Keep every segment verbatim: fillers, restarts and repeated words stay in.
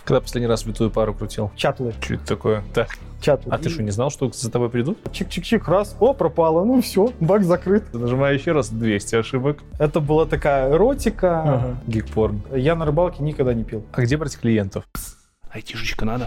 Когда последний раз влитую пару крутил? Чатлы. Что это такое? Так. Чатлы. А ты что, не знал, что за тобой придут? Чик-чик-чик, раз, о, пропало, ну все, баг закрыт. Нажимаю еще раз, двести ошибок. Это была такая эротика. Ага. Гик-порн. Я на рыбалке никогда не пил. А где брать клиентов? Айтишечка надо.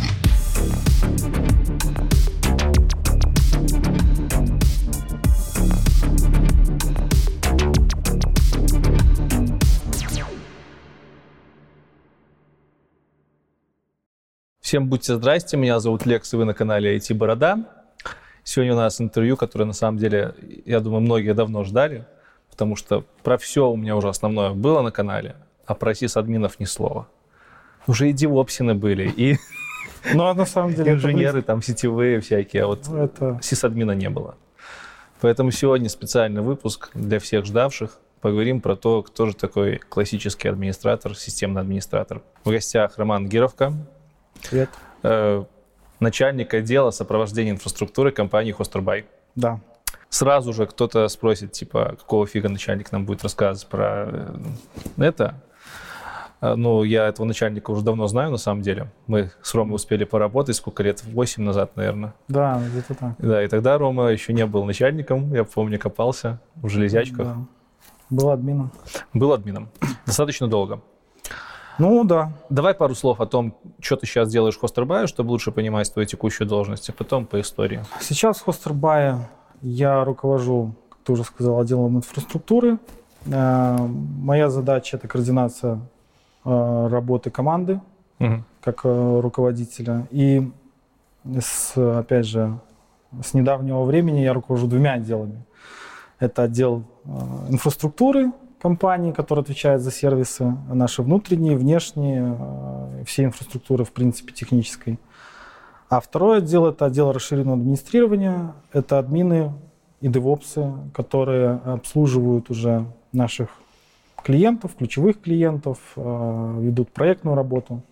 Всем будьте здрасте, меня зовут Лекс, и вы на канале ай ти Борода. Сегодня у нас интервью, которое на самом деле, я думаю, многие давно ждали, потому что про все у меня уже основное было на канале, а про сисадминов ни слова. Уже и девопсины были, и ну, а на самом деле инженеры там сетевые всякие, а вот это... сисадмина не было. Поэтому сегодня специальный выпуск для всех ждавших. Поговорим про то, кто же такой классический администратор, системный администратор. В гостях Роман Гировка. Привет. Э, начальник отдела сопровождения инфраструктуры компании Хостербай. Да. Сразу же кто-то спросит, типа, какого фига начальник нам будет рассказывать про э, это. Э, ну, я этого начальника уже давно знаю, на самом деле. Мы с Ромой успели поработать, сколько лет? восемь назад, наверное. Да, где-то так. Да, и тогда Рома еще не был начальником, я помню, копался в железячках. Да. Был админом. Был админом. Достаточно долго. Ну, да. Давай пару слов о том, что ты сейчас делаешь в Хостербае, чтобы лучше понимать твою текущую должность, а потом по истории. Сейчас в Хостербае я руковожу, как ты уже сказал, отделом инфраструктуры. Моя задача – это координация работы команды, угу. как руководителя. И, с, опять же, с недавнего времени я руковожу двумя отделами. Это отдел инфраструктуры компании, которая отвечает за сервисы, наши внутренние, внешние, все инфраструктуры, в принципе, технической. А второй отдел – это отдел расширенного администрирования. Это админы и девопсы, которые обслуживают уже наших клиентов, ключевых клиентов, ведут проектную работу,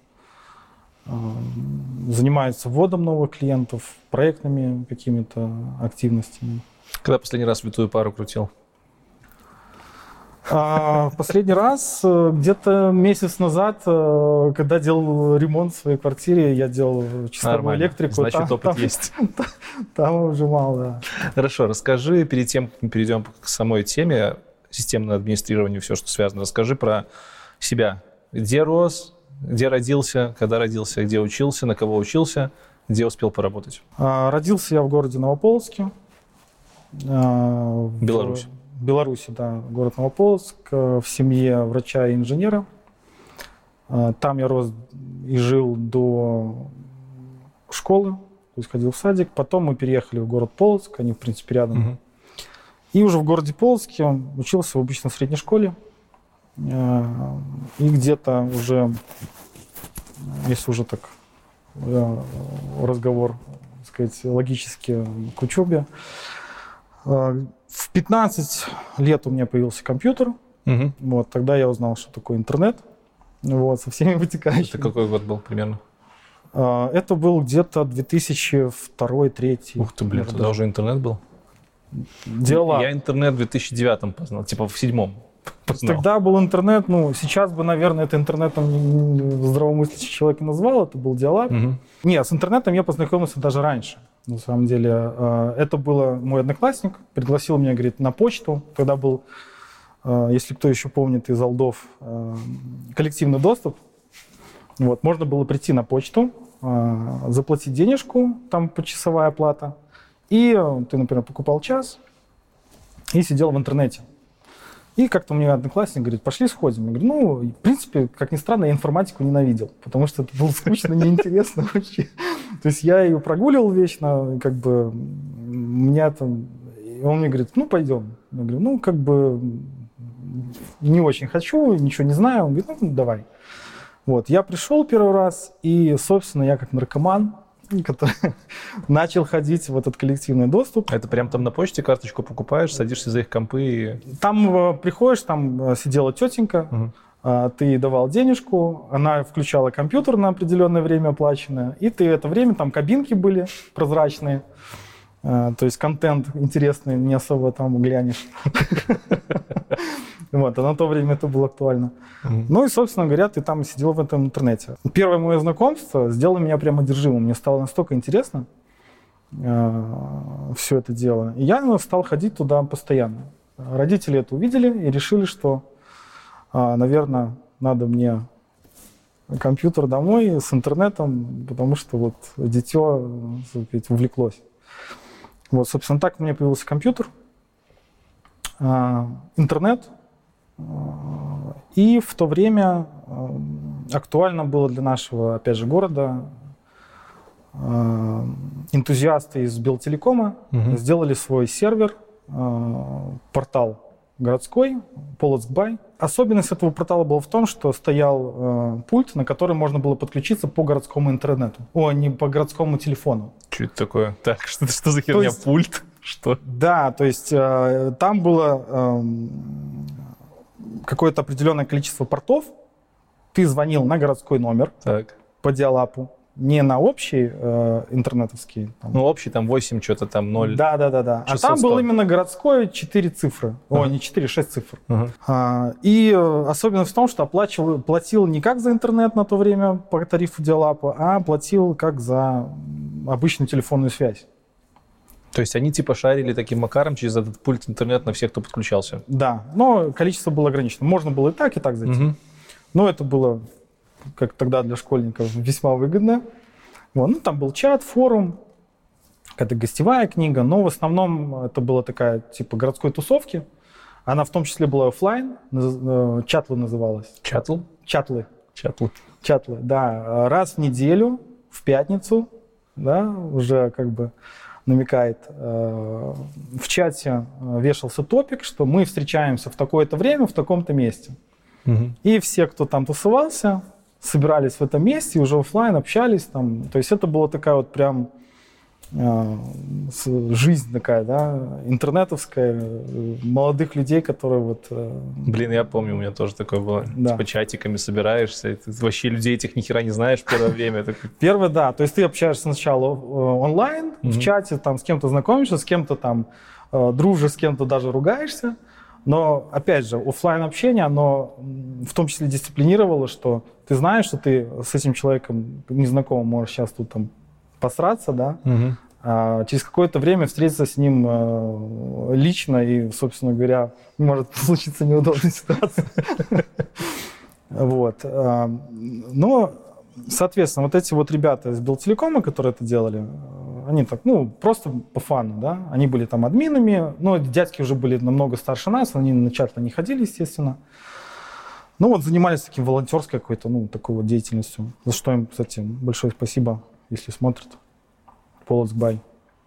занимаются вводом новых клиентов, проектными какими-то активностями. Когда последний раз влитую пару крутил? А, последний раз где-то месяц назад, когда делал ремонт в своей квартире, я делал чистовую электрику. Значит, там, опыт там, есть. Там, там уже мало, да. Хорошо, расскажи, перед тем, как мы перейдем к самой теме, системное администрирование, все, что связано, расскажи про себя. Где рос, где родился, когда родился, где учился, на кого учился, где успел поработать? А, родился я в городе Новополоцке. В Беларусь. В Беларуси, да, город Новополоцк, в семье врача и инженера. Там я рос и жил до школы, то есть ходил в садик. Потом мы переехали в город Полоцк, они, в принципе, рядом. Угу. И уже в городе Полоцке учился в обычной средней школе. И где-то уже, если уже так разговор, так сказать, логически к учебе, в пятнадцать лет у меня появился компьютер. Угу. Вот, тогда я узнал, что такое интернет. Вот, со всеми вытекающими. Это какой год был примерно? Это был где-то две тысячи второй — две тысячи третий. Ух ты, блин, тогда уже интернет был? Дела. Я интернет в две тысячи девятом познал, типа в седьмом. Познал. Тогда был интернет, ну, сейчас бы, наверное, это интернетом здравомыслящий человек не назвал, это был диалог. Угу. Нет, с интернетом я познакомился даже раньше. На самом деле, это было мой одноклассник, пригласил меня, говорит, на почту. Тогда был, если кто еще помнит из олдов, коллективный доступ. Вот, можно было прийти на почту, заплатить денежку, там почасовая плата, и ты, например, покупал час и сидел в интернете. И как-то мне одноклассник говорит, пошли сходим. Я говорю, ну, в принципе, как ни странно, я информатику ненавидел, потому что это было скучно, неинтересно вообще. То есть я ее прогуливал вечно, как бы, у меня там... И он мне говорит, ну, пойдем. Я говорю, ну, как бы, не очень хочу, ничего не знаю. Он говорит, ну, давай. Вот, я пришел первый раз, и, собственно, я как наркоман, который начал ходить в этот коллективный доступ. Это прям там на почте карточку покупаешь, садишься за их компы и... Там э, приходишь, там сидела тетенька, угу. э, ты давал денежку, она включала компьютер на определенное время оплаченное, и ты это время, там кабинки были прозрачные, э, то есть контент интересный, не особо там глянешь. Вот, а на то время это было актуально. Mm-hmm. Ну и, собственно говоря, ты там сидел в этом интернете. Первое мое знакомство сделало меня прямо одержимым. Мне стало настолько интересно э, все это дело. И я стал ходить туда постоянно. Родители это увидели и решили, что, э, наверное, надо мне компьютер домой с интернетом, потому что вот дитё, так сказать, увлеклось. Вот, собственно, так у меня появился компьютер, э, интернет. И в то время актуально было для нашего, опять же, города. Энтузиасты из Белтелекома угу. сделали свой сервер, портал городской, Полоцк-Бай. Особенность этого портала была в том, что стоял пульт, на который можно было подключиться по городскому интернету. О, не по городскому телефону. Что это такое? Так, что, что за херня? Есть, пульт? Что? Да, то есть там было какое-то определенное количество портов, ты звонил на городской номер так. по диалапу, не на общий э, интернетовский. Там. Ну, общий там восемь, что-то там ноль. Да, да, да, да. А там был именно городской четыре цифры. Uh-huh. О, не четыре, шесть цифр. Uh-huh. А, и особенность в том, что оплачивал, платил не как за интернет на то время по тарифу диалапа, а платил как за обычную телефонную связь. То есть они типа шарили таким макаром через этот пульт интернет на всех, кто подключался? Да, но количество было ограничено. Можно было и так, и так зайти. Угу. Но это было, как тогда для школьников, весьма выгодно. Вот. Ну, там был чат, форум, какая-то гостевая книга, но в основном это была такая типа городской тусовки. Она в том числе была офлайн, чатлы называлась. Чатл? Чатлы. Чатлы. Чатлы, да. Раз в неделю, в пятницу, да, уже как бы... намекает, в чате вешался топик, что мы встречаемся в такое-то время, в таком-то месте. Угу. И все, кто там тусовался, собирались в этом месте, и уже офлайн общались. Там. То есть это была такая вот прям э, жизнь такая, да, интернетовская, молодых людей, которые вот... Э, Блин, я помню, у меня тоже такое было. Да. Типа чатиками собираешься, ты вообще людей этих ни хера не знаешь в первое время. Первое, да. То есть ты общаешься сначала онлайн, в чате, там с кем-то знакомишься, с кем-то там дружишь, с кем-то даже ругаешься. Но, опять же, офлайн общение, оно в том числе дисциплинировало, что ты знаешь, что ты с этим человеком незнакомым можешь сейчас тут там посраться, да, угу. а через какое-то время встретиться с ним э, лично и, собственно говоря, может случиться неудобная ситуация. Вот. Но, соответственно, вот эти вот ребята из Белтелекома, которые это делали, они так, ну, просто по фану, да, они были там админами, но дядьки уже были намного старше нас, они на чат не ходили, естественно. Ну, вот занимались таким волонтерской какой-то, ну, такой вот деятельностью, за что им, кстати, большое спасибо, если смотрят. Полоцк-Бай.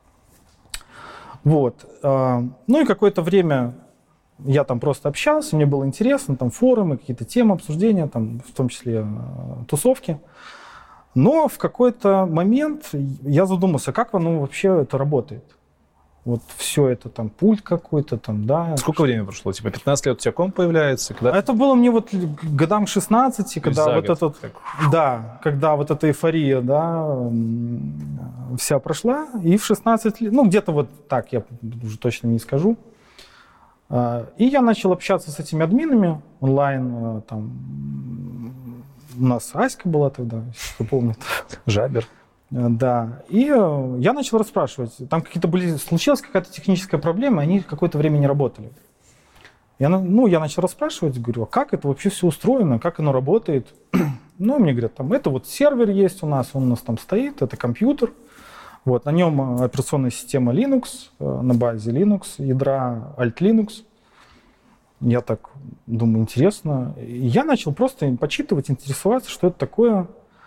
Вот. Ну и какое-то время я там просто общался, мне было интересно, там форумы, какие-то темы обсуждения, там, в том числе тусовки. Но в какой-то момент я задумался, как оно вообще это работает. Вот все это, там, пульт какой-то, там, да. Сколько что... времени прошло? Типа пятнадцать лет у тебя комп появляется? Когда... Это было мне вот годам шестнадцати, когда вот этот, так. да, когда вот эта эйфория, да, вся прошла. И в шестнадцать лет, ну, где-то вот так, я уже точно не скажу. И я начал общаться с этими админами онлайн, там, у нас Аська была тогда, кто помнит. Жабер. Да. И я начал расспрашивать. Там какие-то были... Случилась какая-то техническая проблема, и они какое-то время не работали. Я, ну, я начал расспрашивать, говорю, а как это вообще все устроено, как оно работает? Ну, мне говорят, там, это вот сервер есть у нас, он у нас там стоит, это компьютер. Вот, на нем операционная система Linux, на базе Linux, ядра Alt Linux. Я так думаю, интересно. И я начал просто почитывать, интересоваться, что это такое.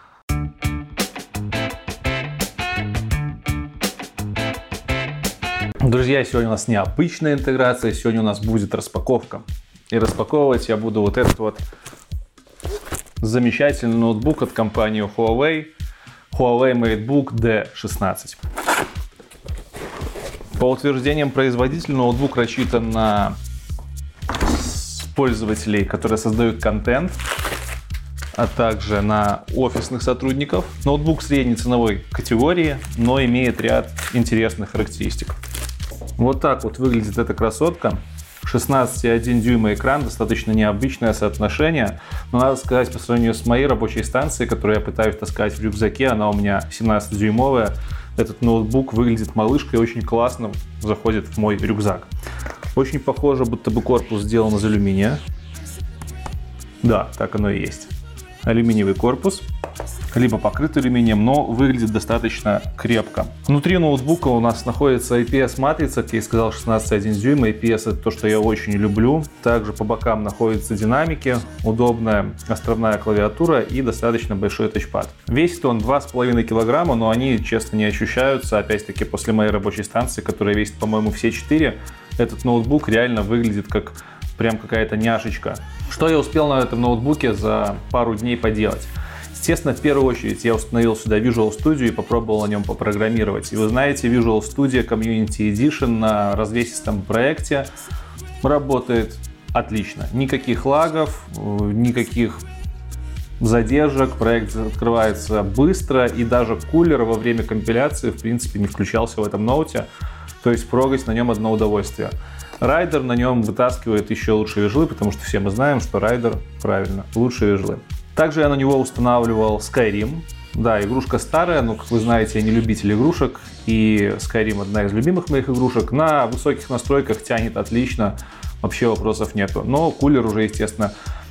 Друзья, сегодня у нас необычная интеграция, сегодня у нас будет распаковка. И распаковывать я буду вот этот вот замечательный ноутбук от компании Huawei, Huawei MateBook ди шестнадцать. По утверждениям производителя, ноутбук рассчитан на пользователей, которые создают контент, а также на офисных сотрудников. Ноутбук средней ценовой категории, но имеет ряд интересных характеристик. Вот так вот выглядит эта красотка. шестнадцать и один дюйма экран, достаточно необычное соотношение, но надо сказать, по сравнению с моей рабочей станцией, которую я пытаюсь таскать в рюкзаке, она у меня семнадцатидюймовая, этот ноутбук выглядит малышкой, очень классно заходит в мой рюкзак. Очень похоже, будто бы корпус сделан из алюминия. Да, так оно и есть. Алюминиевый корпус, либо покрыт алюминием, но выглядит достаточно крепко. Внутри ноутбука у нас находится ай пи эс-матрица, как я и сказал, шестнадцать и один дюйм. ай пи эс — это то, что я очень люблю. Также по бокам находятся динамики, удобная островная клавиатура и достаточно большой тачпад. Весит он два с половиной килограмма, но они, честно, не ощущаются. Опять-таки, после моей рабочей станции, которая весит, по-моему, все четыре, этот ноутбук реально выглядит как прям какая-то няшечка. Что я успел на этом ноутбуке за пару дней поделать? Естественно, в первую очередь я установил сюда Visual Studio и попробовал на нем попрограммировать. И вы знаете, Visual Studio Community Edition на развесистом проекте работает отлично. Никаких лагов, никаких задержек, проект открывается быстро, и даже кулер во время компиляции в принципе не включался в этом ноуте. То есть прогать на нем одно удовольствие. Райдер на нем вытаскивает еще лучшие вижлы, потому что все мы знаем, что Райдер, правильно, лучшие вижлы. Также я на него устанавливал Skyrim. Да, игрушка старая, но, как вы знаете, я не любитель игрушек, и Skyrim одна из любимых моих игрушек. На высоких настройках тянет отлично, вообще вопросов нету. Но кулер уже, естественно,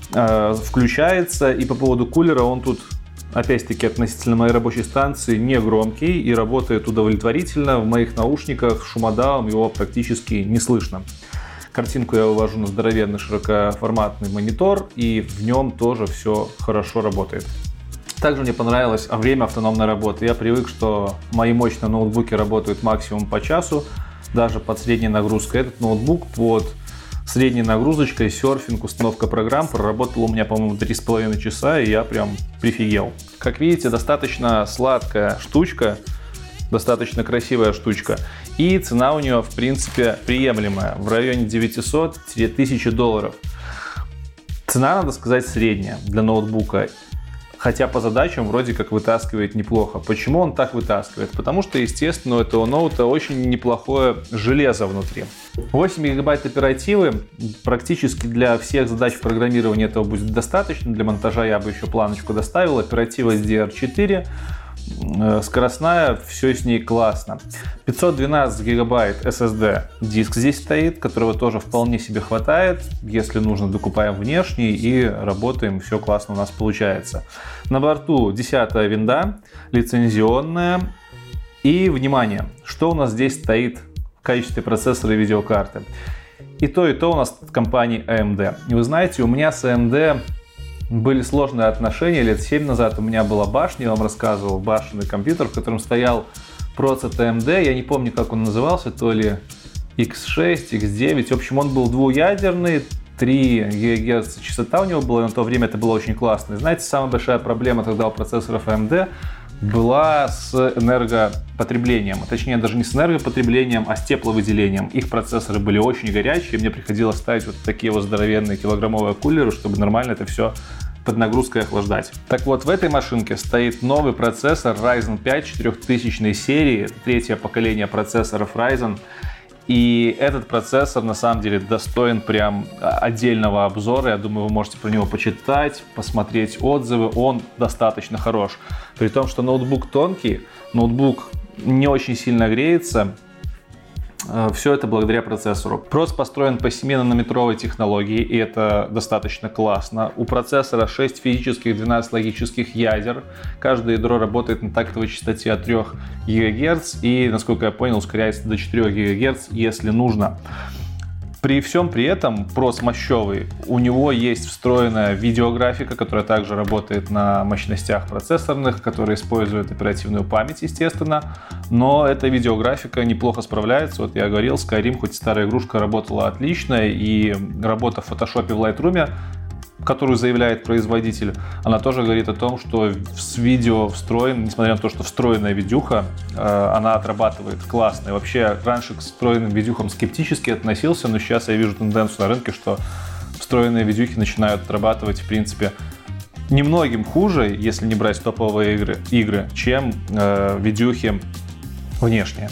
включается, и по поводу кулера он тут, опять-таки, относительно моей рабочей станции, не громкий и работает удовлетворительно. В моих наушниках шумодавом его практически не слышно. Картинку я вывожу на здоровенный широкоформатный монитор, и в нем тоже все хорошо работает. Также мне понравилось время автономной работы. Я привык, что мои мощные ноутбуки работают максимум по часу, даже под средней нагрузкой. Этот ноутбук под средней нагрузочкой, серфинг, установка программ проработал у меня, по-моему, три с половиной часа, и я прям прифигел. Как видите, достаточно сладкая штучка, достаточно красивая штучка. И цена у нее, в принципе, приемлемая, в районе девятисот - тысячи долларов. Цена, надо сказать, средняя для ноутбука. Хотя по задачам вроде как вытаскивает неплохо. Почему он так вытаскивает? Потому что, естественно, у этого ноута очень неплохое железо внутри. восемь гигабайт оперативы практически для всех задач программирования этого будет достаточно. Для монтажа я бы еще планочку доставил. Оператива эс ди ар четыре. Скоростная, все с ней классно. пятьсот двенадцать гигабайт эс эс ди диск здесь стоит, которого тоже вполне себе хватает. Если нужно, докупаем внешний и работаем, все классно у нас получается. На борту десятая винда, лицензионная. И, внимание, что у нас здесь стоит в качестве процессора и видеокарты. И то, и то у нас от компании эй эм ди. И вы знаете, у меня с эй эм ди были сложные отношения. Лет семь назад у меня была башня, я вам рассказывал, башенный компьютер, в котором стоял процессор эй эм ди, я не помню, как он назывался, то ли икс шесть, икс девять, в общем, он был двуядерный, три гигагерца частота у него была, и на то время это было очень классно. И знаете, самая большая проблема тогда у процессоров эй эм ди была с энергопотреблением, точнее даже не с энергопотреблением, а с тепловыделением. Их процессоры были очень горячие, мне приходилось ставить вот такие вот здоровенные килограммовые кулеры, чтобы нормально это все под нагрузкой охлаждать. Так вот, в этой машинке стоит новый процессор Ryzen пять четырехтысячной серии, третье поколение процессоров Ryzen. И этот процессор на самом деле достоин прям отдельного обзора. Я думаю, вы можете про него почитать, посмотреть отзывы. Он достаточно хорош. При том, что ноутбук тонкий, ноутбук не очень сильно греется. Все это благодаря процессору. Прос построен по семь-нанометровой технологии, и это достаточно классно. У процессора шесть физических, двенадцать логических ядер. Каждое ядро работает на тактовой частоте от трёх гигагерц и, насколько я понял, ускоряется до четырёх гигагерц, если нужно. При всем при этом прос мощевый. У него есть встроенная видеографика, которая также работает на мощностях процессорных, которые используют оперативную память, естественно. Но эта видеографика неплохо справляется. Вот я говорил, Skyrim, хоть старая игрушка, работала отлично. И работа в Photoshop, в Lightroom, которую заявляет производитель, она тоже говорит о том, что с видео встроен, несмотря на то, что встроенная видюха, она отрабатывает классно. И вообще, раньше к встроенным видюхам скептически относился, но сейчас я вижу тенденцию на рынке, что встроенные видюхи начинают отрабатывать, в принципе, немногим хуже, если не брать топовые игры, игры чем э, видюхи внешние.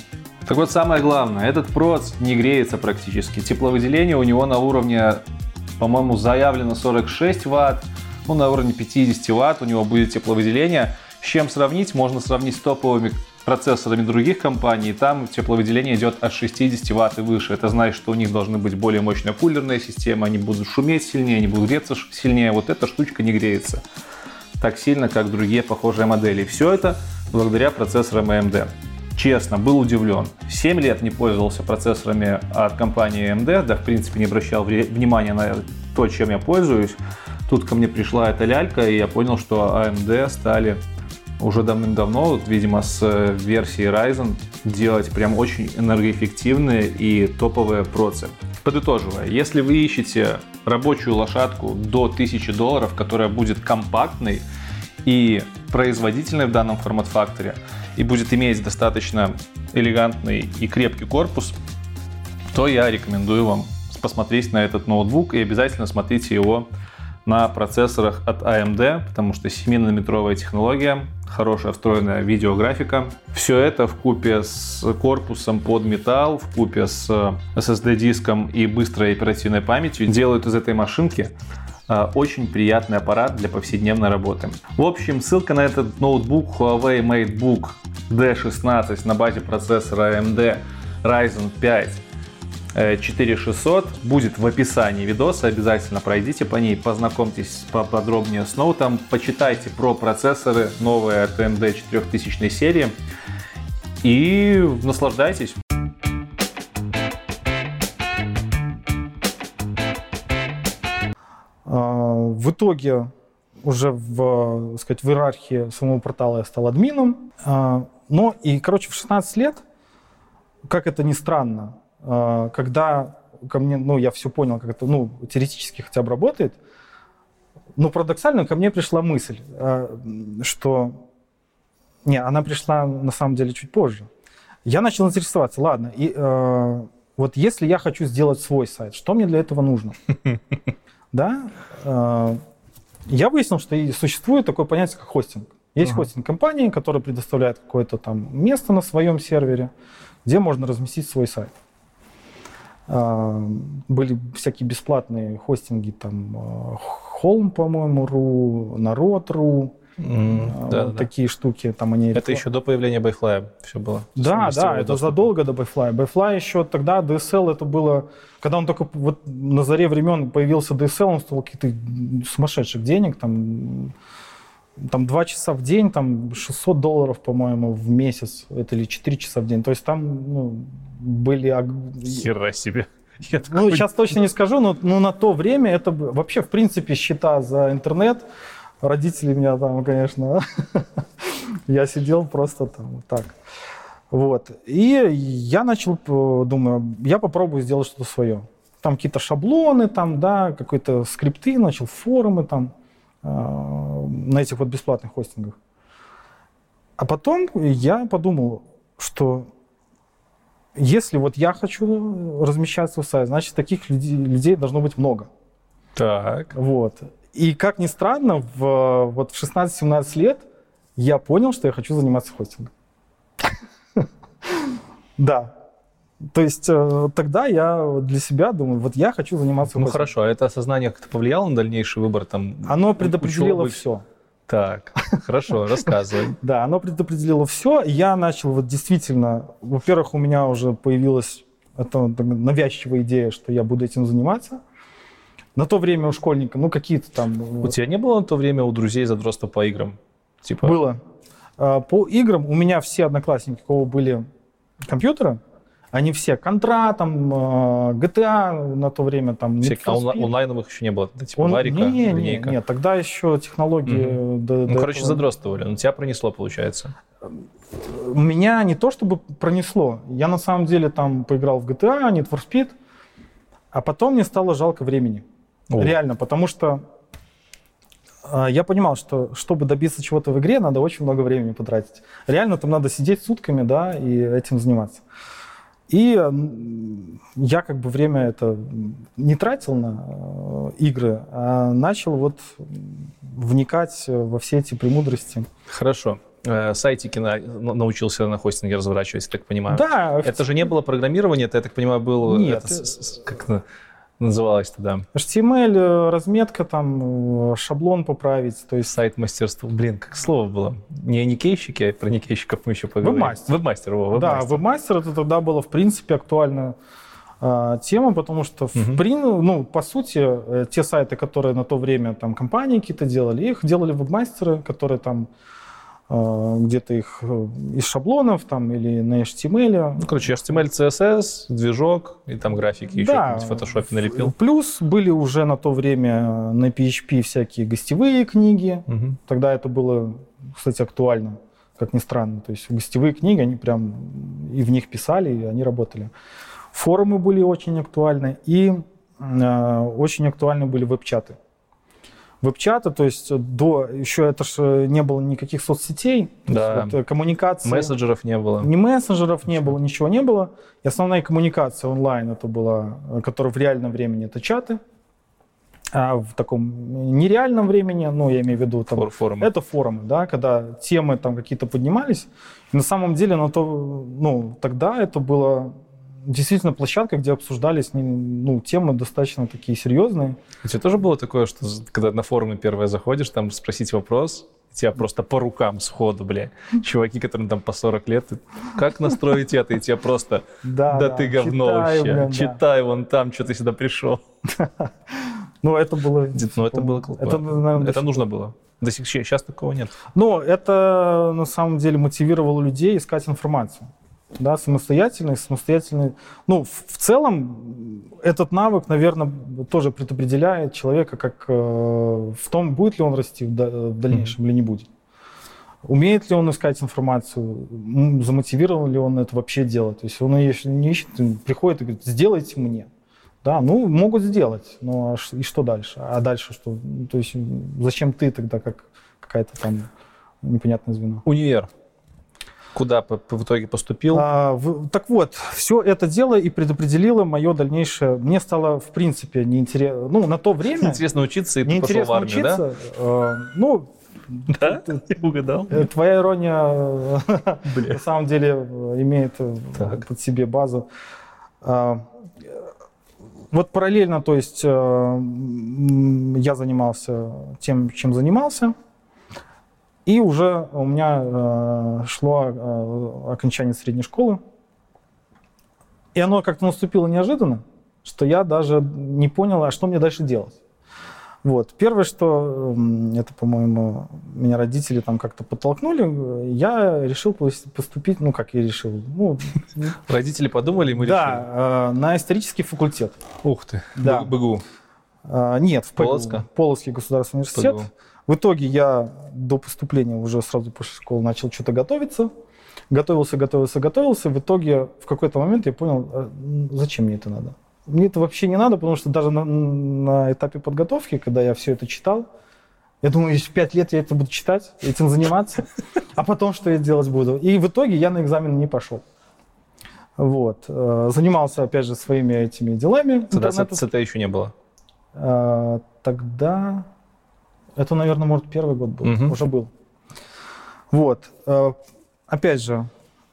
Так вот, самое главное, этот проц не греется практически. Тепловыделение у него на уровне, по-моему, заявлено сорок шесть ватт, ну, на уровне пятьдесят ватт у него будет тепловыделение. С чем сравнить? Можно сравнить с топовыми процессорами других компаний. Там тепловыделение идет от шестьдесят ватт и выше. Это значит, что у них должны быть более мощная кулерная система, они будут шуметь сильнее, они будут греться сильнее. Вот эта штучка не греется так сильно, как другие похожие модели. Все это благодаря процессорам эй эм ди. Честно, был удивлен. семь лет не пользовался процессорами от компании эй эм ди, да, в принципе, не обращал внимания на то, чем я пользуюсь. Тут ко мне пришла эта лялька, и я понял, что эй эм ди стали уже давным-давно, видимо, с версии Ryzen делать прям очень энергоэффективные и топовые процы. Подытоживая, если вы ищете рабочую лошадку до тысячи долларов, которая будет компактной и производительной в данном формат-факторе, и будет иметь достаточно элегантный и крепкий корпус, то я рекомендую вам посмотреть на этот ноутбук и обязательно смотрите его на процессорах от эй эм ди, потому что семинанометровая технология, хорошая встроенная видеографика. Все это вкупе с корпусом под металл, вкупе с эс эс ди-диском и быстрой оперативной памятью делают из этой машинки очень приятный аппарат для повседневной работы. В общем, ссылка на этот ноутбук Huawei MateBook ди шестнадцать на базе процессора эй эм ди Ryzen пять четыре тысячи шестьсот будет в описании видоса. Обязательно пройдите по ней, познакомьтесь поподробнее с ноутом, почитайте про процессоры новые от эй эм ди четырехтысячной серии и наслаждайтесь. В итоге уже в, так сказать, в иерархии самого портала я стал админом. Но и, короче, в шестнадцать лет, как это ни странно, когда ко мне, ну, я все понял, как это, ну, теоретически хотя бы работает, но парадоксально ко мне пришла мысль, что... Не, она пришла на самом деле чуть позже. Я начал интересоваться, ладно, и э, вот если я хочу сделать свой сайт, что мне для этого нужно? Да? Э, я выяснил, что существует такое понятие, как хостинг. Есть хостинг-компании, которые предоставляют какое-то там место на своем сервере, где можно разместить свой сайт. Были всякие бесплатные хостинги, там Холм, по-моему, ру, Народ.ру, mm, да, вот да. Такие штуки. Там они... Это еще до появления Byfly все было. Да, да, это задолго до Byfly. Byfly еще тогда, ди эс эл это было... Когда он только вот на заре времен появился ди эс эл, он стоил каких-то сумасшедших денег, там... Там два часа в день, там шестьсот долларов, по-моему, в месяц, это или четыре часа в день. То есть там, ну, были... Хера себе. Я ну, такой... сейчас точно не скажу, но, но на то время это вообще, в принципе, счета за интернет. Родители меня там, конечно, я сидел просто там вот так. Вот. И я начал, думаю, я попробую сделать что-то свое. Там какие-то шаблоны, там, да, какие-то скрипты, начал форумы там. На этих вот бесплатных хостингах. А потом я подумал, что если вот я хочу размещать свой сайт, значит, таких людей, людей должно быть много. Так. Вот. И как ни странно, в, вот в шестнадцать-семнадцать лет я понял, что я хочу заниматься хостингом. Да. То есть тогда я для себя думаю, вот я хочу заниматься Ну хостингом. хорошо, а это осознание как-то повлияло на дальнейший выбор? Там, оно предопределило все. Так, хорошо, рассказывай. Да, оно предопределило все. Я начал вот действительно, во-первых, у меня уже появилась эта навязчивая идея, что я буду этим заниматься. На то время у школьника, ну какие-то там... У тебя не было на то время у друзей задротства по играм? Типа... Было. По играм у меня все одноклассники, у кого были компьютеры, они все, Контра, там, джи ти эй на то время, там, Need for Speed. А онлайновых еще не было? Типа Он... Варика, не, не, линейка? Нет, тогда еще технологии... Mm-hmm. До, ну, до короче, этого... задротствовали, но тебя пронесло, получается. Меня не то чтобы пронесло. Я на самом деле там поиграл в джи ти эй, Need for Speed, а потом мне стало жалко времени. О. Реально, потому что э, я понимал, что чтобы добиться чего-то в игре, надо очень много времени потратить. Реально там надо сидеть сутками, да, и этим заниматься. И я как бы время это не тратил на игры, а начал вот вникать во все эти премудрости. Хорошо. э, сайтики на, научился на хостинге разворачивать, я так понимаю. Да. Это же не было программирование, это, я так понимаю, был... Нет. Это, как это называлось тогда? эйч ти эм эль, разметка, там, шаблон поправить. То есть... Сайт мастерства. Блин, как слово было. Не никейщики, а про никейщиков мы еще поговорим. Вебмастер. Вебмастер, во, Да, вебмастер. вебмастер это тогда было, в принципе, актуальная э, тема, потому что, в Мгм. при, ну, по сути, э, те сайты, которые на то время там компании какие-то делали, их делали вебмастеры, которые там э, где-то их э, из шаблонов там или на эйч ти эм эль. Ну, короче, эйч ти эм эль, си эс эс, движок и там графики еще Да, в фотошопе налепил. Плюс были уже на то время на пи эйч пи всякие гостевые книги. Мгм. Тогда это было, кстати, актуально, как ни странно. То есть гостевые книги, они прям и в них писали, и они работали. Форумы были очень актуальны, и э, очень актуальны были веб-чаты. Веб-чаты, то есть до, еще это же не было никаких соцсетей, то Да. есть вот коммуникации. Мессенджеров не было. Ни мессенджеров не было, ничего не было. И основная коммуникация онлайн это была, которая в реальном времени, это чаты. А в таком нереальном времени, ну, я имею в виду, там, Фор- форумы. это форумы, да, когда темы там какие-то поднимались. И на самом деле, на то, ну, тогда это было действительно площадка, где обсуждались, ну, темы достаточно такие серьезные. У тебя тоже было такое, что когда на форумы первое заходишь, там спросить вопрос, тебя просто по рукам сходу, бля, чуваки, которым там по сорок лет, и как настроить это, и тебя просто, Да, да да, ты говно читай, вообще, блин, да. читай вон там, что ты сюда пришел. Ну, это было... Ну, это было классно. Это, наверное, Это нужно было. До сих пор сейчас такого нет. Но это на самом деле мотивировало людей искать информацию. Да, самостоятельно, самостоятельно. Ну, в, в целом, этот навык, наверное, тоже предопределяет человека, как э, в том, будет ли он расти в, да, в дальнейшем mm-hmm. или не будет. Умеет ли он искать информацию, м, замотивирован ли он это вообще делать. То есть он ее не ищет, приходит и говорит, сделайте мне. Да, ну, могут сделать, но и что дальше? А дальше что? То есть зачем ты тогда, как какая-то там непонятное звено? Универ. Куда по, по, в итоге поступил? А, в, так вот, все это дело и предопределило мое дальнейшее. Мне стало, в принципе, неинтересно. Ну, на то время... Интересно учиться, и ты пошел в неинтересно армию, учиться. да? Э, ну, Да? Ты угадал? твоя ирония на самом деле имеет Так. под себе базу. Вот параллельно, то есть я занимался тем, чем занимался, и уже у меня шло окончание средней школы. И оно как-то наступило неожиданно, что я даже не понял, а что мне дальше делать. Вот. Первое, что, это, по-моему, меня родители там как-то подтолкнули, я решил поступить, ну, как я решил, ну... Родители подумали, и мы да, решили. Да, на исторический факультет. Ух ты, да. БГУ. А, нет, в Полоцка? Полоцкий государственный университет. ПГУ. В итоге я до поступления уже сразу после школы начал что-то готовиться. Готовился, готовился, готовился. В итоге в какой-то момент я понял, а зачем мне это надо. Мне это вообще не надо, потому что даже на, на этапе подготовки, когда я все это читал, я думаю, через пять лет я это буду читать, этим заниматься, а потом что я делать буду. И в итоге я на экзамен не пошел. Вот. Занимался, опять же, своими этими делами. Тогда ЦТ еще не было? Тогда... Это, наверное, может, первый год был. Угу. Уже был. Вот. Опять же,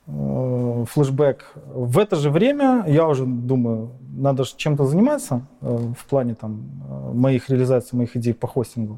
флешбэк. В это же время я уже думаю, надо же чем-то заниматься в плане там, моих реализаций, моих идей по хостингу.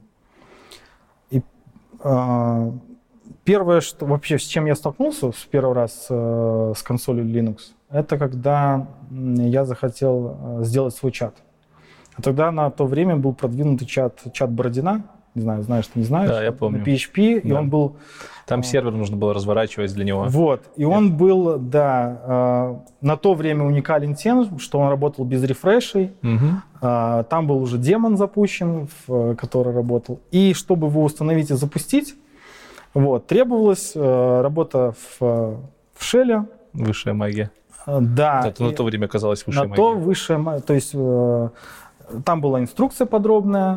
И э, первое, что вообще с чем я столкнулся в первый раз э, с консолью Linux, это когда я захотел сделать свой чат. А тогда на то время был продвинутый чат, чат Бородина. Не знаю, знаешь, ты не знаешь. Да, я помню. На пи эйч пи, да. И он был... Там сервер нужно было разворачивать для него. Вот, и он был, да, на то время уникален тем, что он работал без рефрешей. Угу. Там был уже демон запущен, который работал. И чтобы его установить и запустить, вот, требовалась работа в, в шелле. Высшая магия. Да. Это на то время казалось высшей на магией. На то высшая магия. То есть там была инструкция подробная,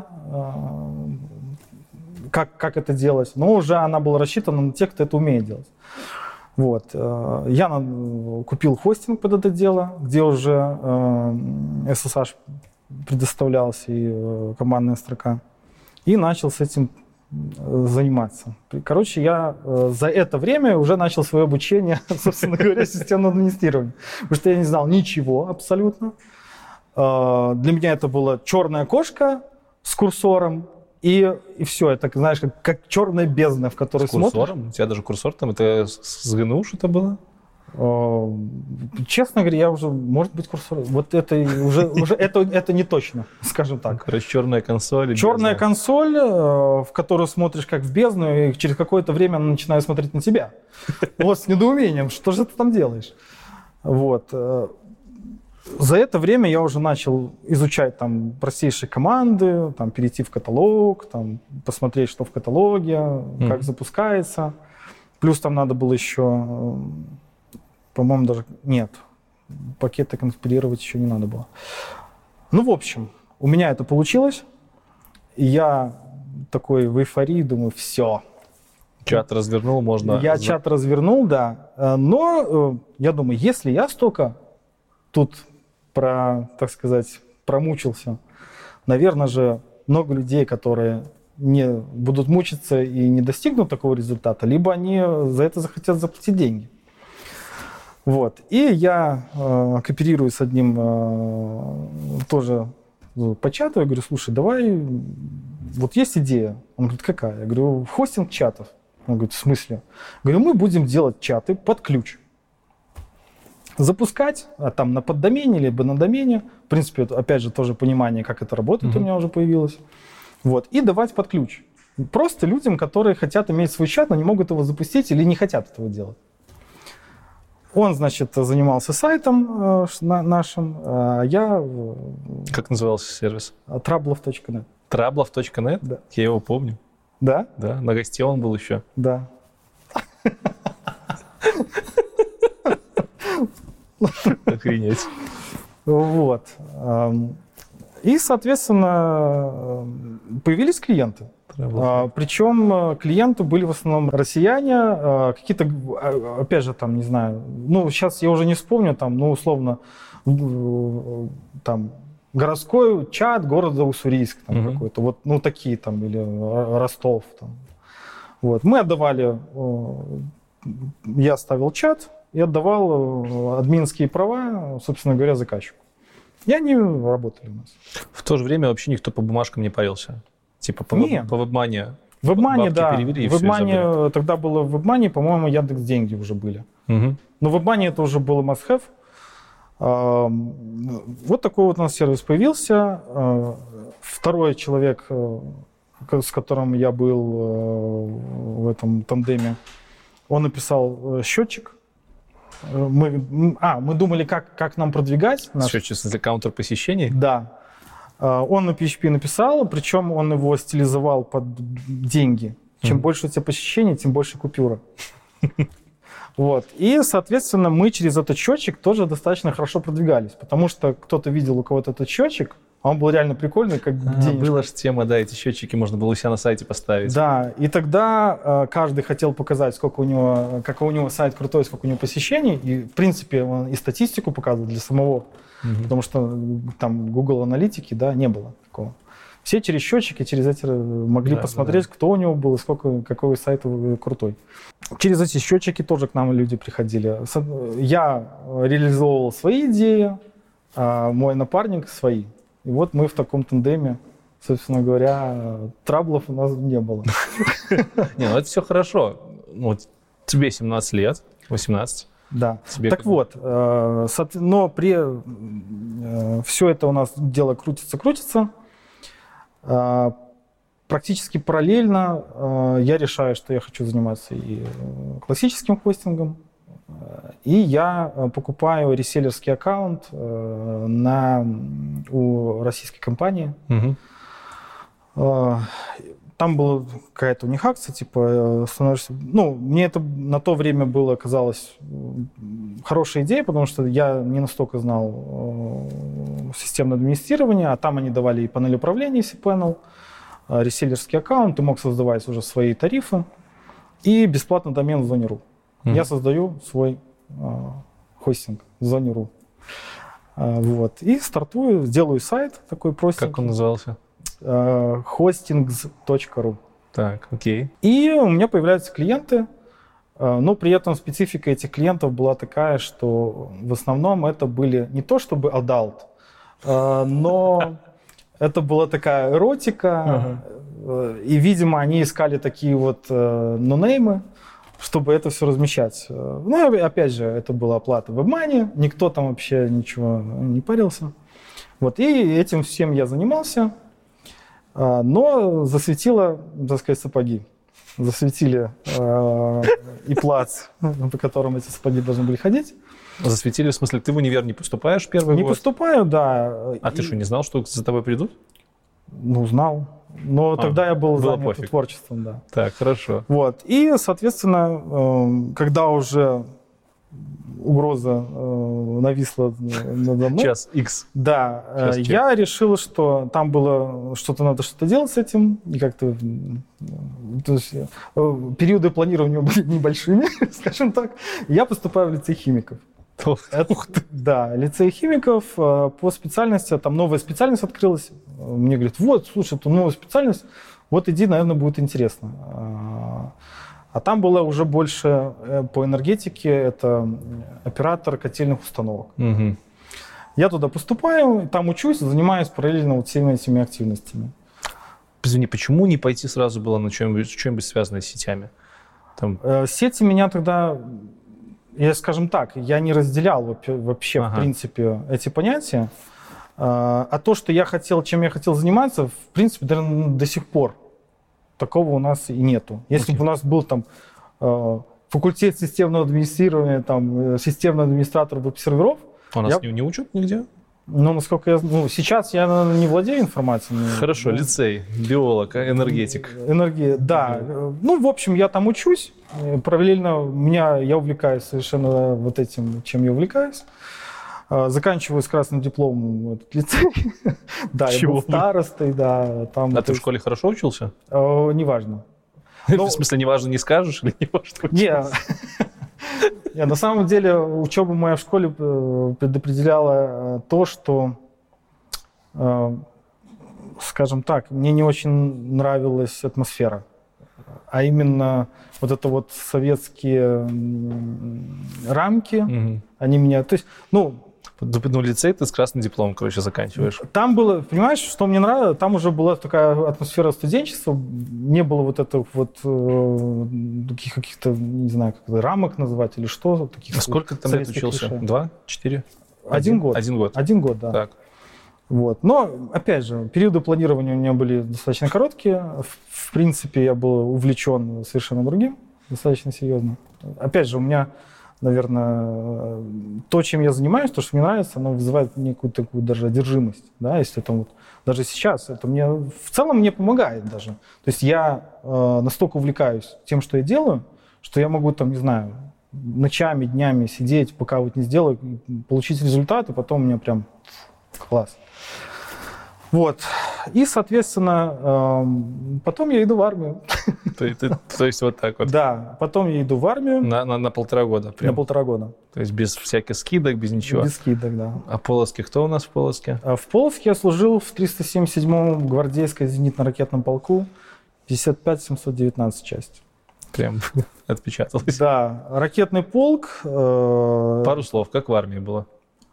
Как, как это делать, но уже она была рассчитана на тех, кто это умеет делать. Вот. Я купил хостинг под это дело, где уже эс эс эйч предоставлялся и командная строка. И начал с этим заниматься. Короче, я за это время уже начал свое обучение, собственно говоря, системного администрирования. Потому что я не знал ничего абсолютно. Для меня это была черная кошка с курсором, и, и все. Это, знаешь, как, как черная бездна, в которой смотришь. С курсором? Смотришь. У тебя даже курсор там, это с ГНУ что-то было? Честно говоря, я уже, может быть, курсор. Вот это уже, уже это, это не точно, скажем так. Короче, черная консоль. Черная бездна. Консоль, в которую смотришь как в бездну, и через какое-то время она начинает смотреть на тебя. Вот с недоумением, что же ты там делаешь? Вот. За это время я уже начал изучать там простейшие команды, там, перейти в каталог, там, посмотреть, что в каталоге, mm-hmm. как запускается. Плюс там надо было еще, по-моему, даже... Нет, пакеты конспирировать еще не надо было. Ну, в общем, у меня это получилось. И я такой в эйфории думаю, все. Чат развернул, можно... Я чат развернул, да. Но я думаю, если я столько тут... про, так сказать, промучился. Наверное же, много людей, которые не будут мучиться и не достигнут такого результата, либо они за это захотят заплатить деньги. Вот. И я э, кооперирую с одним э, тоже по чату, я говорю, слушай, давай, вот есть идея. Он говорит, какая? Я говорю, хостинг чатов. Он говорит, в смысле? Я говорю, мы будем делать чаты под ключ. Запускать а там на поддомене, либо на домене. В принципе, опять же, тоже понимание, как это работает, mm-hmm. у меня уже появилось. Вот. И давать под ключ. Просто людям, которые хотят иметь свой чат, но не могут его запустить или не хотят этого делать. Он, значит, занимался сайтом э, нашим, а я... Как назывался сервис? Trablov точка нет. Trablov точка нет? Да. Я его помню. Да? Да, на госте он был еще. Да. Охренеть. Вот. И, соответственно, появились клиенты. А, причем клиенты были в основном россияне, а, какие-то, опять же, там, не знаю, ну, сейчас я уже не вспомню, там, ну, условно, там, городской чат города Уссурийск, там, mm-hmm. какой-то, вот, ну, такие там, или Ростов, там. Вот. Мы отдавали, я ставил чат и отдавал админские права, собственно говоря, заказчику. И они работали у нас. В то же время вообще никто по бумажкам не парился? Типа по, веб, по вебмане? В вебмане, да. Перевели, в вебмане, тогда было в вебмане, по-моему, Яндекс.Деньги уже были. Угу. Но в вебмане это уже было must-have. Вот такой вот у нас сервис появился. Второй человек, с которым я был в этом тандеме, он написал счетчик. Мы, а, мы думали, как, как нам продвигать. Наш... Счетчик, в смысле, каунтер посещений? Да. Он на пи эйч пи написал, причем он его стилизовал под деньги. Чем mm-hmm. больше у тебя посещений, тем больше купюра. Вот. И, соответственно, мы через этот счетчик тоже достаточно хорошо продвигались, потому что кто-то видел у кого-то этот счетчик, а он был реально прикольный, как а, денежка. Была же тема, да, эти счетчики можно было у себя на сайте поставить. Да, и тогда э, каждый хотел показать, сколько у него, какой у него сайт крутой, сколько у него посещений, и, в принципе, он и статистику показывал для самого, угу. потому что там Google аналитики, да, не было такого. Все через счетчики, через эти могли да, посмотреть, да, да. кто у него был и сколько, какой сайт крутой. Через эти счетчики тоже к нам люди приходили. Я реализовывал свои идеи, а мой напарник свои. И вот мы в таком тандеме, собственно говоря, траблов у нас не было. Не, ну это все хорошо. Тебе семнадцать лет, восемнадцать. Да. Так вот, но при все это у нас дело крутится-крутится. Практически параллельно я решаю, что я хочу заниматься и классическим хостингом, и я покупаю реселлерский аккаунт на, у российской компании. Угу. Там была какая-то у них акция, типа, становишься... Ну, мне это на то время было, казалось, хорошая идея, потому что я не настолько знал системное администрирование, а там они давали и панель управления, cPanel, реселлерский аккаунт, ты мог создавать уже свои тарифы, и бесплатный домен в зоне.ру. Mm-hmm. Я создаю свой э, хостинг в зоне.ру. Э, вот. И стартую, делаю сайт такой простенький. Как он назывался? Hostings точка ру. Так, окей. И у меня появляются клиенты, но при этом специфика этих клиентов была такая, что в основном это были не то чтобы adult, но это была такая эротика, uh-huh. и, видимо, они искали такие вот нонеймы, чтобы это все размещать. Ну, опять же, это была оплата в WebMoney, никто там вообще ничего не парился. Вот, и этим всем я занимался, но засветило, так сказать, сапоги. Засветили э, и плац, по которому эти сапоги должны были ходить. Засветили, в смысле, ты в универ не поступаешь первый не год? Не поступаю, да. А и... ты что, не знал, что за тобой придут? Ну, знал. Но а, тогда я был занят пофиг. творчеством, да. Так, хорошо. Вот. И, соответственно, э, когда уже угроза э, нависла надо мной. Час X. Да. Час я check. решил, что там было что-то, надо что-то делать с этим. И как-то... То есть, э, периоды планирования были небольшими, скажем так. Я поступаю в лицей химиков. Это, да, лицей химиков э, по специальности. Там новая специальность открылась. Мне говорят, вот, слушай, это новая специальность. Вот иди, наверное, будет интересно. А там было уже больше по энергетике, это оператор котельных установок. Угу. Я туда поступаю, там учусь, занимаюсь параллельно вот всеми этими активностями. Извини, почему не пойти сразу было на что-нибудь, что-нибудь связанное с сетями? Там... Сети меня тогда, я скажем так, я не разделял вообще, ага. в принципе, эти понятия. А то, что я хотел, чем я хотел заниматься, в принципе, наверное, до сих пор. Такого у нас и нету. Если okay. бы у нас был там э, факультет системного администрирования, там, системный администратор веб-серверов... А нас я... не, не учат нигде? Ну, насколько я... Ну, сейчас я, наверное, не владею информацией. Хорошо, но... лицей, биолог, энергетик. Энергия, да. Mm-hmm. Ну, в общем, я там учусь. Параллельно меня, я увлекаюсь совершенно вот этим, чем я увлекаюсь. Заканчиваю с красным дипломом этот лицей. Да, я был старостой, да. А ты в школе хорошо учился? Неважно. В смысле, неважно, не скажешь или неважно учился? Не, на самом деле учеба моя в школе предопределяла то, что, скажем так, мне не очень нравилась атмосфера. А именно вот это вот советские рамки, они меня... То есть, ну... Ну, лицей ты с красным дипломом, короче, заканчиваешь. Там было, понимаешь, что мне нравилось, там уже была такая атмосфера студенчества, не было вот этих вот э, таких каких-то, не знаю, как рамок назвать или что. Таких а сколько ты там лет учился? клише. Два? Четыре? Один, Один год. Один год. Один год, да. Так. Вот. Но, опять же, периоды планирования у меня были достаточно короткие. В, в принципе, я был увлечен совершенно другим, достаточно серьезно. Опять же, у меня... Наверное, то, чем я занимаюсь, то, что мне нравится, оно вызывает некую такую даже одержимость, да, если это вот, даже сейчас, это мне, в целом мне помогает даже. То есть я э, настолько увлекаюсь тем, что я делаю, что я могу там, не знаю, ночами, днями сидеть, пока вот не сделаю, получить результат, и потом у меня прям класс. Вот. И, соответственно, э, потом я иду в армию. То, ты, то есть вот так вот? Да, потом я иду в армию. На, на, на полтора года? Прям. На полтора года. То есть без всяких скидок, без ничего? Без скидок, да. А Полоцке кто у нас в Полоцке? А в Полоцке я служил в триста семьдесят седьмом гвардейском зенитно-ракетном полку, пятьдесят пять семьсот девятнадцать часть. Прям отпечаталось. Да, ракетный полк. Э, Пару слов, как в армии было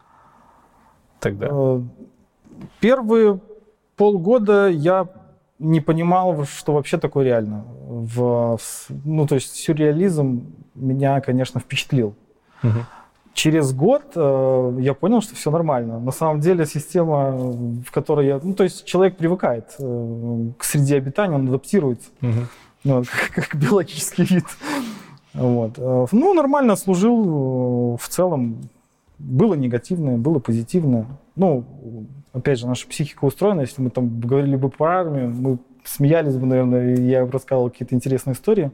тогда? Э, первые полгода я не понимал, что вообще такое реально. В, ну, то есть сюрреализм меня, конечно, впечатлил. Угу. Через год э, я понял, что все нормально. На самом деле система, в которой я... Ну, то есть человек привыкает э, к среде обитания, он адаптируется. Угу. Ну, как, как биологический вид. Вот. Ну, нормально служил. В целом было негативное, было позитивное. Ну, опять же, наша психика устроена. Если мы там говорили бы про армию, мы смеялись бы, наверное, и я бы рассказывал какие-то интересные истории.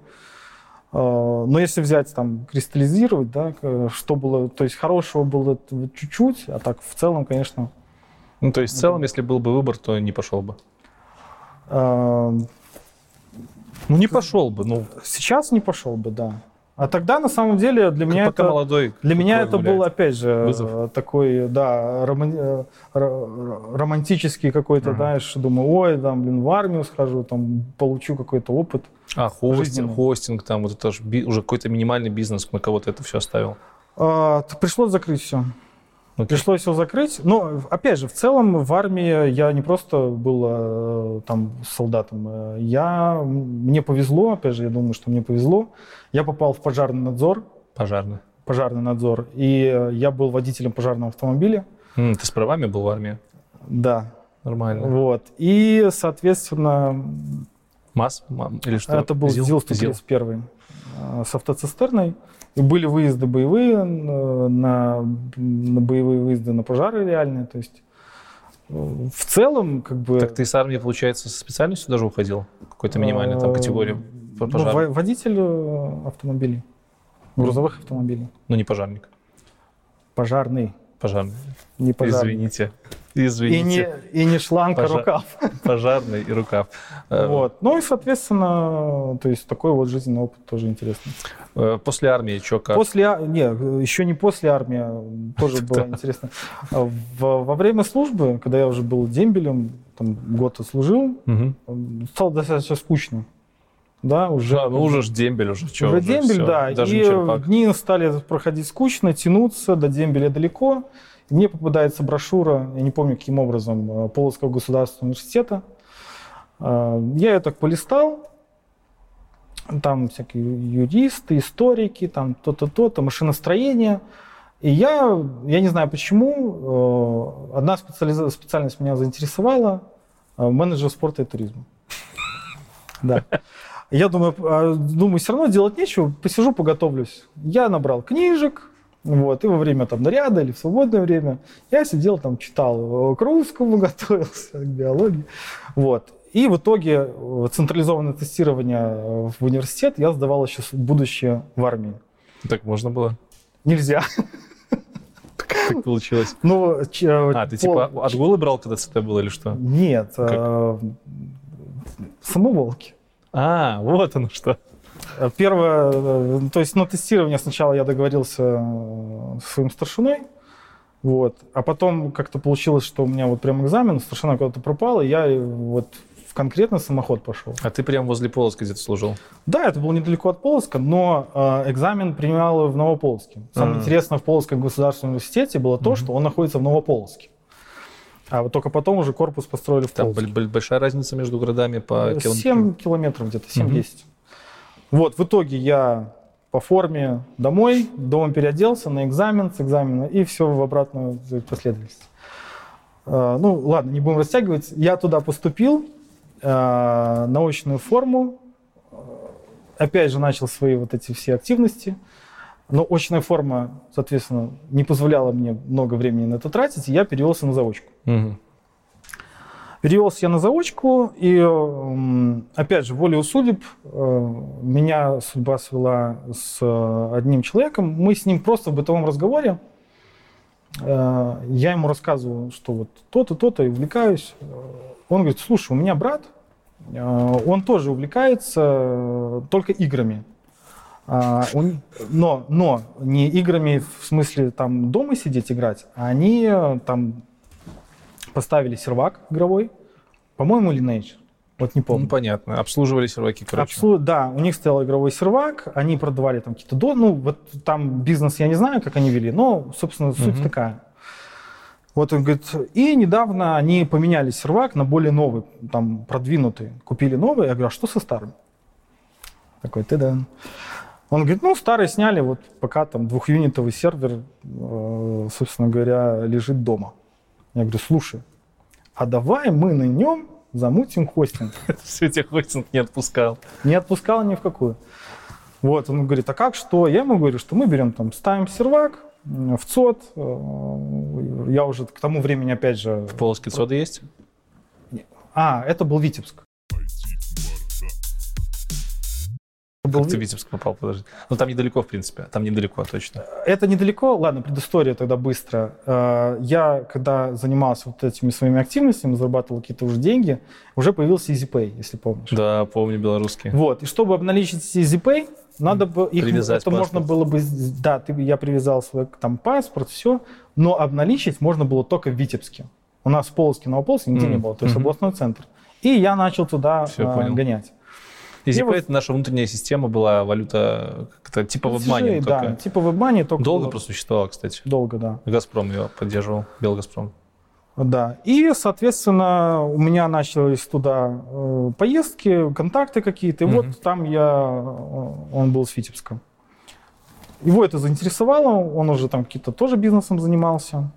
Но если взять, там, кристаллизировать, да, что было, то есть хорошего было чуть-чуть, а так в целом, конечно... Ну, то есть в целом, если был бы выбор, то не пошел бы? А... Ну, не пошел бы, ну... Сейчас не пошел бы, да. А тогда, на самом деле, для меня Пока это, молодой, для меня это гуляет. был, опять же, Вызов. такой, да, роман, романтический какой-то, ага. знаешь, думаю, ой, там, блин, в армию схожу, там, получу какой-то опыт. А, хостинг, хостинг, там, вот это же би, уже какой-то минимальный бизнес, на кого-то это все оставил. А, пришлось закрыть все. Okay. Пришлось все закрыть. Но, опять же, в целом в армии я не просто был там солдатом. Я, мне повезло, опять же, я думаю, что мне повезло. Я попал в пожарный надзор. Пожарный. Пожарный надзор. И я был водителем пожарного автомобиля. Mm, ты с правами был в армии? Да. Нормально. Вот. И, соответственно... МАЗ? Или что? Это был ЗИЛ сто тридцать один с автоцистерной. И были выезды боевые, на, на боевые выезды на пожары реальные. То есть в целом как бы... Так ты с армии, получается, со специальностью даже уходил? Какой-то минимальной там категории пожара? Ну, водитель автомобилей, грузовых автомобилей. Ну, не пожарник? Пожарный. Пожарный. Не пожарный. Извините. Извините. И не, и не шланг, Пожар... а рукав. Пожарный и рукав. Вот. Ну и, соответственно, то есть такой вот жизненный опыт тоже интересный. После армии что, как? После, не, еще не после армии, тоже было интересно. Во время службы, когда я уже был дембелем, там год отслужил, стало достаточно скучно. Да, уже. Да, ну уже ж дембель уже. Что, уже, уже дембель, все, да. Даже и дни стали проходить скучно, тянуться, до дембеля далеко. И мне попадается брошюра, я не помню, каким образом, Полоцкого государственного университета. Я ее так полистал. Там всякие юристы, историки, там то-то, то-то, машиностроение. И я, я не знаю почему, одна специализ... специальность меня заинтересовала – менеджер спорта и туризма. Да. Я думаю, думаю, все равно делать нечего, посижу, поготовлюсь. Я набрал книжек, вот, и во время там наряда или в свободное время я сидел там, читал к русскому, готовился к биологии. Вот. И в итоге централизованное тестирование в университет я сдавал еще будущее в армии. Так можно было? Нельзя. Как получилось? Ну, а, ты типа отгулы брал, когда это было или что? Нет, самоволки. А, вот оно что. Первое, то есть на тестирование сначала я договорился с своим старшиной, вот, а потом как-то получилось, что у меня вот прям экзамен, старшина куда-то пропала, и я вот в конкретный самоход пошел. А ты прям возле Полоцка где-то служил? Да, это было недалеко от Полоцка, но э, экзамен принимал в Новополоцке. Самое mm-hmm. интересное в Полоцком государственном университете было то, mm-hmm. что он находится в Новополоцке. А вот только потом уже корпус построили в Полоцке. Там большая разница между городами по километрам? семь километров где-то, семь-десять. Mm-hmm. Вот, в итоге я по форме домой, дома переоделся на экзамен, с экзамена, и все в обратную последовательность. Uh, ну, ладно, не будем растягивать. Я туда поступил, uh, на очную форму, uh, опять же начал свои вот эти все активности. Но очная форма, соответственно, не позволяла мне много времени на это тратить, и я перевелся на заочку. Угу. Перевелся я на заочку, и, опять же, волею судеб, меня судьба свела с одним человеком. Мы с ним просто в бытовом разговоре, я ему рассказываю, что вот то-то, то-то, и увлекаюсь. Он говорит, слушай, у меня брат, он тоже увлекается только играми. А, он, но, но не играми в смысле там дома сидеть играть, а они там поставили сервак игровой, по-моему, Lineage, вот не помню. Ну, понятно, обслуживали серваки, короче. Обслу... Да, у них стоял игровой сервак, они продавали там какие-то, до... ну вот там бизнес я не знаю, как они вели, но, собственно, суть угу. такая. Вот он говорит, и недавно они поменяли сервак на более новый, там продвинутый, купили новый, я говорю, а что со старым? Такой, ты да. Он говорит, ну, старый сняли, вот пока там двухюнитовый сервер, собственно говоря, лежит дома. Я говорю, слушай, а давай мы на нем замутим хостинг. Все, тебя хостинг не отпускал. Не отпускал ни в какую. Вот, он говорит, а как, что? Я ему говорю, что мы берем там, ставим сервак в ЦОД. Я уже к тому времени, опять же... В Полоцке ЦОДы есть? А, это был Витебск. Как ты в Витебск попал, подожди. Ну, там недалеко, в принципе. Там недалеко, точно. Это недалеко. Ладно, предыстория тогда быстро. Я, когда занимался вот этими своими активностями, зарабатывал какие-то уже деньги, уже появился EasyPay, если помнишь. Да, помню, белорусский. Вот. И чтобы обналичить EasyPay, Надо бы их, привязать это паспорт. можно было бы, да, ты, я привязал свой там паспорт, все, но обналичить можно было только в Витебске. У нас в Полоцке, Новополоцке нигде mm. не было, то есть mm-hmm. областной центр. И я начал туда а, гонять. И типа вот... наша внутренняя система была валюта как-то типа WebMoney. Да, только... типа WebMoney. Только долго было... просуществовала, кстати. Долго, да. Газпром ее поддерживал, Белгазпром. Да, и, соответственно, у меня начались туда э, поездки, контакты какие-то, и mm-hmm. вот там я, он был с Витебска. Его это заинтересовало, он уже там какие-то тоже бизнесом занимался.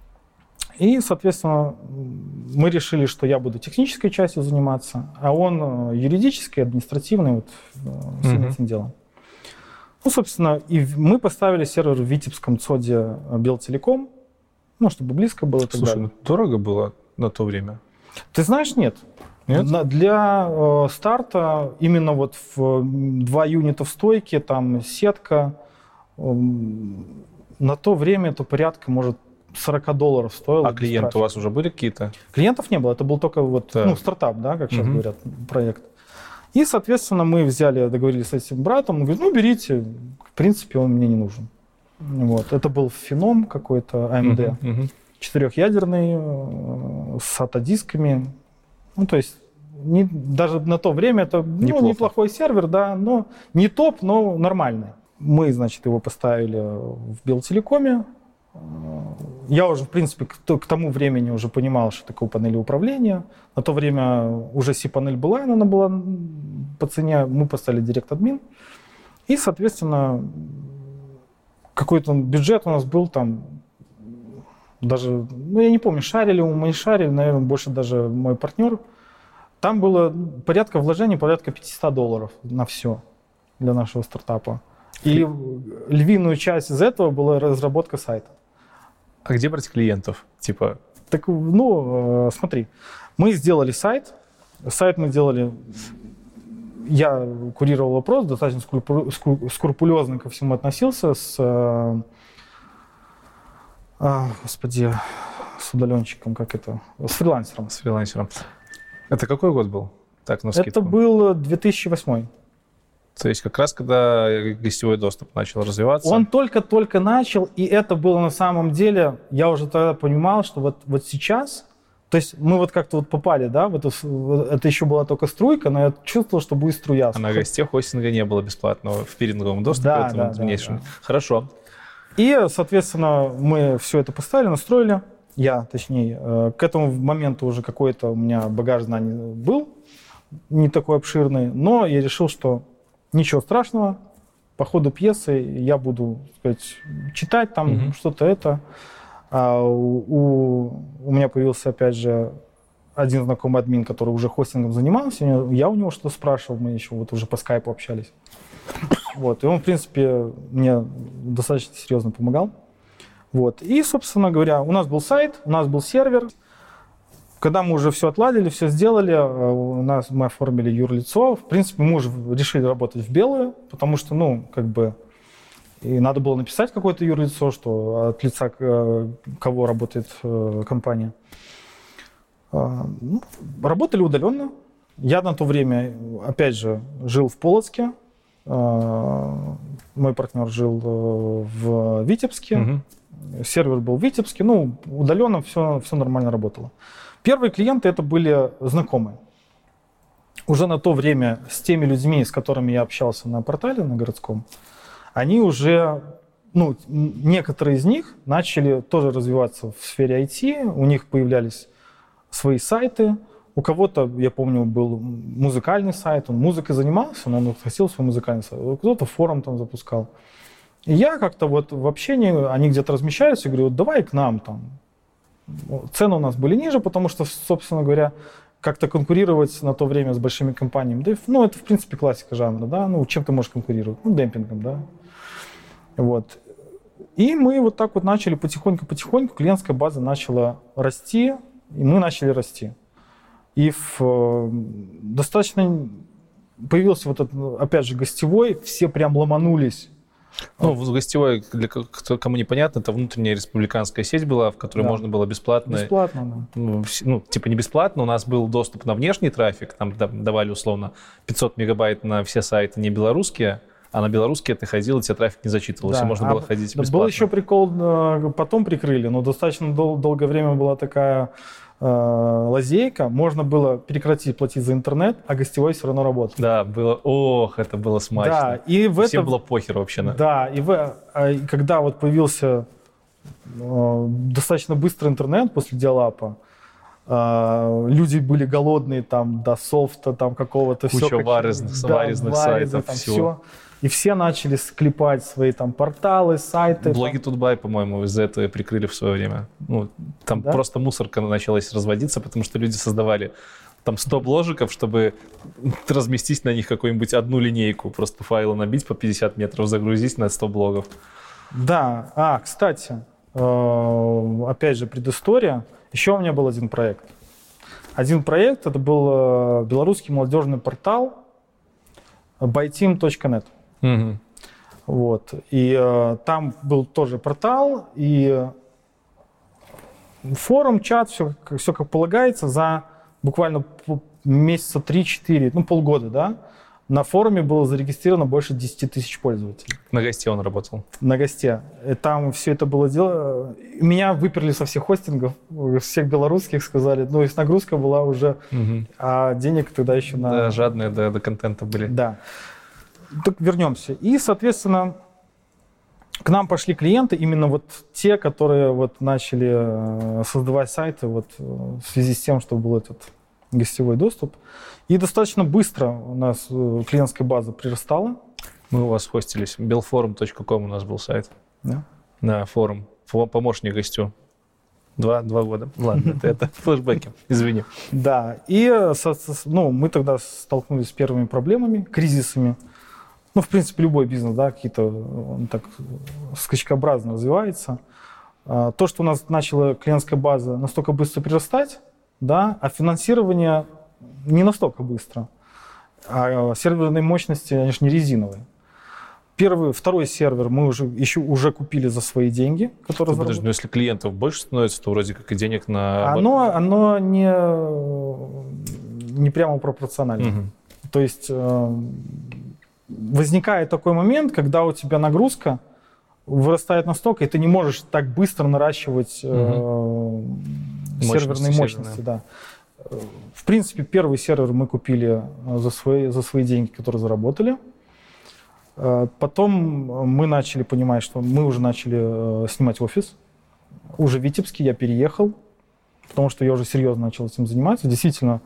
И, соответственно, мы решили, что я буду технической частью заниматься, а он юридической, административной, вот, всем mm-hmm. этим делом. Ну, собственно, и мы поставили сервер в Витебском ЦОДе Белтелеком, ну, чтобы близко было. Слушай, ну, дорого было на то время? Ты знаешь, нет. Нет? Для э, старта именно вот в два юнита в стойке, там сетка, э, на то время это порядка, может, сорок долларов стоило. А клиенты у вас уже были какие-то? Клиентов не было, это был только вот, да. ну, стартап, да, как сейчас угу. говорят, проект. И, соответственно, мы взяли, договорились с этим братом, он говорит, ну, берите, в принципе, он мне не нужен. Вот. Это был Феном какой-то, эй эм ди, uh-huh, uh-huh. четырехъядерный, с ата-дисками. Ну, то есть, не, даже на то время это ну, неплохой сервер, да, но не топ, но нормальный. Мы, значит, его поставили в Белтелекоме. Я уже, в принципе, к, к тому времени уже понимал, что такое панели управления. На то время уже си-панель была, она была по цене, мы поставили директ-админ. И, соответственно, какой-то бюджет у нас был там, даже, ну я не помню, шарили мы, не шарили, наверное, больше даже мой партнер. Там было порядка вложений, порядка пятьсот долларов на все для нашего стартапа. И львиную часть из этого была разработка сайта. А где брать клиентов? Типа... Так, ну, смотри, мы сделали сайт. Сайт мы делали... Я курировал вопрос, достаточно скрупулезно ко всему относился с, а, господи, с удаленщиком, как это, с фрилансером. С фрилансером. Это какой год был? Так, на скидку. Это был две тысячи восьмой. То есть как раз когда гостевой доступ начал развиваться? Он только-только начал, и это было на самом деле, я уже тогда понимал, что вот, вот сейчас... То есть мы вот как-то вот попали, да, в эту, это еще была только струйка, но я чувствовал, что будет струя. А на гостях хостинга не было бесплатного в пиринговом доступе. Да, да, да, да. Хорошо. И, соответственно, мы все это поставили, настроили. Я, точнее, к этому моменту уже какой-то у меня багаж знаний был, не такой обширный, но я решил, что ничего страшного, по ходу пьесы я буду, так сказать, читать там mm-hmm. что-то это. А у, у меня появился, опять же, один знакомый админ, который уже хостингом занимался. Я у него что-то спрашивал, мы еще вот уже по скайпу общались. Вот. И он, в принципе, мне достаточно серьезно помогал. Вот. И, собственно говоря, у нас был сайт, у нас был сервер. Когда мы уже все отладили, все сделали, у нас мы оформили юрлицо. В принципе, мы уже решили работать в белую, потому что, ну, как бы... И надо было написать какое-то юрлицо, что от лица кого работает компания. Ну, работали удаленно. Я на то время, опять же, жил в Полоцке. Мой партнер жил в Витебске. Угу. Сервер был в Витебске. Ну, удаленно все, все нормально работало. Первые клиенты это были знакомые. Уже на то время с теми людьми, с которыми я общался на портале, на городском, они уже, ну, некоторые из них начали тоже развиваться в сфере ай ти, у них появлялись свои сайты, у кого-то, я помню, был музыкальный сайт, он музыкой занимался, но он хотел свой музыкальный сайт, кто-то форум там запускал. И я как-то вот в общении, они где-то размещались, и говорю, вот давай к нам там. Цены у нас были ниже, потому что, собственно говоря, как-то конкурировать на то время с большими компаниями, да, ну, это, в принципе, классика жанра, да, ну, чем ты можешь конкурировать? Ну, демпингом, да. Вот. И мы вот так вот начали потихоньку-потихоньку, клиентская база начала расти, и мы начали расти. И в, достаточно появился вот этот, опять же, гостевой, все прям ломанулись. Ну, в гостевой, для кому непонятно, это внутренняя республиканская сеть была, в которой да. можно было бесплатно... Бесплатно, да. Ну, ну, типа не бесплатно, у нас был доступ на внешний трафик, там давали условно пятьсот мегабайт на все сайты не белорусские, а на белорусский ты ходил, и тебе трафик не зачитывался, да. можно а было ходить бесплатно. Был еще прикол, потом прикрыли, но достаточно дол- долгое время была такая э, лазейка, можно было прекратить платить за интернет, а гостевой все равно работал. Да, было, ох, это было смачно. Да, и в Всем это... было похер вообще. На... Да, и в... когда вот появился э, достаточно быстрый интернет после диалапа, люди были голодные там до софта, там какого-то куча все, варезных, да, варезных сайтов, там всего. Все. И все начали склепать свои там порталы, сайты. Блоги там. Тутбай, по-моему, из-за этого прикрыли в свое время. Ну, там да? просто мусорка началась разводиться, потому что люди создавали там сто бложиков, чтобы разместить на них какую-нибудь одну линейку, просто файлы набить по пятьдесят метров, загрузить на сто блогов. Да, а, кстати, опять же, предыстория. Еще у меня был один проект. Один проект, это был белорусский молодежный портал байteam точка нет. Угу. Вот. И э, там был тоже портал, и форум, чат, все, все как полагается, за буквально месяца три-четыре, ну полгода, да, на форуме было зарегистрировано больше десять тысяч пользователей. На госте он работал? На госте. И там все это было дело. Меня выперли со всех хостингов, всех белорусских, сказали, ну, и нагрузка была уже, угу. а денег тогда еще на... Да, жадные до, до контента были. Да. Так вернемся. И, соответственно, к нам пошли клиенты, именно вот те, которые вот начали создавать сайты вот в связи с тем, что был этот гостевой доступ. И достаточно быстро у нас клиентская база прирастала. Мы у вас хостились. белфорум точка ком у нас был сайт. Да. На форум. Помощник гостю. Два, два года. Ладно, это, это флешбеки. Извини. Да. И ну, мы тогда столкнулись с первыми проблемами, кризисами. Ну, в принципе, любой бизнес, да, какие-то, он так скачкообразно развивается. То, что у нас начала клиентская база настолько быстро прирастать, да, а финансирование не настолько быстро. А серверные мощности, они же не резиновые. Первый, второй сервер мы уже, еще, уже купили за свои деньги, которые ну, подожди, но если клиентов больше становится, то вроде как и денег на... Оно, оно не, не прямо пропорционально. Угу. То есть возникает такой момент, когда у тебя нагрузка вырастает настолько, и ты не можешь так быстро наращивать угу. э, серверные мощности. Да. В принципе, первый сервер мы купили за свои, за свои деньги, которые заработали. Потом мы начали понимать, что мы уже начали снимать офис. Уже в Витебске я переехал, потому что я уже серьезно начал этим заниматься. Действительно...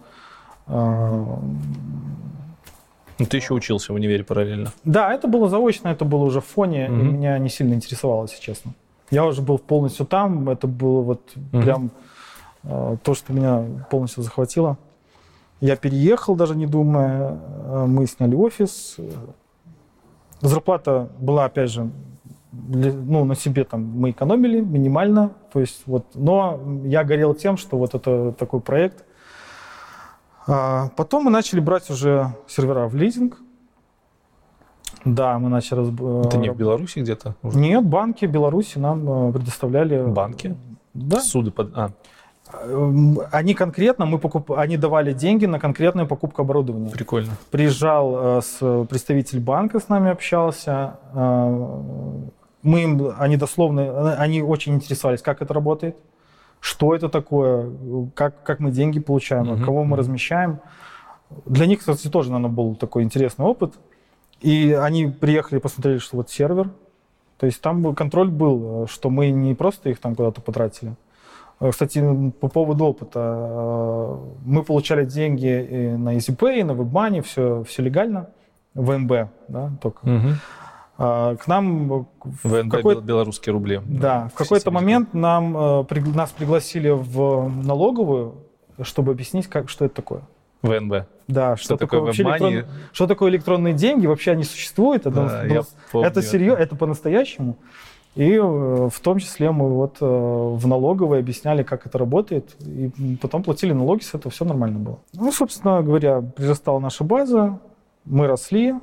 Ну, ты еще учился в универе параллельно. Да, это было заочно, это было уже в фоне, mm-hmm. и меня не сильно интересовало, если честно. Я уже был полностью там, это было вот mm-hmm. прям э, то, что меня полностью захватило. Я переехал, даже не думая, мы сняли офис. Зарплата была, опять же, ну, на себе там мы экономили минимально, то есть вот, но я горел тем, что вот это такой проект. А потом мы начали брать уже сервера в лизинг. Да, мы начали... Разб... Это не в Беларуси где-то? Уже? Нет, банки Беларуси нам предоставляли... Банки? Да. Суды под... А. Они конкретно, мы покуп... они давали деньги на конкретную покупку оборудования. Прикольно. Приезжал с... представитель банка, с нами общался. Мы им, они дословно, они очень интересовались, как это работает. Что это такое, как, как мы деньги получаем, uh-huh. кого мы размещаем. Для них, кстати, тоже, наверное, был такой интересный опыт. И они приехали, посмотрели, что вот сервер. То есть там контроль был, что мы не просто их там куда-то потратили. Кстати, по поводу опыта. Мы получали деньги на EasyPay, на WebMoney, все, все легально. ВНБ, да, только. Uh-huh. К нам... ВНБ, какой... белорусские рубли. Да, в какой-то момент нам, при... нас пригласили в налоговую, чтобы объяснить, как, что это такое. ВНБ? Да, что, что такое, вообще электрон... что такое электронные деньги, вообще они существуют, это, да, я помню. это серьезно, это по-настоящему. И в том числе мы вот в налоговой объясняли, как это работает, и потом платили налоги, с этого все нормально было. Ну, собственно говоря, прирастала наша база, мы росли.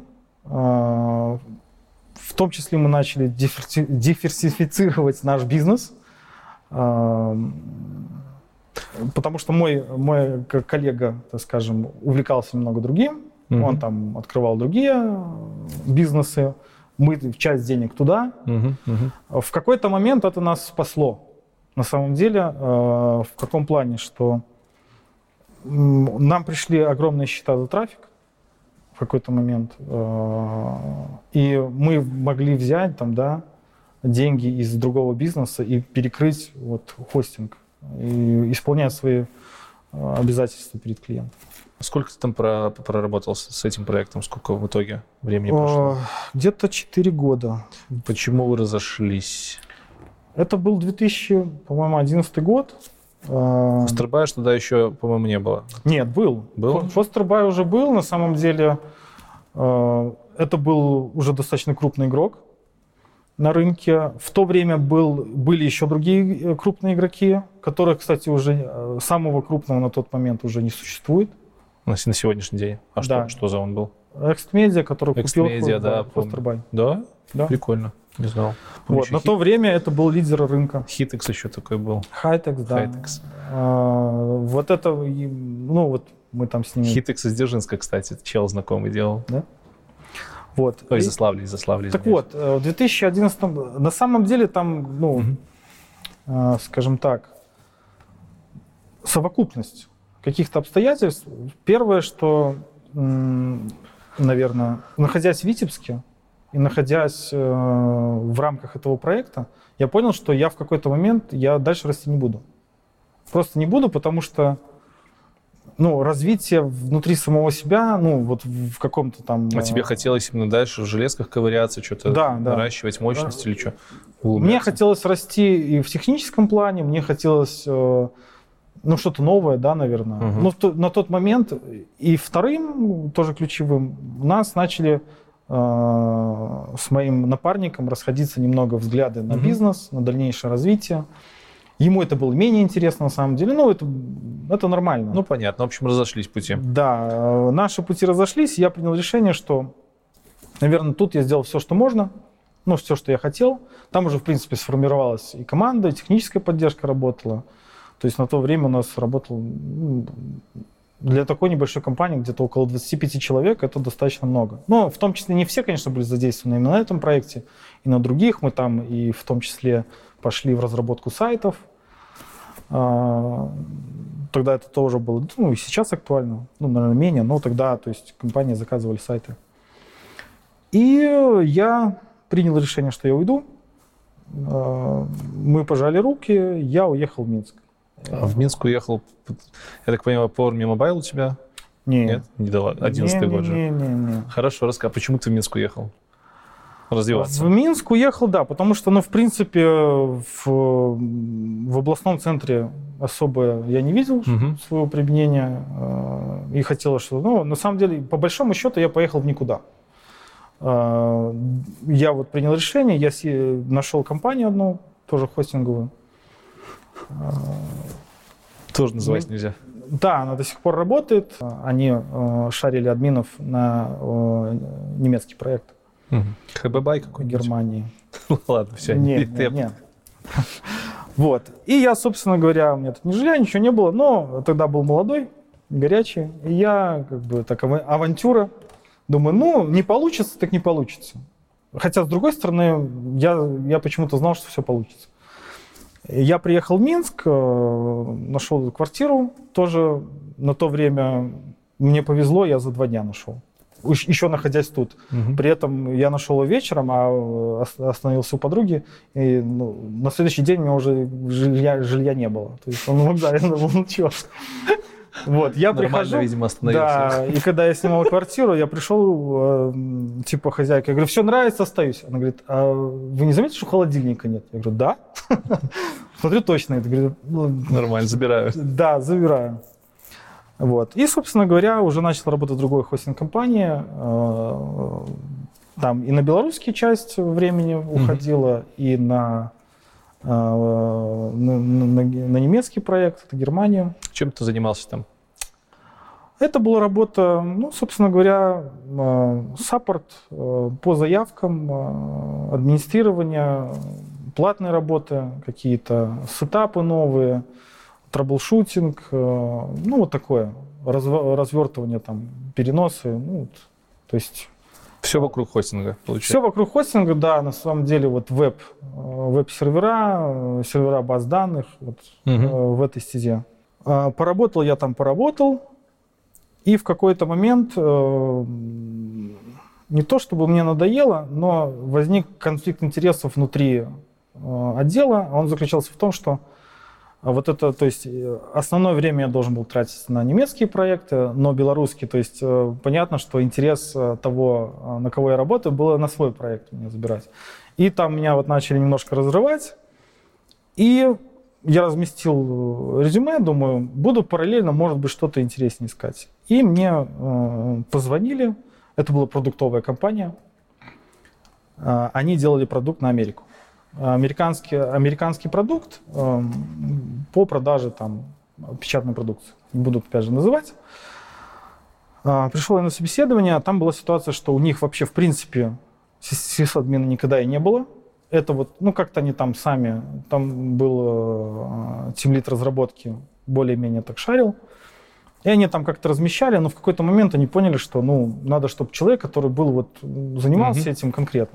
В том числе мы начали диверсифицировать наш бизнес, потому что мой, мой коллега, так скажем, увлекался немного другим. Угу. Он там открывал другие бизнесы. Мы часть денег туда. Угу. Угу. В какой-то момент это нас спасло. На самом деле, в каком плане, что нам пришли огромные счета за трафик в какой-то момент, и мы могли взять там, да, деньги из другого бизнеса и перекрыть вот, хостинг, и исполнять свои обязательства перед клиентом. Сколько ты там проработал с этим проектом? Сколько в итоге времени прошло? Где-то четыре года. Почему вы разошлись? Это был две тысячи одиннадцатый год. Фостербая тогда еще, по-моему, не было. Нет, был. Был? Фостербай уже был. На самом деле, это был уже достаточно крупный игрок на рынке. В то время был, были еще другие крупные игроки, которых, кстати, уже самого крупного на тот момент уже не существует. На, на сегодняшний день? А да. что, что за он был? Экстмедиа, который Экстмедиа, купил да, Фостербай. Да? Да. Прикольно. Не знал. Вот, на хит... то время это был лидер рынка. Хитекс еще такой был. Хайтекс, да. Хайтекс. А, вот это, ну вот мы там с ними... Хитекс из Дзержинска, кстати, чел знакомый делал. Да? Вот. Ой, из Заславля, из Заславля. Так вот, в две тысячи одиннадцатом, на самом деле там, ну, угу. а, скажем так, совокупность каких-то обстоятельств. Первое, что, наверное, находясь в Витебске и находясь э, в рамках этого проекта, я понял, что я в какой-то момент я дальше расти не буду. Просто не буду, потому что ну, развитие внутри самого себя, ну, вот в каком-то там... А тебе хотелось именно дальше в железках ковыряться, что-то да, наращивать да. мощность или что? Мне хотелось расти и в техническом плане, мне хотелось... Э, Ну, что-то новое, да, наверное. Uh-huh. Но то, на тот момент и вторым, тоже ключевым, у нас начали э, с моим напарником расходиться немного взгляды на uh-huh. бизнес, на дальнейшее развитие. Ему это было менее интересно, на самом деле. Ну, это, это нормально. Ну, понятно. В общем, разошлись пути. Да, э, наши пути разошлись, и я принял решение, что, наверное, тут я сделал все, что можно, ну, все, что я хотел. Там уже, в принципе, сформировалась и команда, и техническая поддержка работала. То есть на то время у нас работало, для такой небольшой компании, где-то около двадцати пяти человек, это достаточно много. Но в том числе не все, конечно, были задействованы именно на этом проекте, и на других. Мы там и в том числе пошли в разработку сайтов. Тогда это тоже было, ну и сейчас актуально, ну, наверное, менее, но тогда, то есть компании заказывали сайты. И я принял решение, что я уйду. Мы пожали руки, я уехал в Минск. А в Минск уехал, я так понимаю, по Ormi Mobile у тебя? Нет. Нет? Не дала. одиннадцатый год же. Не, не, не. Хорошо, расскажи, а почему ты в Минск уехал? Развиваться? В Минск уехал, да, потому что, ну, в принципе, в, в областном центре особо я не видел угу. своего применения. И хотелось, что, ну, на самом деле, по большому счету, я поехал в никуда. Я вот принял решение, я нашел компанию одну, тоже хостинговую. Тоже называть Мы... нельзя. Да, она до сих пор работает. Они э, шарили админов на э, немецкий проект. Угу. ХБ-бай какой-нибудь? В Германии. Ладно, все. Нет, нет, нет. Вот. И я, собственно говоря, у меня тут ни жилья, ничего не было, но тогда был молодой, горячий. И я, как бы, так, авантюра. Думаю, ну, не получится, так не получится. Хотя, с другой стороны, я, я почему-то знал, что все получится. Я приехал в Минск, нашел квартиру, тоже на то время мне повезло, я за два дня нашел, еще находясь тут. Угу. При этом я нашел ее вечером, а остановился у подруги, и ну, на следующий день у меня уже жилья, жилья не было. То есть он на вокзале, я думал, ну чё. Вот, я Нормально, прихожу, видимо, остановился. Да, и когда я снимал квартиру, я пришел, типа, хозяйка, я говорю, все нравится, остаюсь. Она говорит, а вы не заметили, что холодильника нет? Я говорю, да. Смотрю, точно. Я говорю, ну, нормально, забираю. Да, забираю. Вот. И, собственно говоря, уже начал работать в другой хостинг-компании. Там и на белорусскую часть времени уходила, mm-hmm. и на... На, на, на немецкий проект, это Германия. Чем ты занимался там? Это была работа, ну, собственно говоря, саппорт по заявкам, администрирование, платные работы, какие-то сетапы новые, траблшутинг, ну, вот такое. разв- развертывание, там, переносы, ну, то есть... Все вокруг хостинга, получается? Все вокруг хостинга, да, на самом деле, вот веб, веб-сервера, сервера баз данных, вот угу. в этой стезе. Поработал я там, поработал, и в какой-то момент, не то чтобы мне надоело, но возник конфликт интересов внутри отдела. Он заключался в том, что вот это, то есть основное время я должен был тратить на немецкие проекты, но белорусские, то есть понятно, что интерес того, на кого я работаю, было на свой проект мне забирать. И там меня вот начали немножко разрывать, и я разместил резюме, думаю, буду параллельно, может быть, что-то интереснее искать. И мне э, позвонили, это была продуктовая компания, э, они делали продукт на Америку. Американский, американский продукт э, по продаже там, печатной продукции, не буду опять же называть. Э, пришел я на собеседование, там была ситуация, что у них вообще в принципе сисадмина никогда и не было. Это вот, ну как-то они там сами, там был э, тимлид разработки, более-менее так шарил. И они там как-то размещали, но в какой-то момент они поняли, что ну надо, чтобы человек, который был вот, занимался mm-hmm. этим конкретно.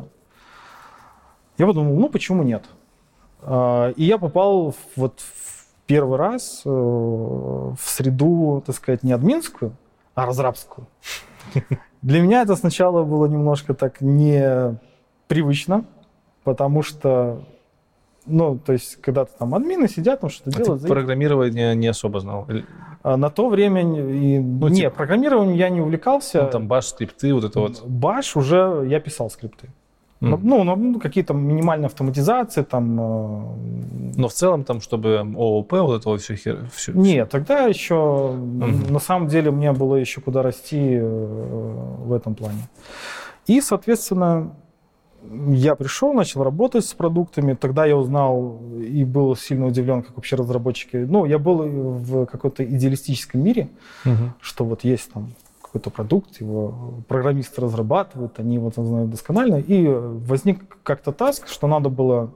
Я подумал, ну почему нет? Э, и я попал в, вот в первый раз э, в среду, так сказать, не админскую, а разрабскую. Для меня это сначала было немножко так непривычно. Потому что, ну, то есть, когда-то там админы сидят, там что-то а делают. Ты программирование не особо знал? А на то время, и... ну, не, типа... программированием я не увлекался. Ну, там баш, скрипты, вот это вот. Баш уже я писал скрипты. Mm. Ну, ну, какие-то минимальные автоматизации там. Но в целом там, чтобы ООП, вот это вот все хер... Все, нет, тогда еще, mm-hmm. на самом деле, мне было еще куда расти в этом плане. И, соответственно... Я пришел, начал работать с продуктами, тогда я узнал и был сильно удивлен, как вообще разработчики... Ну, я был в каком-то идеалистическом мире, угу. что вот есть там какой-то продукт, его программисты разрабатывают, они его там знают досконально, и возник как-то таск, что надо было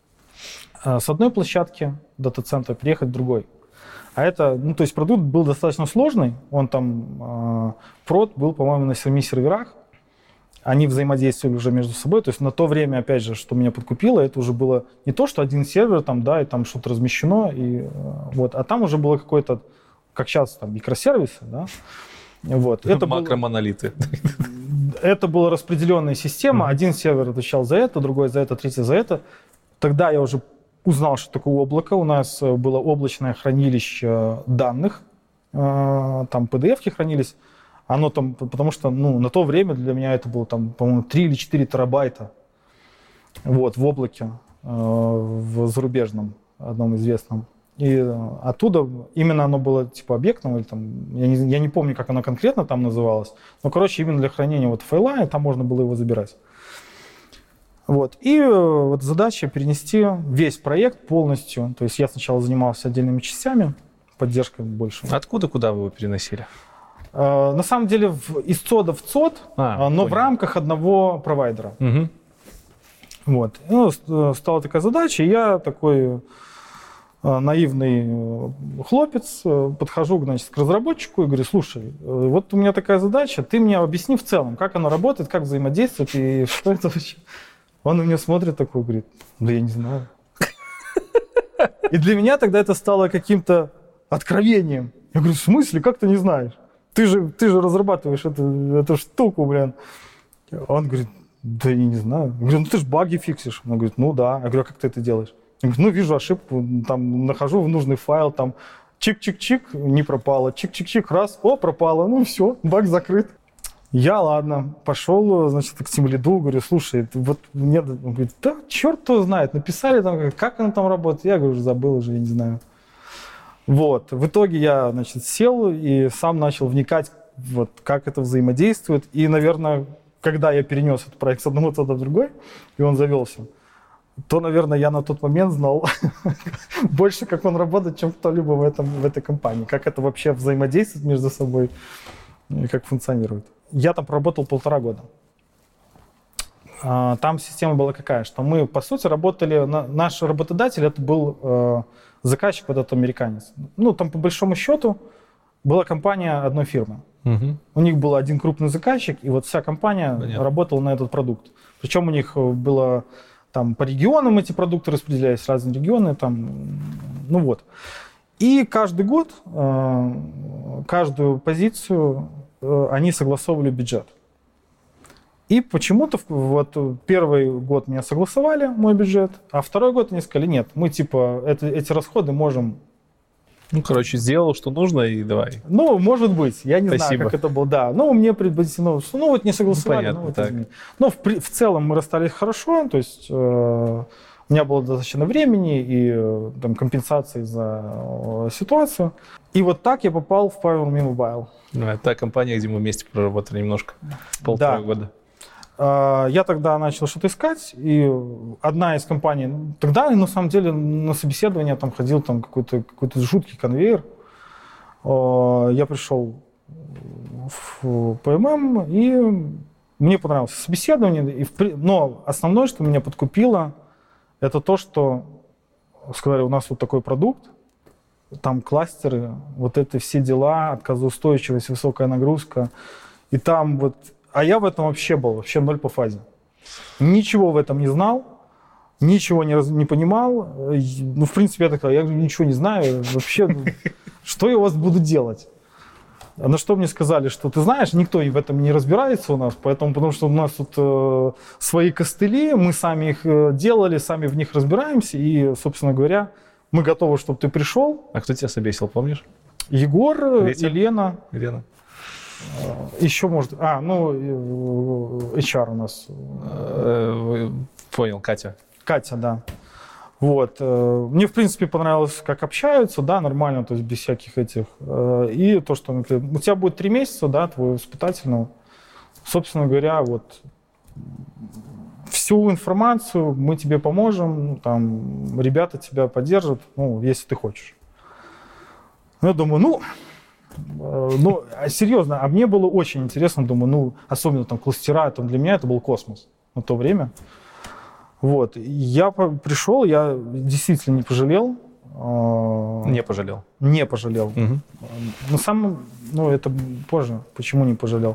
с одной площадки дата-центра переехать в другой. А это, ну, то есть продукт был достаточно сложный, он там, прод был, по-моему, на семи серверах, они взаимодействовали уже между собой, то есть на то время, опять же, что меня подкупило, это уже было не то, что один сервер там, да, и там что-то размещено, и, вот, а там уже было какое-то, как сейчас, там, микросервисы, да, вот. Это макромонолиты. Это была распределенная система, mm-hmm. один сервер отвечал за это, другой за это, третий за это. Тогда я уже узнал, что такое облако, у нас было облачное хранилище данных, там пи ди эф-ки хранились. Оно там, потому что, ну, на то время для меня это было, там, по-моему, три или четыре терабайта вот, в облаке, э, в зарубежном, одном известном. И оттуда именно оно было типа объектным, или там, я, не, я не помню, как оно конкретно там называлось, но, короче, именно для хранения вот файла, и там можно было его забирать. Вот. И вот задача перенести весь проект полностью, то есть я сначала занимался отдельными частями, поддержкой больше. Откуда, куда вы его переносили? На самом деле из цода в цод, а, но понял. В рамках одного провайдера. Угу. Вот. Ну, стала такая задача, и я такой наивный хлопец подхожу, значит, к разработчику и говорю, слушай, вот у меня такая задача, ты мне объясни в целом, как она работает, как взаимодействует и что это вообще. Он на меня смотрит такой, говорит, да я не знаю. И для меня тогда это стало каким-то откровением. Я говорю, в смысле, как ты не знаешь? Ты же, ты же разрабатываешь эту, эту штуку, блин. Он говорит, да я не знаю. Я говорю, ну ты же баги фиксишь. Он говорит, ну да. Я говорю, а как ты это делаешь? Я говорю, ну вижу ошибку, там нахожу в нужный файл, там чик-чик-чик, не пропало, чик-чик-чик, раз, о, пропало, ну все, баг закрыт. Я, ладно, пошел, значит, к тимлиду, говорю, слушай, вот мне, он говорит, да черт его знает, написали там, как оно там работает. Я говорю, забыл уже, я не знаю. Вот. В итоге я, значит, сел и сам начал вникать, вот, как это взаимодействует. И, наверное, когда я перенес этот проект с одного цода в другой, и он завелся, то, наверное, я на тот момент знал больше, как он работает, чем кто-либо в, этом, в этой компании. Как это вообще взаимодействует между собой и как функционирует. Я там проработал полтора года. Там система была какая, что мы, по сути, работали... Наш работодатель, это был... Заказчик вот этот американец. Ну, там по большому счету была компания одной фирмы. Угу. У них был один крупный заказчик, и вот вся компания Понятно. работала на этот продукт. Причем у них было там по регионам эти продукты распределялись, разные регионы, там, ну вот. И каждый год, каждую позицию они согласовывали бюджет. И почему-то вот первый год меня согласовали, мой бюджет, а второй год они сказали, нет, мы типа это, эти расходы можем... Ну, короче, сделал, что нужно, и давай. Ну, может быть, я не Спасибо. знаю, как это было, да. Ну, мне предварительно, ну, вот не согласовали. Ну, понятно, ну, вот так. измени. Но в, в целом мы расстались хорошо, то есть э, у меня было достаточно времени и э, там, компенсации за э, ситуацию. И вот так я попал в Power Me Mobile. Ну, это та компания, где мы вместе проработали немножко, полтора Да. года. Я тогда начал что-то искать, и одна из компаний... Тогда, на самом деле, на собеседование там ходил там какой-то, какой-то жуткий конвейер. Я пришел в пэ эм эм, и мне понравилось собеседование. И в... Но основное, что меня подкупило, это то, что сказали, у нас вот такой продукт, там кластеры, вот это все дела, отказоустойчивость, высокая нагрузка. И там вот... А я в этом вообще был, вообще ноль по фазе. Ничего в этом не знал, ничего не, раз, не понимал. Ну, в принципе, я такой, я ничего не знаю. Вообще, ну, что я у вас буду делать? На что мне сказали, что ты знаешь, никто в этом не разбирается у нас, поэтому, потому что у нас тут э, свои костыли, мы сами их э, делали, сами в них разбираемся, и, собственно говоря, мы готовы, чтобы ты пришел. А кто тебя собесил, помнишь? Егор, Ветер? Елена. Елена. Еще может... А, ну, эйч ар у нас. Понял, Катя. Катя, да. Вот. Мне, в принципе, понравилось, как общаются, да, нормально, то есть без всяких этих. И то, что у тебя будет три месяца, да, твой испытательного. Собственно говоря, вот всю информацию мы тебе поможем, там, ребята тебя поддержат, ну, если ты хочешь. Я думаю, ну... Ну, серьезно, а мне было очень интересно, думаю, ну, особенно там кластера, там для меня это был космос на то время. Вот, я пришел, я действительно не пожалел. Не пожалел? Не пожалел. Угу. На самом, ну, это позже, почему не пожалел.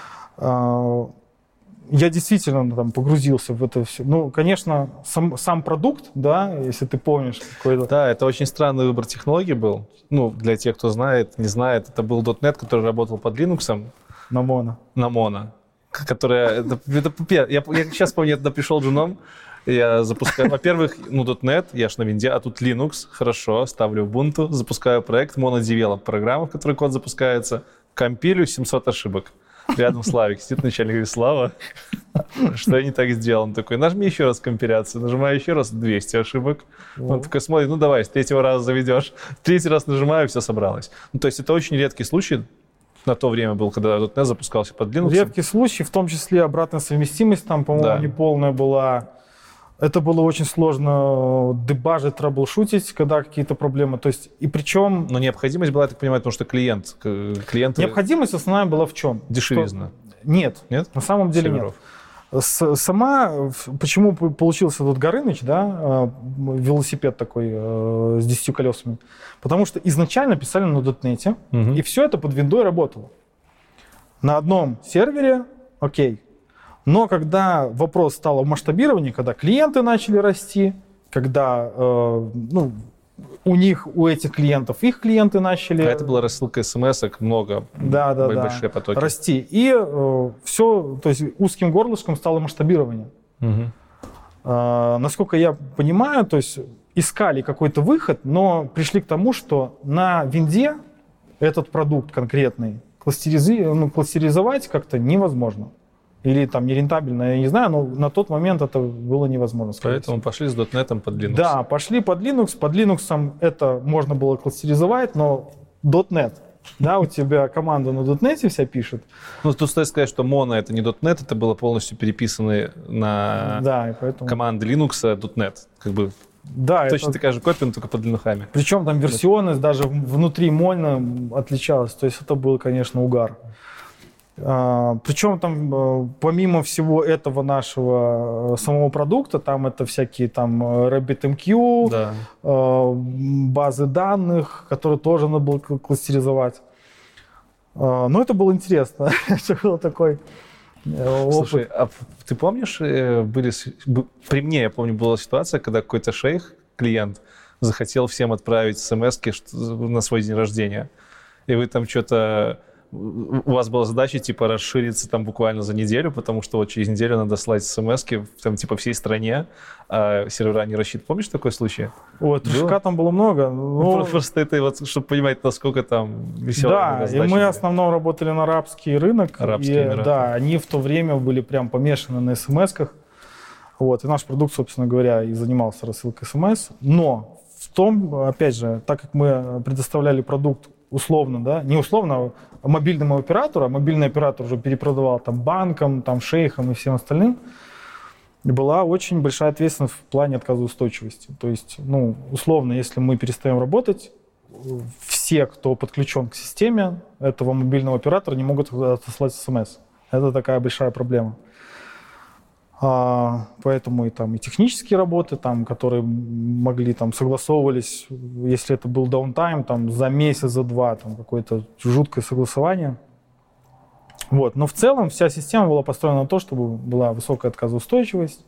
Я действительно там погрузился в это все. Ну, конечно, сам, сам продукт, да, если ты помнишь какой-то. Да, это очень странный выбор технологий был. Ну, для тех, кто знает, не знает, это был .дот нет, который работал под Linux. На моно. На моно. Которая, это, это, я, я сейчас помню, я туда пришел джуном, я запускаю, во-первых, ну, .дот нет, я ж на винде, а тут Linux, хорошо, ставлю Ubuntu, запускаю проект, monodevelop программа, в которой код запускается, компилю, семьсот ошибок. Рядом Славик сидит, начальник говорит, Слава, что я не так сделал? Он такой, нажми еще раз компиляцию, нажимаю еще раз, двести ошибок. О. Он такой смотрит, ну давай, с третьего раза заведешь. Третий раз нажимаю, все собралось. Ну, то есть это очень редкий случай, на то время был, когда .дот нет запускался под Linux. Редкий случай, в том числе обратная совместимость, там, по-моему, да. неполная была. Это было очень сложно дебажить, траблшутить, когда какие-то проблемы. То есть, и причем... Но необходимость была, я так понимаю, потому что клиент... клиенты... Необходимость основная была в чем? Дешевизна. Что... Нет, нет, на самом деле Северов. нет. С- сама, почему получился этот Горыныч, да, велосипед такой с десятью колесами? Потому что изначально писали на .дот нет, угу. и все это под виндой работало. На одном сервере, окей. Но когда вопрос стал о масштабировании, когда клиенты начали расти, когда э, ну, у них, у этих клиентов, их клиенты начали... А это была рассылка смс-ок, много, да, да, большие да. потоки. Расти. И э, все, то есть узким горлышком стало масштабирование. Угу. Э, насколько я понимаю, то есть искали какой-то выход, но пришли к тому, что на винде этот продукт конкретный кластеризи- ну, кластеризовать как-то невозможно. Или там нерентабельно, я не знаю, но на тот момент это было невозможно. Поэтому пошли с .дот нет под Linux. Да, пошли под Linux. Под Linux это можно было кластеризовать, но .дот нет, да, у тебя команда на .дот нет вся пишет. Ну, тут стоит сказать, что Mono это не .дот нет, это было полностью переписано на да, и поэтому... команды Linux .дот нет. Как бы да, точно это... такая же копия, но только под линухами. Причем там версионность даже внутри Mono отличалась. То есть это был, конечно, угар. Uh, причем там, uh, помимо всего этого нашего uh, самого продукта, там это всякие там RabbitMQ, да. uh, базы данных, которые тоже надо было кластеризовать. Но это было интересно. Это был такой опыт. Слушай, а ты помнишь, были, при мне, я помню, была ситуация, когда какой-то шейх, клиент, захотел всем отправить смс-ки на свой день рождения, и вы там что-то... У вас была задача, типа, расшириться там буквально за неделю, потому что вот через неделю надо слать смс-ки там, типа, всей стране, а сервера не рассчитывают. Помнишь такой случай? Вот, трешка там было много. Но... Просто это, вот, чтобы понимать, насколько там веселая задача. Да, и мы в основном работали на арабский рынок. Арабские и, да, они в то время были прям помешаны на смс-ках. Вот, и наш продукт, собственно говоря, и занимался рассылкой смс. Но в том, опять же, так как мы предоставляли продукт условно, да, не условно, а мобильному оператору, а мобильный оператор уже перепродавал там банкам, там шейхам и всем остальным, была очень большая ответственность в плане отказоустойчивости. То есть, ну, условно, если мы перестаем работать, все, кто подключен к системе этого мобильного оператора, не могут отослать смс. Это такая большая проблема. А, поэтому и там и технические работы, там, которые могли там согласовывались, если это был даунтайм, там за месяц, за два, там какое-то жуткое согласование. Вот. Но в целом вся система была построена на то, чтобы была высокая отказоустойчивость,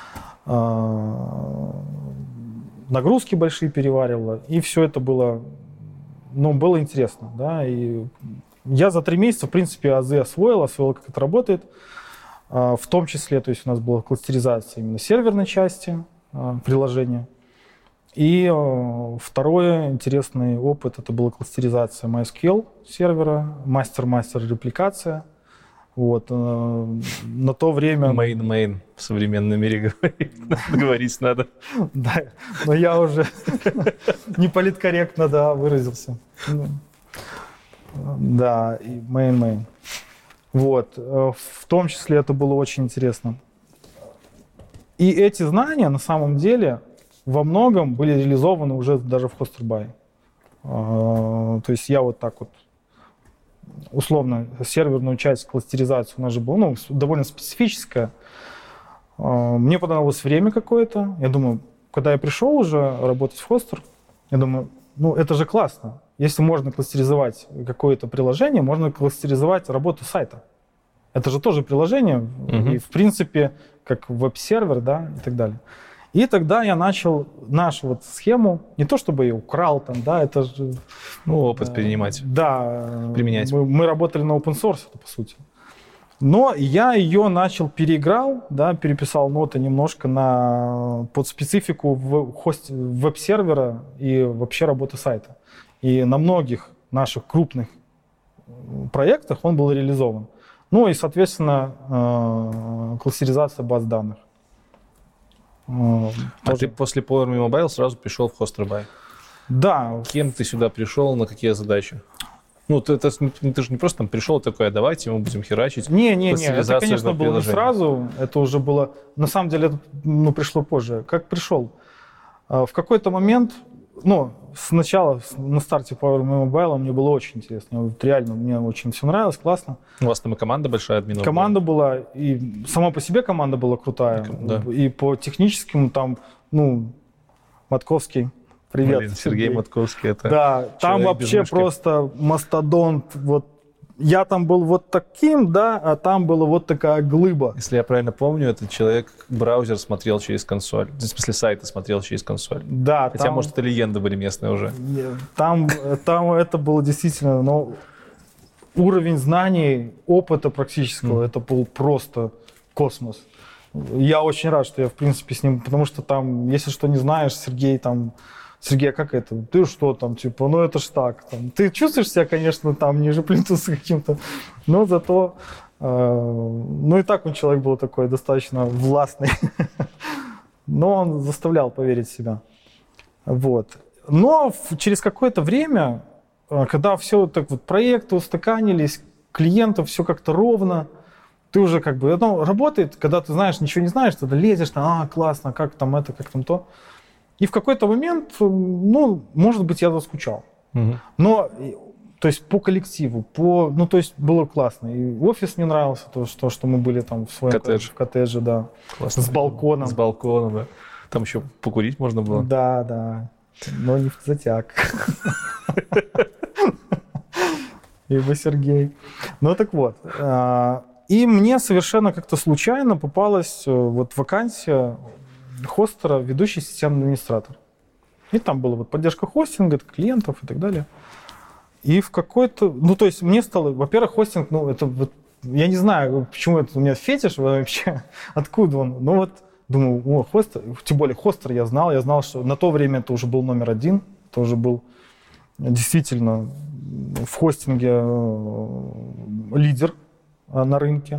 а, нагрузки большие переваривала, и все это было, ну, было интересно, да. И я за три месяца, в принципе, азы освоил, освоил, как это работает. В том числе, то есть у нас была кластеризация именно серверной части э, приложения. И э, второй интересный опыт, это была кластеризация MySQL сервера, мастер-мастер репликация. Вот, э, на то время... Main-main в современном мире говорить надо. Да, но я уже не политкорректно, да, выразился. Да, и main-main. Вот, в том числе это было очень интересно. И эти знания на самом деле во многом были реализованы уже даже в Hoster.by. То есть я вот так вот, условно, серверную часть кластеризации у нас же была, ну, довольно специфическая. Мне понадобилось время какое-то. Я думаю, когда я пришел уже работать в Hoster, я думаю, ну это же классно. Если можно кластеризовать какое-то приложение, можно кластеризовать работу сайта. Это же тоже приложение, uh-huh. и в принципе, как веб-сервер, да, и так далее. И тогда я начал нашу вот схему, не то чтобы я украл там, да, это же... Ну, опыт э, перенимать. Да. Применять. Мы, мы работали на open source, по сути. Но я ее начал переиграл, да, переписал ноты немножко на, под специфику в хост, веб-сервера и вообще работы сайта. И на многих наших крупных проектах он был реализован. Ну и, соответственно, кластеризация баз данных. А тоже. Ты после Power Me Mobile сразу пришел в Hoster.by? Да. Кем ты сюда пришел, на какие задачи? Ну, ты, ты, ты же не просто там пришел такой, а давайте мы будем херачить. Не-не-не, это, конечно, было не сразу. Это уже было... На самом деле, это ну, пришло позже. Как пришел? В какой-то момент... Ну, сначала, на старте Power Me Mobile мне было очень интересно. Вот реально, мне очень все нравилось, классно. У вас там и команда большая админов? Команда была, и сама по себе команда была крутая. Да. И по техническому там, ну, Матковский, привет. Блин, Сергей Матковский, это да, там вообще просто мастодонт, вот. Я там был вот таким, да, а там была вот такая глыба. Если я правильно помню, этот человек браузер смотрел через консоль. В смысле, сайты смотрел через консоль. Да. Хотя, там, может, это легенды были местные уже. Там, там это было действительно, но уровень знаний, опыта практического, mm. это был просто космос. Я очень рад, что я, в принципе, с ним, потому что там, если что не знаешь, Сергей там... Сергей, а как это? Ты что там, типа, ну это ж так. Там. Ты чувствуешь себя, конечно, там ниже плинтуса каким-то, но зато, э, ну и так он человек был такой достаточно властный, но он заставлял поверить в себя. Вот. Но в, через какое-то время, когда все так вот, проекты устаканились, клиентов все как-то ровно, ты уже как бы, ну, работает, когда ты знаешь, ничего не знаешь, ты лезешь, там, а, классно, как там это, как там то. И в какой-то момент, ну, может быть, я заскучал. Угу. Но, то есть, по коллективу, по, ну, то есть, было классно. И офис мне нравился, то, что, что мы были там в своем коттедж. В коттедже, да. Классно. С балконом. С балконом, да. Там еще покурить можно было. Да, да. Но не в затяг. Спасибо, Сергей. Ну так вот. И мне совершенно как-то случайно попалась вот вакансия хостера, ведущий системный администратор. И там была вот поддержка хостинга, клиентов и так далее. И в какой-то... Ну, то есть мне стало... Во-первых, хостинг, ну, это вот... Я не знаю, почему это у меня фетиш вообще, откуда он. Ну вот, думаю, о, хостер... Тем более хостер я знал. Я знал, что на то время это уже был номер один. Это уже был действительно в хостинге лидер на рынке.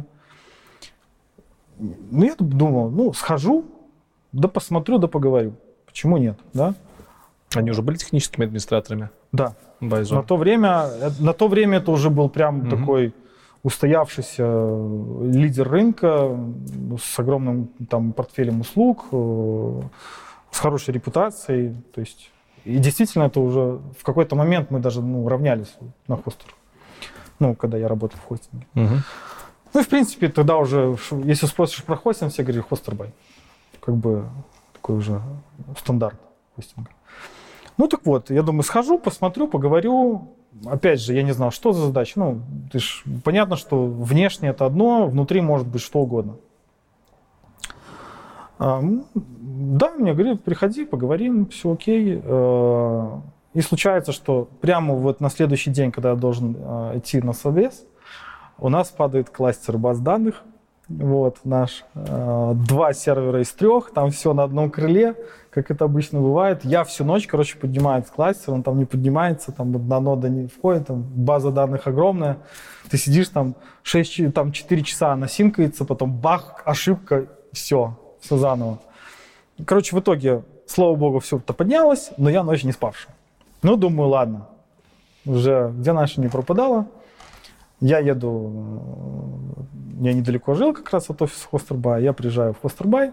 Ну, я думал, ну, схожу, да посмотрю, да поговорю. Почему нет, да? Они уже были техническими администраторами? Да. Байзон. На то время, на то время это уже был прям угу. такой устоявшийся лидер рынка с огромным там портфелем услуг, с хорошей репутацией. То есть, и действительно это уже в какой-то момент мы даже ну, равнялись на хостер. Ну, когда я работал в хостинге. Угу. Ну и в принципе тогда уже, если спросишь про хостинг, все говорят хостербай. Как бы такой уже стандарт хостинга. Ну так вот, я думаю, схожу, посмотрю, поговорю. Опять же, я не знал, что за задача. Ну, ты ж, понятно, что внешне это одно, внутри может быть что угодно. А, да, мне говорят, приходи, поговорим, все окей. И случается, что прямо вот на следующий день, когда я должен идти на собес, у нас падает кластер баз данных. Вот наш. Два сервера из трех, там все на одном крыле, как это обычно бывает. Я всю ночь, короче, поднимаю этот кластер, он там не поднимается, там одна нода не входит, там база данных огромная. Ты сидишь там, шесть, там четыре часа она синкается, потом бах, ошибка, все, все заново. Короче, в итоге, слава богу, все это поднялось, но я ночь не спавший. Ну, думаю, ладно, уже где наша не пропадала. Я еду, я недалеко жил как раз от офиса Хостербай, я приезжаю в Хостербай.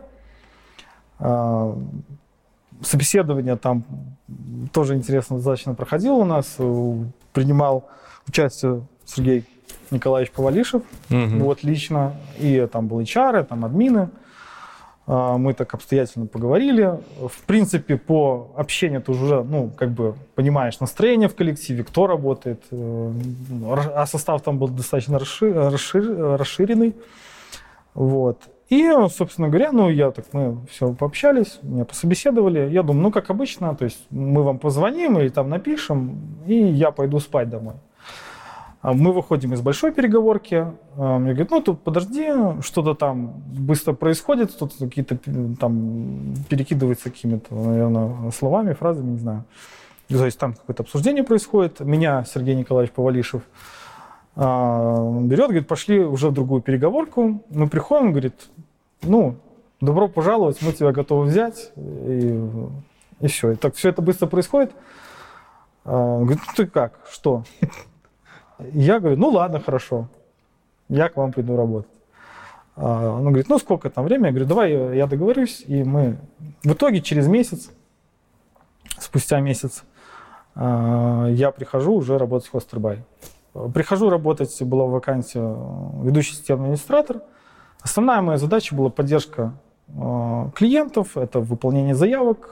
Собеседование там тоже интересно достаточно проходило у нас. Принимал участие Сергей Николаевич Повалишев, угу. вот лично. И там был эйч ар, там админы. Мы так обстоятельно поговорили. В принципе, по общению ты уже, ну, как бы понимаешь настроение в коллективе, кто работает. А состав там был достаточно расшир, расшир, расширенный. Вот. И, собственно говоря, ну, я так, мы все пообщались, меня пособеседовали. Я думаю, ну, как обычно, то есть мы вам позвоним или там напишем, и я пойду спать домой. Мы выходим из большой переговорки, мне говорят, ну тут подожди, что-то там быстро происходит, тут какие-то там перекидываются какими-то, наверное, словами, фразами, не знаю. То есть там какое-то обсуждение происходит. Меня Сергей Николаевич Повалишев берет, говорит, пошли уже в другую переговорку. Мы приходим, говорит, ну, добро пожаловать, мы тебя готовы взять, и, и все. И так все это быстро происходит. Говорит, ну ты как, что? Я говорю, ну ладно, хорошо, я к вам приду работать. Он говорит, ну сколько там времени? Я говорю, давай я договорюсь. И мы в итоге через месяц, спустя месяц, я прихожу уже работать в Хостербай. Прихожу работать, была вакансия ведущий системный администратор. Основная моя задача была поддержка клиентов, это выполнение заявок.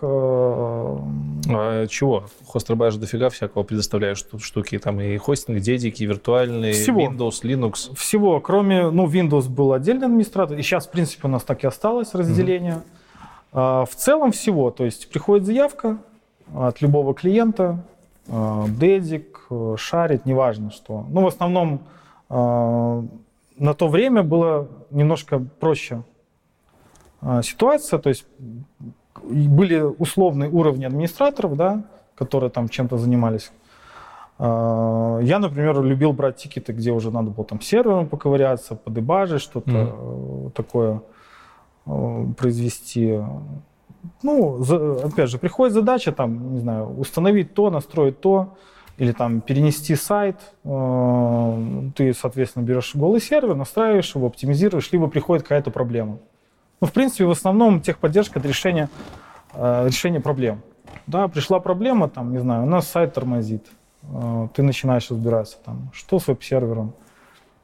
А чего? Хостербай же дофига всякого предоставляет штуки, там и хостинг, дедики, виртуальные, всего. Windows, Linux. Всего, кроме, ну, Windows был отдельный администратор, и сейчас, в принципе, у нас так и осталось разделение. Mm-hmm. А, в целом всего, то есть приходит заявка от любого клиента, дедик, шарит, неважно что. Ну, в основном на то время было немножко проще ситуация, то есть были условные уровни администраторов, да, которые там чем-то занимались. Я, например, любил брать тикеты, где уже надо было там сервером поковыряться, подебажить, что-то mm. такое произвести. Ну, за, опять же, приходит задача, там, не знаю, установить то, настроить то, или там перенести сайт. Ты, соответственно, берешь голый сервер, настраиваешь его, оптимизируешь, либо приходит какая-то проблема. Ну, в принципе, в основном техподдержка — это решение, э, решение проблем. Да, пришла проблема, там, не знаю, у нас сайт тормозит, э, ты начинаешь разбираться, там, что с веб-сервером,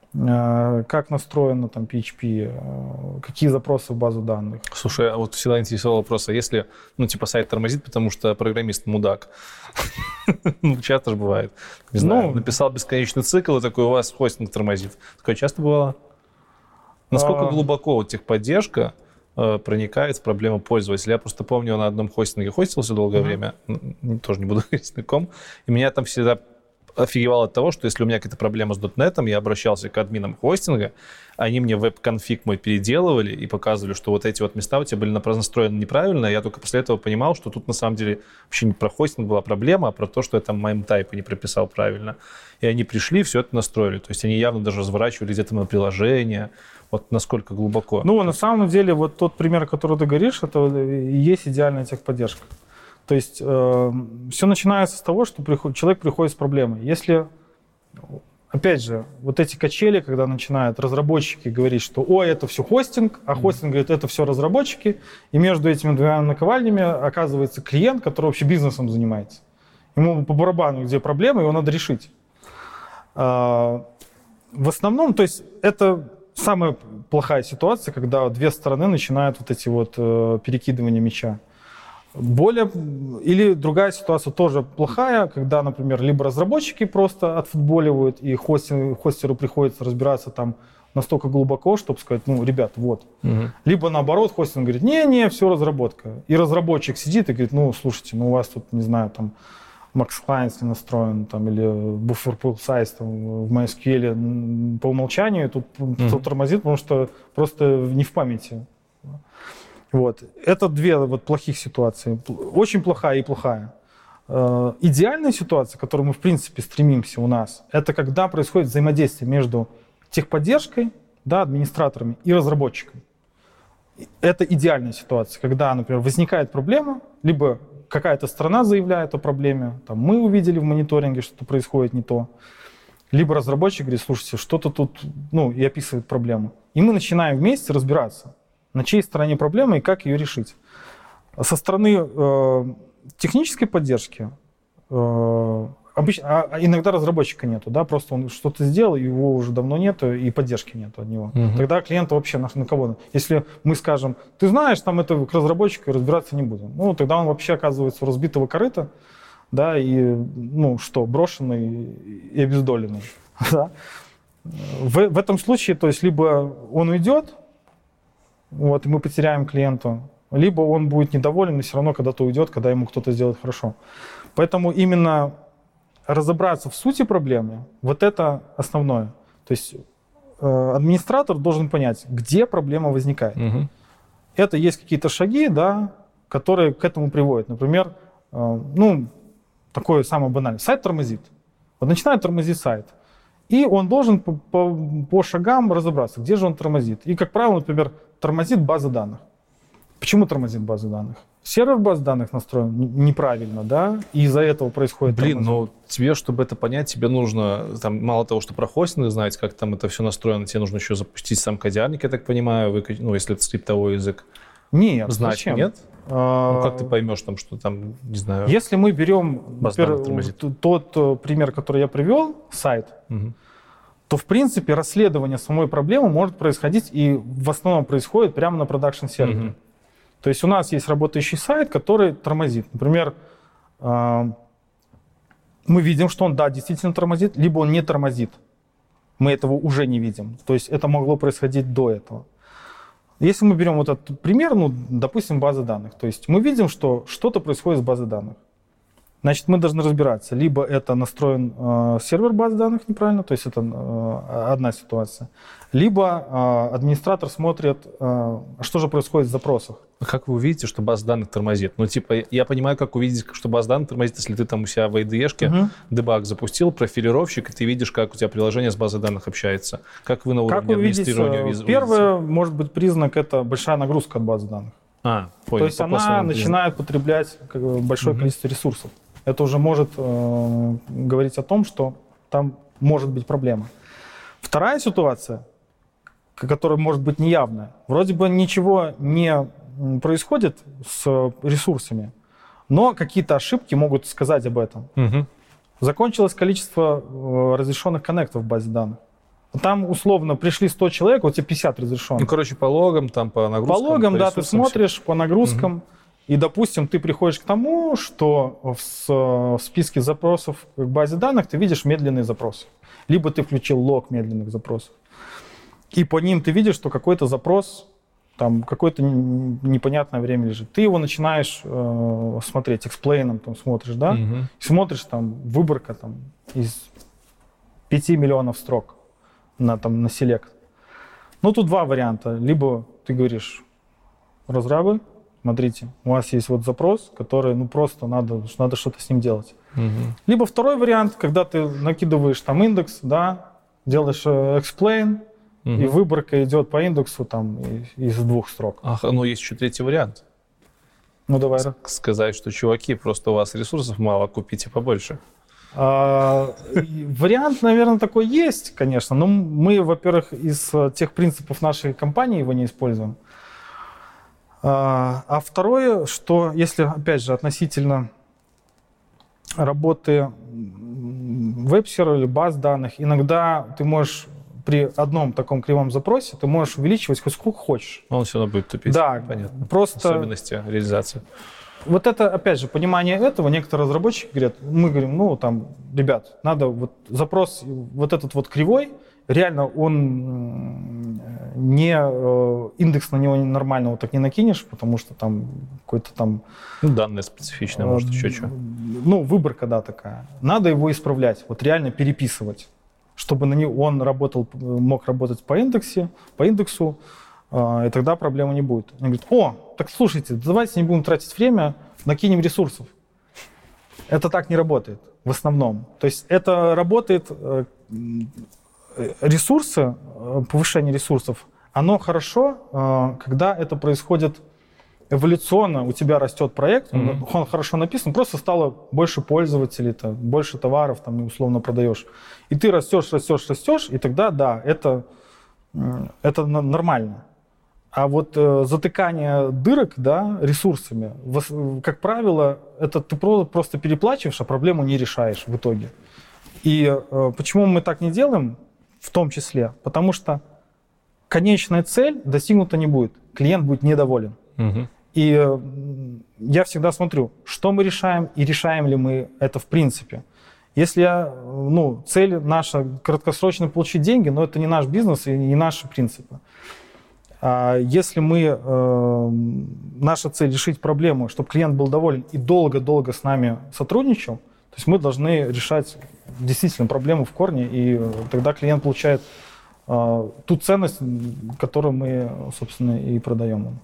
как настроено там пи эйч пи, какие запросы в базу данных. Слушай, а вот всегда интересовал вопрос, а если, ну, типа, сайт тормозит, потому что программист мудак? Ну, часто же бывает. Не знаю, написал бесконечный цикл, и такой, у вас хостинг тормозит. Такое часто бывало? Насколько глубоко вот техподдержка проникает в проблему пользователя? Я просто помню, я на одном хостинге хостился долгое время, тоже не буду говорить на ком, и меня там всегда офигевал от того, что если у меня какая-то проблема с .дот нет, я обращался к админам хостинга, они мне веб-конфиг мой переделывали и показывали, что вот эти вот места у тебя были настроены неправильно, я только после этого понимал, что тут на самом деле вообще не про хостинг была проблема, а про то, что я там моим тайпы не прописал правильно. И они пришли, все это настроили. То есть они явно даже разворачивали где-то мое приложение. Вот насколько глубоко. Ну, на самом деле, вот тот пример, который ты говоришь, это и есть идеальная техподдержка. То есть э, все начинается с того, что приход, человек приходит с проблемой. Если, опять же, вот эти качели, когда начинают разработчики говорить, что «Ой, это все хостинг», а хостинг говорит «Это все разработчики», и между этими двумя наковальнями оказывается клиент, который вообще бизнесом занимается. Ему по барабану, где проблемы, его надо решить. Э, в основном, то есть это самая плохая ситуация, когда две стороны начинают вот эти вот э, перекидывания мяча. Более, или другая ситуация тоже плохая, когда, например, либо разработчики просто отфутболивают, и хостинг, хостеру приходится разбираться там настолько глубоко, чтобы сказать, ну, ребят, вот. Угу. Либо наоборот, хостинг говорит, не-не, все разработка. И разработчик сидит и говорит, ну, слушайте, ну, у вас тут, не знаю, там, Max Clients не настроен, там, или Buffer Pool Size там, в MySQL по умолчанию, тут mm-hmm. тормозит, потому что просто не в памяти. Вот. Это две вот плохих ситуации. Очень плохая и плохая. Э, идеальная ситуация, к которой мы, в принципе, стремимся у нас, это когда происходит взаимодействие между техподдержкой, да, администраторами и разработчиками. Это идеальная ситуация, когда, например, возникает проблема, либо какая-то страна заявляет о проблеме, там, мы увидели в мониторинге, что-то происходит не то, либо разработчик говорит, слушайте, что-то тут, ну, и описывает проблему. И мы начинаем вместе разбираться, на чьей стороне проблема и как ее решить. Со стороны э, технической поддержки э, обычно, а иногда разработчика нету, да, просто он что-то сделал, его уже давно нету, и поддержки нету от него. Угу. Тогда клиент вообще на, на кого? Если мы скажем, ты знаешь, там это к разработчику разбираться не будем, ну, тогда он вообще оказывается у разбитого корыта, да, и, ну, что, брошенный и обездоленный. Да? В, в этом случае, то есть, либо он уйдет, вот, и мы потеряем клиента, либо он будет недоволен и все равно когда-то уйдет, когда ему кто-то сделает хорошо. Поэтому именно разобраться в сути проблемы, вот это основное. То есть э, администратор должен понять, где проблема возникает. Угу. Это есть какие-то шаги, да, которые к этому приводят. Например, э, ну, такое самое банальное. Сайт тормозит. Вот начинает тормозить сайт. И он должен по, по, по шагам разобраться, где же он тормозит. И, как правило, например, тормозит база данных. Почему тормозит база данных? Сервер баз данных настроен неправильно, да, и из-за этого происходит Блин, тормозит. Ну тебе, чтобы это понять, тебе нужно, там, мало того, что про хостинг знать, как там это все настроено, тебе нужно еще запустить сам кодиарник, я так понимаю, выкать, ну, если это скриптовой язык. Нет, знать, зачем? Нет? А... Ну, как ты поймешь, там, что там, не знаю... Если мы берем, например, тот пример, который я привел, сайт, угу. то, в принципе, расследование самой проблемы может происходить, и в основном происходит прямо на продакшн-сервере. Угу. То есть у нас есть работающий сайт, который тормозит. Например, мы видим, что он, да, действительно тормозит, либо он не тормозит. Мы этого уже не видим. То есть это могло происходить до этого. Если мы берем вот этот пример, ну, допустим, база данных. То есть мы видим, что что-то происходит с базой данных. Значит, мы должны разбираться. Либо это настроен э, сервер баз данных неправильно, то есть это э, одна ситуация. Либо э, администратор смотрит, э, что же происходит в запросах. Как вы увидите, что база данных тормозит? Ну, типа, я понимаю, как увидеть, что база данных тормозит, если ты там у себя в ай ди и-шке угу. дебаг запустил, профилировщик, и ты видишь, как у тебя приложение с базой данных общается. Как вы на уровне администрирования увидите? Первый, может быть, признак — это большая нагрузка от базы данных. А, понял, то есть она начинает потреблять как бы, большое угу. количество ресурсов. Это уже может э, говорить о том, что там может быть проблема. Вторая ситуация, которая может быть неявная. Вроде бы ничего не происходит с ресурсами, но какие-то ошибки могут сказать об этом. Угу. Закончилось количество э, разрешенных коннектов в базе данных. Там условно пришли сто человек, у тебя пятьдесят разрешенных. Ну, короче, по логам, там, по нагрузкам. По логам, по да, ты смотришь, все. По нагрузкам. Угу. И, допустим, ты приходишь к тому, что в, в списке запросов к базе данных ты видишь медленные запросы. Либо ты включил лог медленных запросов. И по ним ты видишь, что какой-то запрос, там, какое-то непонятное время лежит. Ты его начинаешь э, смотреть, эксплейном там смотришь, да? Угу. И смотришь, там, выборка там, из пяти миллионов строк. На, там, на селект. Ну, тут два варианта. Либо ты говоришь, разрабы, смотрите, у вас есть вот запрос, который, ну, просто надо, надо что-то с ним делать. Угу. Либо второй вариант, когда ты накидываешь там индекс, да, делаешь explain, угу. и выборка идет по индексу там из двух строк. Ах, ну, есть еще третий вариант. Ну, давай. С- сказать, что, чуваки, просто у вас ресурсов мало, купите побольше. А, вариант, наверное, такой есть, конечно, но мы, во-первых, из тех принципов нашей компании его не используем. А, а второе, что если, опять же, относительно работы веб-сервера или баз данных, иногда ты можешь при одном таком кривом запросе, ты можешь увеличивать хоть сколько хочешь. Он все равно будет тупить. Да, понятно. Просто... Особенности реализации. Вот это, опять же, понимание этого, некоторые разработчики говорят, мы говорим, ну, там, ребят, надо вот запрос, вот этот вот кривой, реально он не, индекс на него нормально вот так не накинешь, потому что там какой-то там... Ну, данные специфичные, может, еще что. Ну, выборка, да, такая. Надо его исправлять, вот реально переписывать, чтобы на него он работал, мог работать по индексе, по индексу, и тогда проблемы не будет. Они говорят, о, так слушайте, давайте не будем тратить время, накинем ресурсов. Это так не работает в основном. То есть это работает, ресурсы, повышение ресурсов, оно хорошо, когда это происходит эволюционно, у тебя растет проект, mm-hmm. он хорошо написан, просто стало больше пользователей, -то, больше товаров, там, условно продаешь. И ты растешь, растешь, растешь, и тогда, да, это, это нормально. А вот э, затыкание дырок, да, ресурсами, в, как правило, это ты просто переплачиваешь, а проблему не решаешь в итоге. И э, почему мы так не делаем, в том числе, потому что конечная цель достигнута не будет, клиент будет недоволен. Угу. И э, я всегда смотрю, что мы решаем и решаем ли мы это в принципе. Если я, ну, цель наша краткосрочно получить деньги, но это не наш бизнес и не наши принципы. А если мы, э, наша цель решить проблему, чтобы клиент был доволен и долго-долго с нами сотрудничал, то есть мы должны решать действительно проблему в корне, и тогда клиент получает э, ту ценность, которую мы, собственно, и продаем.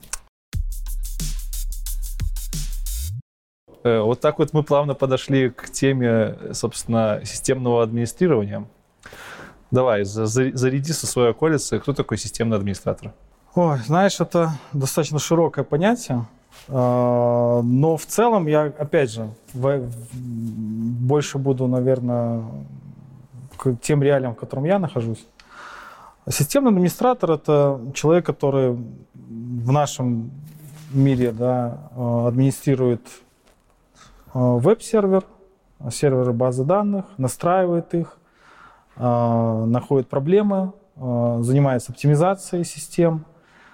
Вот так вот мы плавно подошли к теме, собственно, системного администрирования. Давай, заряди со своей околицы, кто такой системный администратор? Ой, знаешь, это достаточно широкое понятие, но в целом я, опять же, больше буду, наверное, к тем реалиям, в котором я нахожусь. Системный администратор — это человек, который в нашем мире, да, администрирует веб-сервер, серверы базы данных, настраивает их, находит проблемы, занимается оптимизацией систем,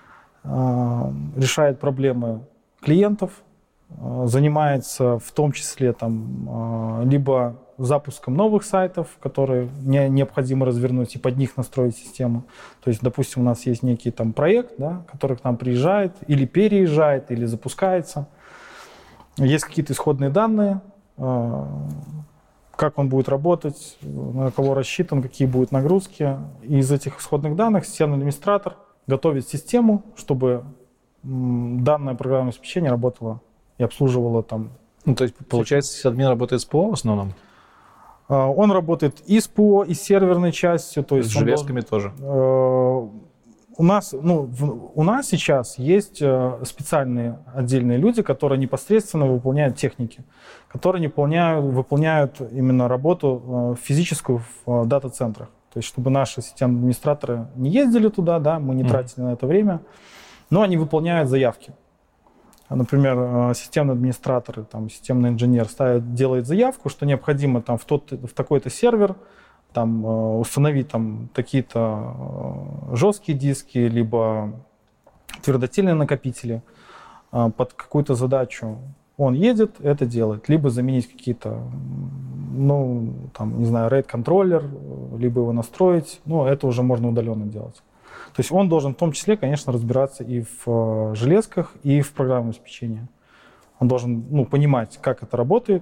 решает проблемы клиентов, занимается в том числе там, либо запуском новых сайтов, которые не, необходимо развернуть и под них настроить систему. То есть, допустим, у нас есть некий там проект, да, который к нам приезжает или переезжает, или запускается. Есть какие-то исходные данные, как он будет работать, на кого рассчитан, какие будут нагрузки. И из этих исходных данных системный администратор готовит систему, чтобы данное программное обеспечение работало и обслуживало там. Ну, то есть, получается, сисадмин работает с ПО в основном? Он работает и с ПО, и с серверной частью. То есть с железками должен, тоже? У нас, ну, в, у нас сейчас есть специальные отдельные люди, которые непосредственно выполняют техники, которые выполняют, выполняют именно работу физическую в дата-центрах. То есть, чтобы наши системные администраторы не ездили туда, да, мы не mm. тратили на это время, но они выполняют заявки. Например, системный администратор, там, системный инженер ставит, делает заявку, что необходимо там, в, тот, в такой-то сервер там, установить там, такие-то жесткие диски, либо твердотельные накопители под какую-то задачу. Он едет, это делает. Либо заменить какие-то, ну, там, не знаю, RAID-контроллер, либо его настроить. Ну, это уже можно удаленно делать. То есть он должен в том числе, конечно, разбираться и в железках, и в программном обеспечении. Он должен, ну, понимать, как это работает,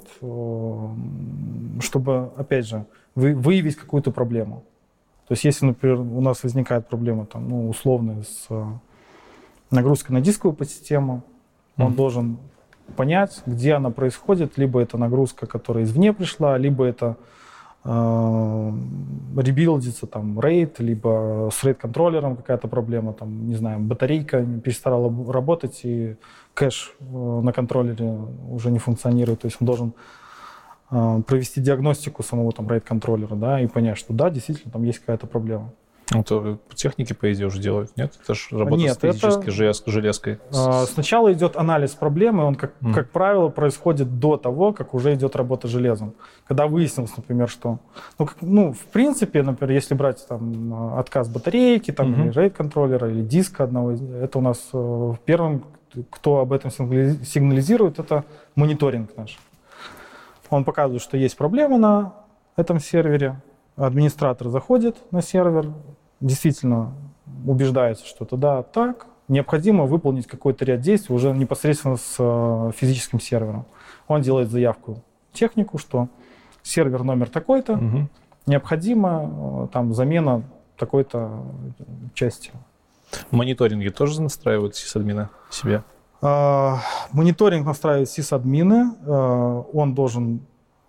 чтобы, опять же, выявить какую-то проблему. То есть если, например, у нас возникает проблема, там, ну, условная с нагрузкой на дисковую подсистему, mm-hmm. он должен понять, где она происходит, либо это нагрузка, которая извне пришла, либо это э, ребилдится там RAID, либо с RAID-контроллером какая-то проблема, там, не знаю, батарейка перестала работать, и кэш э, на контроллере уже не функционирует. То есть он должен э, провести диагностику самого там RAID-контроллера, да, и понять, что да, действительно, там есть какая-то проблема. Ну, то техники, по идее, уже делают, нет? Это же работа нет, с физической это... железкой. Сначала идет анализ проблемы, он, как, mm. как правило, происходит до того, как уже идет работа с железом. Когда выяснилось, например, что... Ну, как, ну в принципе, например, если брать там, отказ батарейки, там, mm-hmm. или RAID-контроллера, или диска одного, это у нас первым, кто об этом сигнализирует, это мониторинг наш. Он показывает, что есть проблема на этом сервере, администратор заходит на сервер, действительно убеждается, что это да, так, необходимо выполнить какой-то ряд действий уже непосредственно с физическим сервером. Он делает заявку в технику, что сервер номер такой-то, угу. необходима там замена такой-то части. Мониторинги тоже настраивают сисадмины себе? А, мониторинг настраивает сисадмины, а, он должен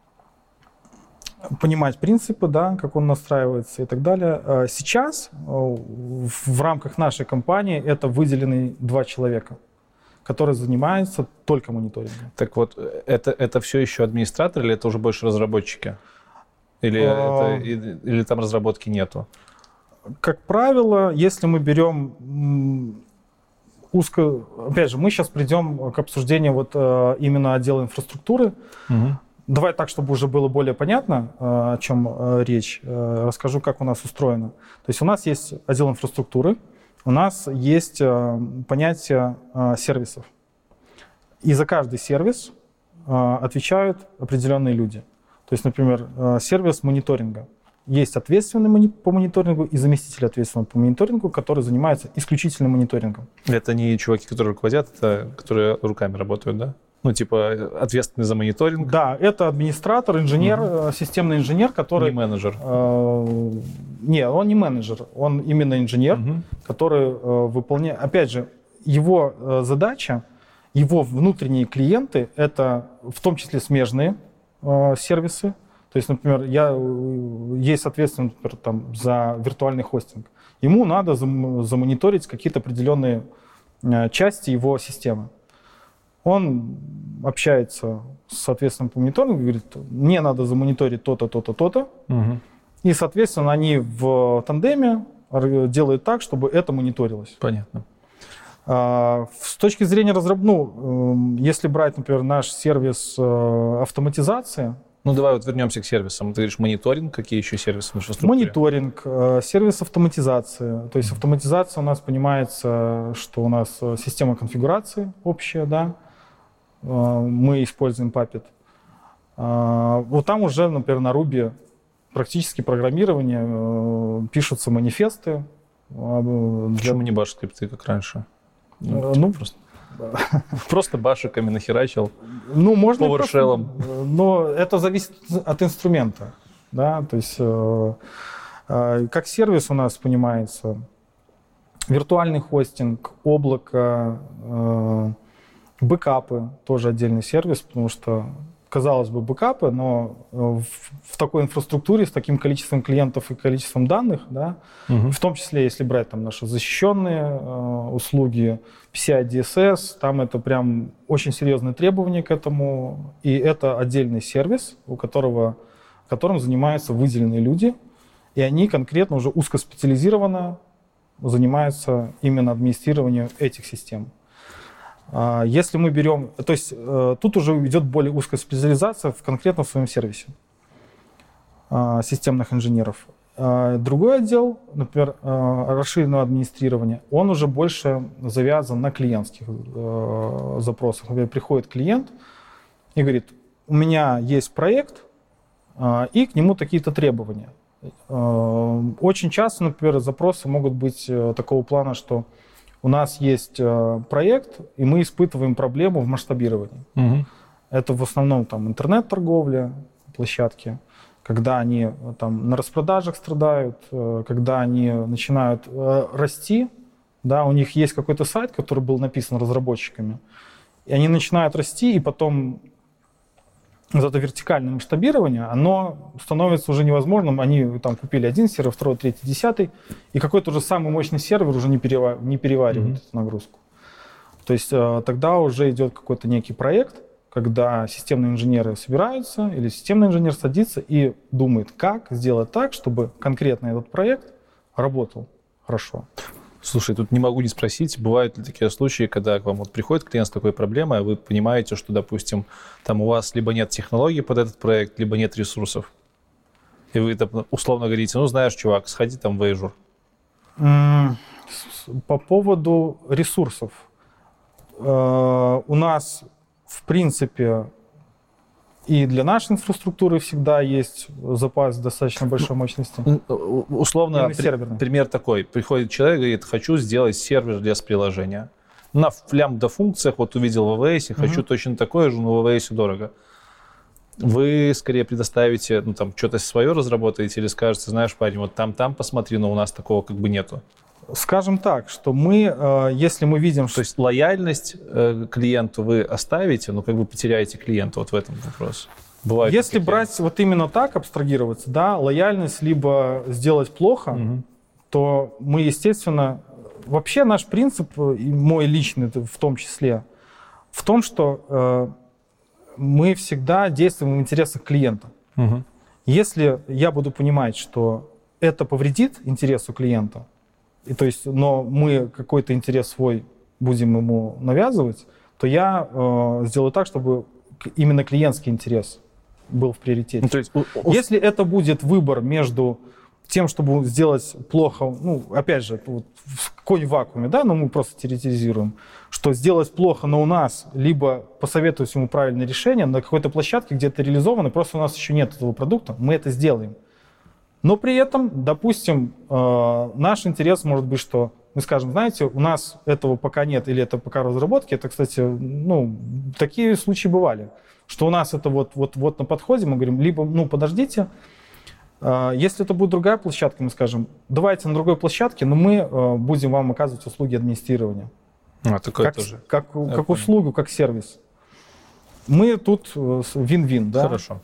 понимать принципы, да, как он настраивается и так далее. Сейчас в рамках нашей компании это выделены два человека, которые занимаются только мониторингом. Так вот, это, это все еще администратор или это уже больше разработчики? Или, а... это, или, или там разработки нету? Как правило, если мы берем узко... Опять же, мы сейчас придем к обсуждению вот именно отдела инфраструктуры. Угу. Давай так, чтобы уже было более понятно, о чем речь. Расскажу, как у нас устроено. То есть у нас есть отдел инфраструктуры, у нас есть понятие сервисов. И за каждый сервис отвечают определенные люди. То есть, например, сервис мониторинга. Есть ответственный по мониторингу и заместитель ответственного по мониторингу, который занимается исключительно мониторингом. Это не чуваки, которые руководят, это которые руками работают, да? Ну, типа, ответственный за мониторинг? Да, это администратор, инженер, угу. системный инженер, который... Не менеджер? Э, не, он не менеджер, он именно инженер, угу. который э, выполняет... Опять же, его э, задача, его внутренние клиенты, это в том числе смежные э, сервисы. То есть, например, я, есть ответственный, например, там, за виртуальный хостинг. Ему надо зам, замониторить какие-то определенные э, части его системы. Он общается с соответственным по мониторингу, говорит, мне надо замониторить то-то, то-то, то-то. Угу. И, соответственно, они в тандеме делают так, чтобы это мониторилось. Понятно. А, с точки зрения разработки, ну, если брать, например, наш сервис автоматизации. Ну, давай вот вернемся к сервисам. Ты говоришь, мониторинг, какие еще сервисы в инфраструктуре? Мониторинг, сервис автоматизации. То есть автоматизация у нас понимается, что у нас система конфигурации общая, да. Мы используем Puppet. Вот там уже, например, на Ruby практически программирование, пишутся манифесты. Почему не баш скрипты, как раньше? Ну, просто, просто башиками нахерачил, ну, можно PowerShell. Но это зависит от инструмента. Да? То есть, как сервис у нас понимается, виртуальный хостинг, облако, бэкапы, тоже отдельный сервис, потому что, казалось бы, бэкапы, но в, в такой инфраструктуре с таким количеством клиентов и количеством данных, да, угу. в том числе, если брать там наши защищенные э, услуги, пи си ай ди эс эс, там это прям очень серьезные требования к этому, и это отдельный сервис, у которого, которым занимаются выделенные люди, и они конкретно уже узкоспециализированно занимаются именно администрированием этих систем. Если мы берем, то есть тут уже идет более узкая специализация в конкретном своем сервисе. системных инженеров. Другой отдел, например, расширенного администрирования, он уже больше завязан на клиентских запросах. Например, приходит клиент и говорит, у меня есть проект, и к нему такие-то требования. Очень часто, например, запросы могут быть такого плана, что у нас есть проект, и мы испытываем проблему в масштабировании. Угу. Это в основном там интернет-торговля, площадки, когда они там на распродажах страдают, когда они начинают расти, да, у них есть какой-то сайт, который был написан разработчиками, и они начинают расти, и потом вот это вертикальное масштабирование, оно становится уже невозможным. Они там купили один сервер, второй, третий, десятый, и какой-то уже самый мощный сервер уже не, перева- не переваривает mm-hmm. эту нагрузку. То есть тогда уже идет какой-то некий проект, когда системные инженеры собираются, или системный инженер садится и думает, как сделать так, чтобы конкретно этот проект работал хорошо. Слушай, тут не могу не спросить, бывают ли такие случаи, когда к вам вот приходит клиент с такой проблемой, а вы понимаете, что, допустим, там у вас либо нет технологий под этот проект, либо нет ресурсов. И вы там, условно говорите, ну, знаешь, чувак, сходи там в Azure. По поводу ресурсов. У нас, в принципе, и для нашей инфраструктуры всегда есть запас достаточно большой мощности. Условно, при, пример такой. Приходит человек и говорит, хочу сделать сервер для приложения. На лямбда-функциях, вот увидел в эй ви эс, хочу угу. точно такое же, но в эй ви эс дорого. Вы скорее предоставите, ну там, что-то свое разработаете или скажете, знаешь, парень, вот там-там посмотри, но у нас такого как бы нету. Скажем так, что мы, если мы видим... То есть лояльность клиенту вы оставите, но как бы потеряете клиента вот в этом вопросе. Бывает если брать клиенты. Вот именно так, абстрагироваться, да, лояльность либо сделать плохо, угу. то мы, естественно... Вообще наш принцип, и мой личный в том числе, в том, что мы всегда действуем в интересах клиента. Угу. Если я буду понимать, что это повредит интересу клиента, и то есть, но мы какой-то интерес свой будем ему навязывать, то я э, сделаю так, чтобы именно клиентский интерес был в приоритете. Ну, то есть, у... Если это будет выбор между тем, чтобы сделать плохо, ну, опять же, вот, в какой-нибудь вакууме, да, но мы просто теоретизируем, что сделать плохо, но у нас, либо посоветовать ему правильное решение на какой-то площадке, где это реализовано, просто у нас еще нет этого продукта, мы это сделаем. Но при этом, допустим, э, наш интерес может быть, что мы скажем, знаете, у нас этого пока нет, или это пока разработки. Это, кстати, ну, такие случаи бывали, что у нас это вот, вот, вот на подходе, мы говорим, либо, ну, подождите, э, если это будет другая площадка, мы скажем, давайте на другой площадке, но мы э, будем вам оказывать услуги администрирования. А, такое как, тоже. Как, как услугу, как сервис. Мы тут э, вин-вин, да? Хорошо.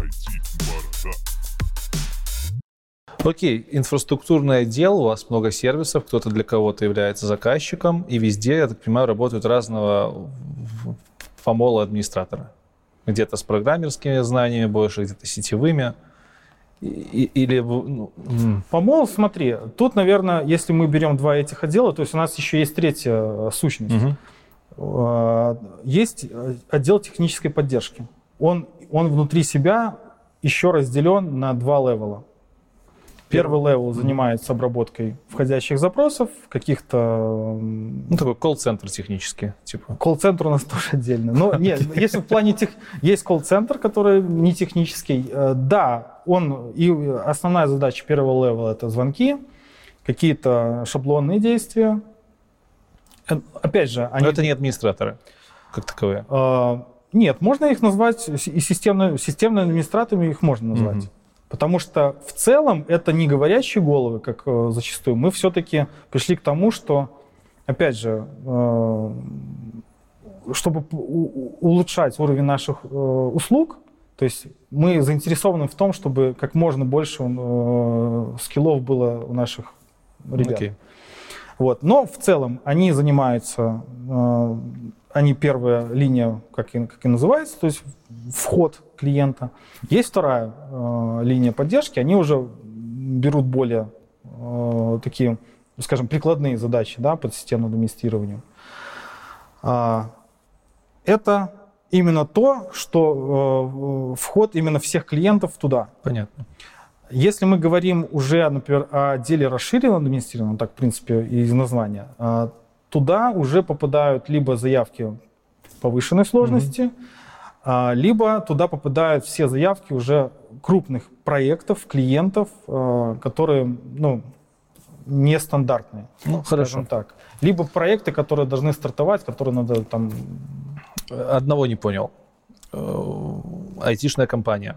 Окей, инфраструктурный отдел, у вас много сервисов, кто-то для кого-то является заказчиком, и везде, я так понимаю, работают разного фомола администратора. Где-то с программерскими знаниями больше, где-то сетевыми. И, или... Ну, фомол, смотри, тут, наверное, если мы берем два этих отдела, то есть у нас еще есть третья сущность. Угу. Есть отдел технической поддержки. Он, он внутри себя еще разделен на два левела. Первый левел занимается обработкой входящих запросов, каких-то... Ну, такой колл-центр технический, типа. Колл-центр у нас тоже отдельно. Но нет, если в плане тех... Есть колл-центр, который не технический. Да, он... И основная задача первого левела — это звонки, какие-то шаблонные действия. Опять же, они... Но это не администраторы, как таковые. Нет, можно их назвать, и системными, системными администраторами их можно назвать. Mm-hmm. Потому что в целом это не говорящие головы, как э, зачастую. Мы все-таки пришли к тому, что, опять же, э, чтобы у- улучшать уровень наших э, услуг, то есть мы заинтересованы в том, чтобы как можно больше э, скиллов было у наших ребят. Okay. Вот. Но в целом они занимаются, э, они первая линия, как и, как и называется, то есть вход клиента. Есть вторая э, линия поддержки, они уже берут более э, такие, скажем, прикладные задачи, да, под системным администрированием. А, это именно то, что э, вход именно всех клиентов туда. Понятно. Если мы говорим уже, например, о отделе расширенного администрирования, так, в принципе, из названия, э, туда уже попадают либо заявки повышенной сложности, mm-hmm. э, либо туда попадают все заявки уже крупных проектов, клиентов, э, которые, ну, нестандартные, ну, скажем так. Либо проекты, которые должны стартовать, которые надо там... Одного не понял. Айтишная компания.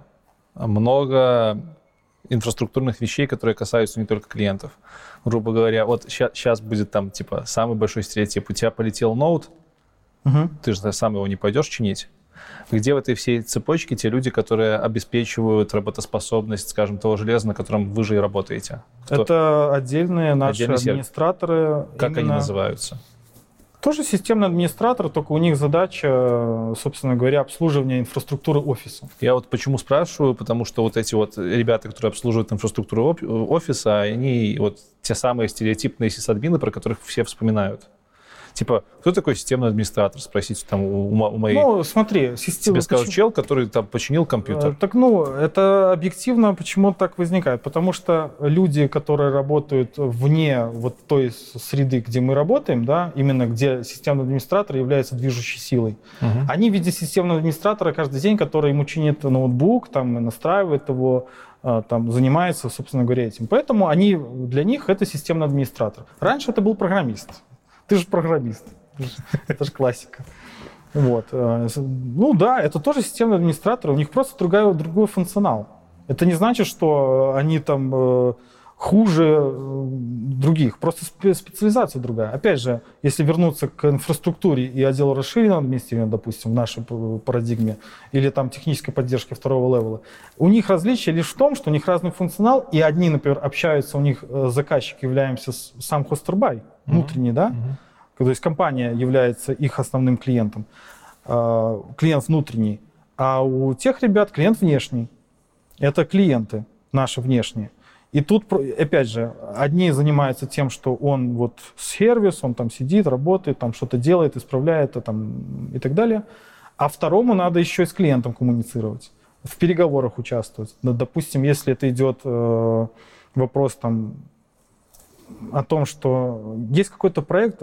Много инфраструктурных вещей, которые касаются не только клиентов. Грубо говоря, вот сейчас будет там типа самый большой стереотип. У тебя полетел ноут, угу. ты же сам его не пойдешь чинить. Где в этой всей цепочке те люди, которые обеспечивают работоспособность, скажем, того железа, на котором вы же и работаете? Кто? Это отдельные наши Отдельный администраторы. Как именно... они называются? Тоже системный администратор, только у них задача, собственно говоря, обслуживание инфраструктуры офиса. Я вот почему спрашиваю, потому что вот эти вот ребята, которые обслуживают инфраструктуру офиса, они вот те самые стереотипные сисадмины, про которых все вспоминают. Типа, кто такой системный администратор? Спросите там у, у моей... Ну, смотри, система... Тебе сказал чел, который там починил компьютер. Так, ну, это объективно почему так возникает. Потому что люди, которые работают вне вот той среды, где мы работаем, да, именно где системный администратор является движущей силой, угу. они в виде системного администратора каждый день, который ему чинит ноутбук, там, настраивает его, там, занимается, собственно говоря, этим. Поэтому они, для них это системный администратор. Раньше это был программист. Ты же программист. Это же классика. Вот. Ну да, это тоже системные администраторы. У них просто другой, другой функционал. Это не значит, что они там хуже других. Просто специализация другая. Опять же, если вернуться к инфраструктуре и отделу расширенного администрирования, допустим, в нашей парадигме, или там технической поддержки второго левела, у них различие лишь в том, что у них разный функционал, и одни, например, общаются, у них заказчик являемся сам хостербай, внутренний, mm-hmm. да? Mm-hmm. То есть компания является их основным клиентом, клиент внутренний, а у тех ребят клиент внешний. Это клиенты наши внешние. И тут, опять же, одни занимаются тем, что он вот сервис, он там сидит, работает, там что-то делает, исправляет там, и так далее. А второму надо еще и с клиентом коммуницировать, в переговорах участвовать. Допустим, если это идет э, вопрос там, о том, что есть какой-то проект,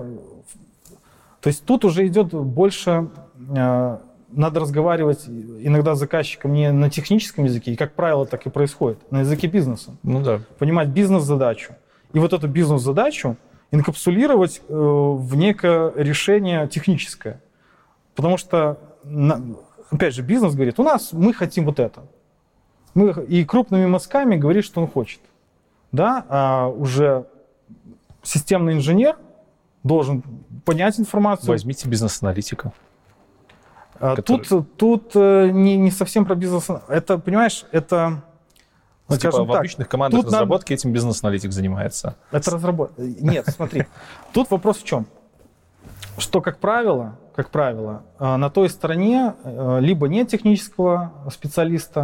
то есть тут уже идет больше... Э, надо разговаривать иногда с заказчиком не на техническом языке, и, как правило, так и происходит, на языке бизнеса. Ну да. Понимать бизнес-задачу. И вот эту бизнес-задачу инкапсулировать э, в некое решение техническое. Потому что, на, опять же, бизнес говорит, у нас, мы хотим вот это. Мы, и крупными мазками говорит, что он хочет. Да? А уже системный инженер должен понять информацию. Возьмите бизнес-аналитика. Который... Тут, тут не, не совсем про бизнес. Это, понимаешь, это... Ну, типа в так, обычных командах разработки надо... этим бизнес-аналитик занимается. Это разработка. Нет, смотри. Тут вопрос в чем? Что, как правило, как правило, на той стороне либо нет технического специалиста,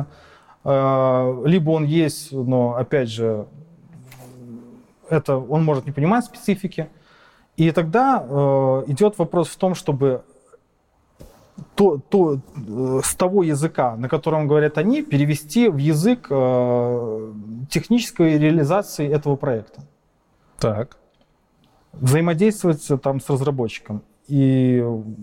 либо он есть, но, опять же, это он может не понимать специфики. И тогда идет вопрос в том, чтобы То, то, с того языка, на котором говорят они, перевести в язык э, технической реализации этого проекта. Так. Взаимодействовать там с разработчиком. И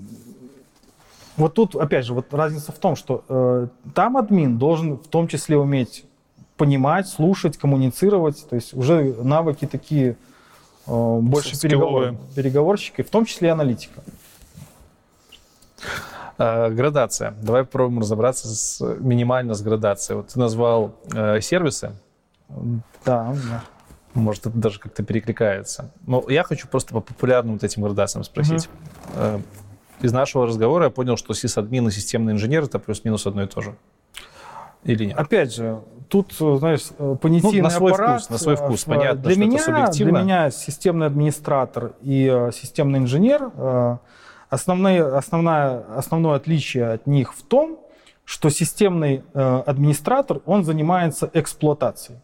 вот тут, опять же, вот разница в том, что э, там админ должен в том числе уметь понимать, слушать, коммуницировать. То есть уже навыки такие э, больше переговор, переговорщики, в том числе и аналитика. Градация. Давай попробуем разобраться с, минимально с градацией. Вот ты назвал э, сервисы. Да, да. Может, это даже как-то перекликается. Но я хочу просто по популярным вот этим градациям спросить. Uh-huh. Из нашего разговора я понял, что сисадмин и системный инженер — это плюс-минус одно и то же. Или нет? Опять же, тут, знаешь, понятийный ну, на свой аппарат... Вкус, на свой вкус, понятно, для что меня, это субъективно. Для меня системный администратор и системный инженер... Основные, основное, основное отличие от них в том, что системный э, администратор, он занимается эксплуатацией.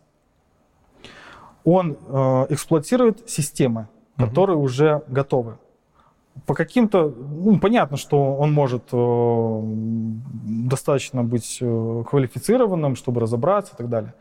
Он э, эксплуатирует системы, которые угу. уже готовы. По каким-то, ну, понятно, что он может э, достаточно быть э, квалифицированным, чтобы разобраться и так далее.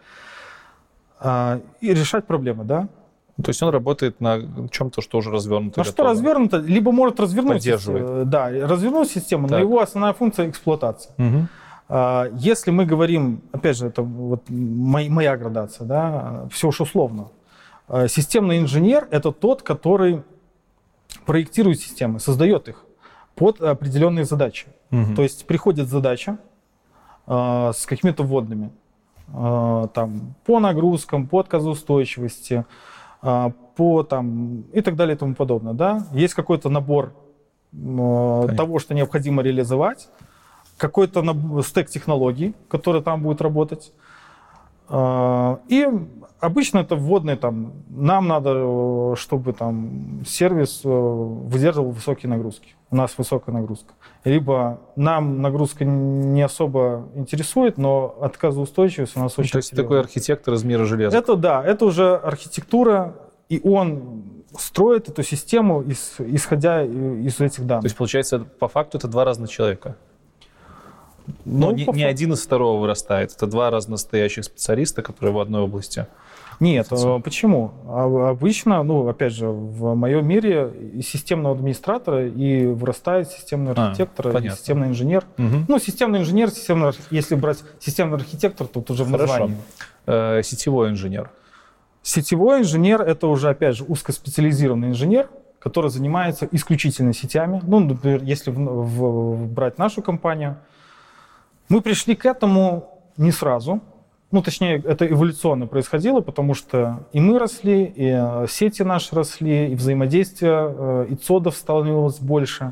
А, и решать проблемы, да? То есть он работает на чем-то, что уже развернуто. На что развернуто, либо может развернуть. Поддерживает. Да, развернуть систему, так. Но его основная функция — эксплуатация. Угу. А, если мы говорим, опять же, это вот моя, моя градация, да, все уж условно. А, системный инженер — это тот, который проектирует системы, создает их под определенные задачи. Угу. То есть приходит задача э, с какими-то вводными э, там, по нагрузкам, по отказоустойчивости, э, по там, и так далее и тому подобное. Да? Есть какой-то набор э, того, что необходимо реализовать, какой-то набор, стек технологий, который там будет работать. Э, и обычно это вводные, там, нам надо, чтобы там, сервис выдерживал высокие нагрузки. У нас высокая нагрузка. Либо нам нагрузка не особо интересует, но отказоустойчивость у нас очень... То есть серьезная. Такой архитектор из мира железа. Это да, это уже архитектура, и он строит эту систему, исходя из этих данных. То есть, получается, по факту это два разных человека? Но ну, не, не один из второго вырастает. Это два разностоящих специалиста, которые в одной области. Нет, почему? Обычно, ну, опять же, в моем мире из системного администратора и вырастает системный архитектор, а, и системный инженер. Угу. Ну, системный инженер, системный, если брать системный архитектор, то тут уже в названии. Э, сетевой инженер. Сетевой инженер — это уже, опять же, узкоспециализированный инженер, который занимается исключительно сетями. Ну, например, если в, в, брать нашу компанию, мы пришли к этому не сразу. Ну, точнее, это эволюционно происходило, потому что и мы росли, и сети наши росли, и взаимодействие, и цодов становилось больше.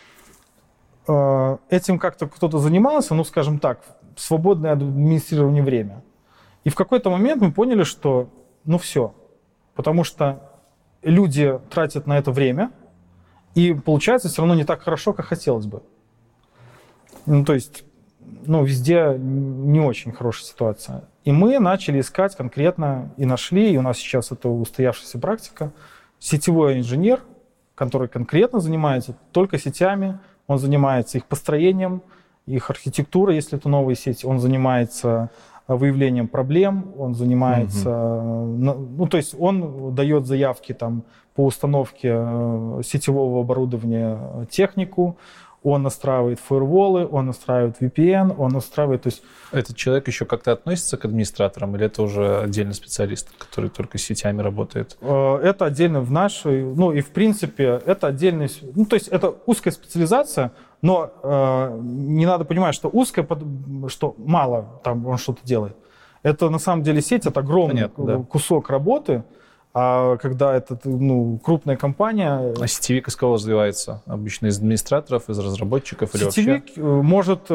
Этим как-то кто-то занимался, ну, скажем так, в свободное администрирование время. И в какой-то момент мы поняли, что, ну, все. Потому что люди тратят на это время, и получается все равно не так хорошо, как хотелось бы. Ну, то есть... Ну, везде не очень хорошая ситуация. И мы начали искать конкретно, и нашли, и у нас сейчас это устоявшаяся практика, сетевой инженер, который конкретно занимается только сетями, он занимается их построением, их архитектурой, если это новые сети, он занимается выявлением проблем, он занимается... Угу. Ну, то есть он дает заявки там, по установке сетевого оборудования, технику, он настраивает фаерволы, он настраивает ви пи эн, он настраивает... То есть... Этот человек еще как-то относится к администраторам, или это уже отдельный специалист, который только с сетями работает? Это отдельно в нашей... Ну и в принципе это отдельный... Ну то есть это узкая специализация, но э, не надо понимать, что узкая, что мало там он что-то делает. Это на самом деле сеть, это огромный Понятно, да. кусок работы. А когда это ну, крупная компания... А сетевик из кого развивается? Обычно из администраторов, из разработчиков или сетевик вообще? может,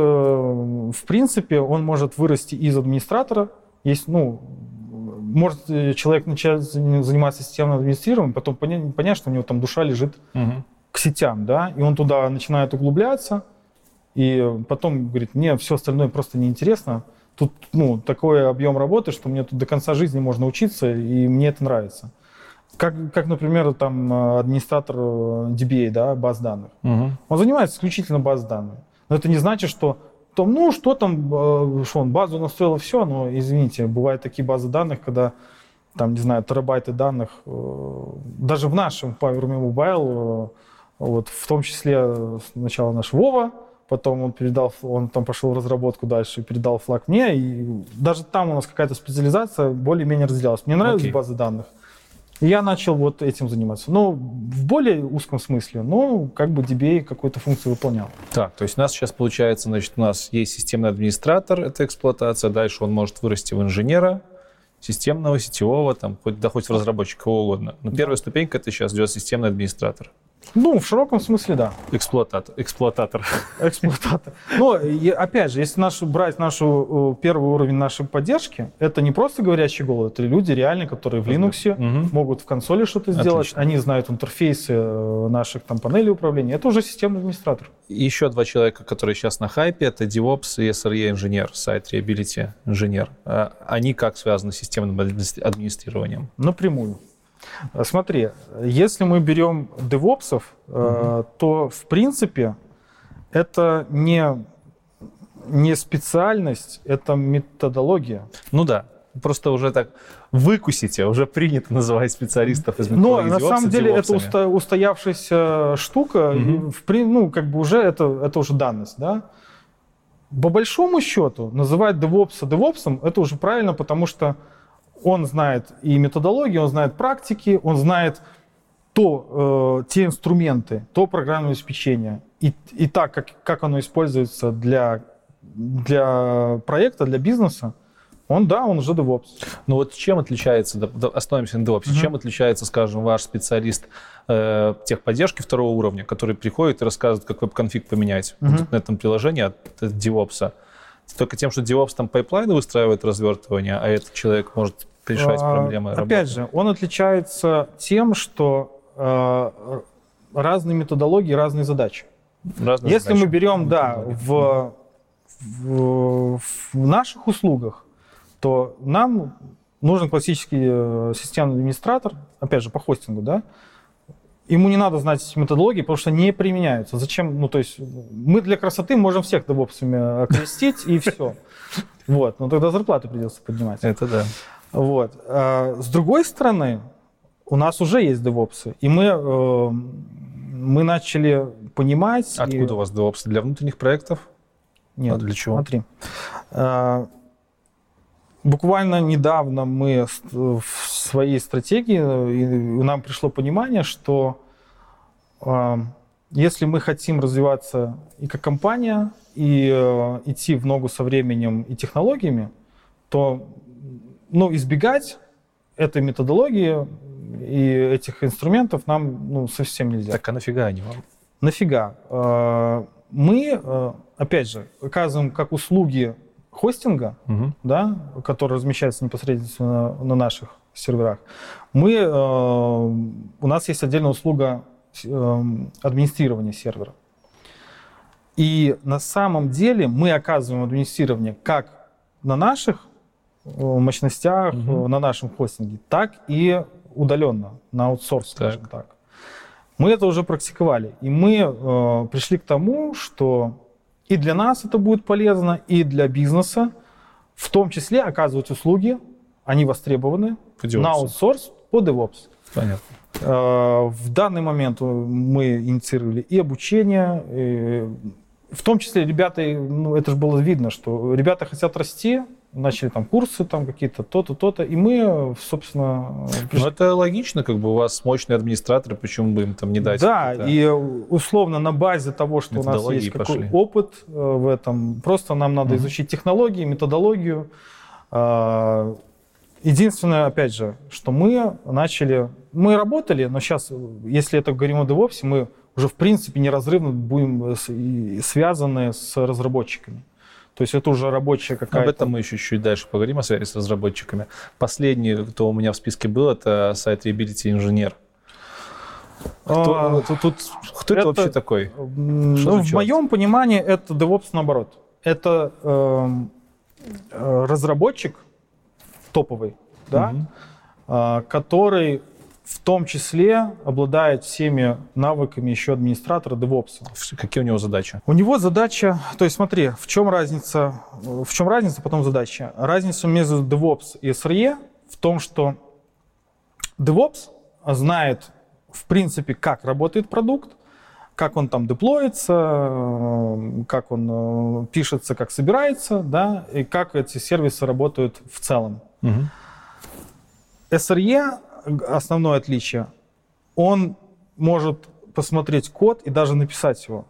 в принципе, он может вырасти из администратора. Есть, ну, может человек начать заниматься системным администрированием, потом понять, понять, что у него там душа лежит угу. к сетям, да, и он туда начинает углубляться, и потом говорит, мне все остальное просто неинтересно. Тут ну, такой объем работы, что мне тут до конца жизни можно учиться, и мне это нравится. Как, как например, там, администратор ди би эй, да, баз данных. Угу. Он занимается исключительно баз данных. Но это не значит, что там, ну, что там, что он базу настроил, все, но, извините, бывают такие базы данных, когда, там, не знаю, терабайты данных, даже в нашем PowerMe Mobile, вот, в том числе сначала наш Вова, потом он передал, он там пошел в разработку дальше, передал флаг мне, и даже там у нас какая-то специализация более-менее разделялась. Мне нравились okay. базы данных, и я начал вот этим заниматься. Но в более узком смысле, но как бы ди би эй какую-то функцию выполнял. Так, то есть у нас сейчас получается, значит, у нас есть системный администратор, это эксплуатация, дальше он может вырасти в инженера, системного, сетевого, там, хоть, да хоть в разработчика, кого угодно. Но да. первая ступенька это сейчас идет системный администратор. Ну, в широком смысле, да. Эксплуататор. Эксплуататор. Эксплуататор. Но, опять же, если нашу, брать нашу первый уровень нашей поддержки, это не просто говорящие головы, это люди реально, которые в Linux угу. могут в консоли что-то сделать. Отлично. Они знают интерфейсы наших там, панелей управления. Это уже системный администратор. И еще два человека, которые сейчас на хайпе, это DevOps и эс эр и-инженер, Site Reliability инженер. Они как связаны с системным администрированием? Напрямую. Смотри, если мы берем девопсов, mm-hmm. то, в принципе, это не, не специальность, это методология. Ну да, просто уже так выкусите, уже принято называть специалистов из методологии. Но на самом деле это уста, устоявшаяся штука, mm-hmm. и, ну, как бы уже это, это уже данность, да. По большому счету, называть девопса девопсом, это уже правильно, потому что он знает и методологии, он знает практики, он знает то, э, те инструменты, то программное обеспечение, и, и так, как, как оно используется для, для проекта, для бизнеса, он, да, он уже DevOps. Ну вот чем отличается, остановимся на DevOps, mm-hmm. чем отличается, скажем, ваш специалист э, техподдержки второго уровня, который приходит и рассказывает, как веб-конфиг поменять mm-hmm. в интернетном приложении от, от DevOps? Только тем, что DevOps там пайплайны выстраивает развертывание, а этот человек может решать а, проблемы работы. Опять работы. же, он отличается тем, что э, разные методологии, разные задачи. Разные Если задачи. мы берем, да, в, в, в наших услугах, то нам нужен классический э, системный администратор, опять же, по хостингу, да. Ему не надо знать эти методологии, потому что не применяются. Зачем? Ну, то есть мы для красоты можем всех девопсами окрестить, и все. Вот. Но тогда зарплату придется поднимать. Это да. Вот. А с другой стороны, у нас уже есть девопсы, и мы, э, мы начали понимать... Откуда и... у вас девопсы? Для внутренних проектов? Нет. А для чего? Смотри. А, буквально недавно мы в своей стратегии, и нам пришло понимание, что э, если мы хотим развиваться и как компания, и э, идти в ногу со временем и технологиями, то ну, избегать этой методологии и этих инструментов нам ну, совсем нельзя. Так а нафига они вам? Нафига? Э, мы, э, опять же, оказываем как услуги хостинга, угу. да, который размещается непосредственно на, на наших серверах, мы, э, у нас есть отдельная услуга э, администрирования сервера. И на самом деле мы оказываем администрирование как на наших мощностях, угу. на нашем хостинге, так и удаленно, на аутсорс, скажем так. так. Мы это уже практиковали. И мы э, пришли к тому, что и для нас это будет полезно, и для бизнеса, в том числе оказывать услуги, они востребованы на аутсорс по DevOps. Понятно. В данный момент мы инициировали и обучение, и в том числе ребята, ну это же было видно, что ребята хотят расти, начали там курсы там какие-то, то-то, то-то, и мы, собственно... Пришли... Ну это логично, как бы у вас мощные администраторы, почему бы им там не дать? Да, и условно на базе того, что у нас есть какой опыт в этом, просто нам надо mm-hmm. изучить технологии, методологию. Единственное, опять же, что мы начали... Мы работали, но сейчас, если это говорим о DevOps, мы уже в принципе неразрывно будем связаны с разработчиками. То есть это уже рабочая какая-то... Об этом мы еще чуть дальше поговорим, о связи с разработчиками. Последний, кто у меня в списке был, это сайт Reliability Engineer. Кто, а, тут, тут, кто это, это вообще такой? Ну, в моем понимании это DevOps наоборот. Это э, разработчик топовый, да, угу. э, который в том числе обладает всеми навыками еще администратора DevOps. Какие у него задачи? У него задача, то есть смотри, в чем разница, в чем разница, потом задача. Разница между DevOps и эс эр и в том, что DevOps знает, в принципе, как работает продукт, как он там деплоится, как он пишется, как собирается, да, и как эти сервисы работают в целом. Угу. эс эр и, основное отличие, он может посмотреть код и даже написать его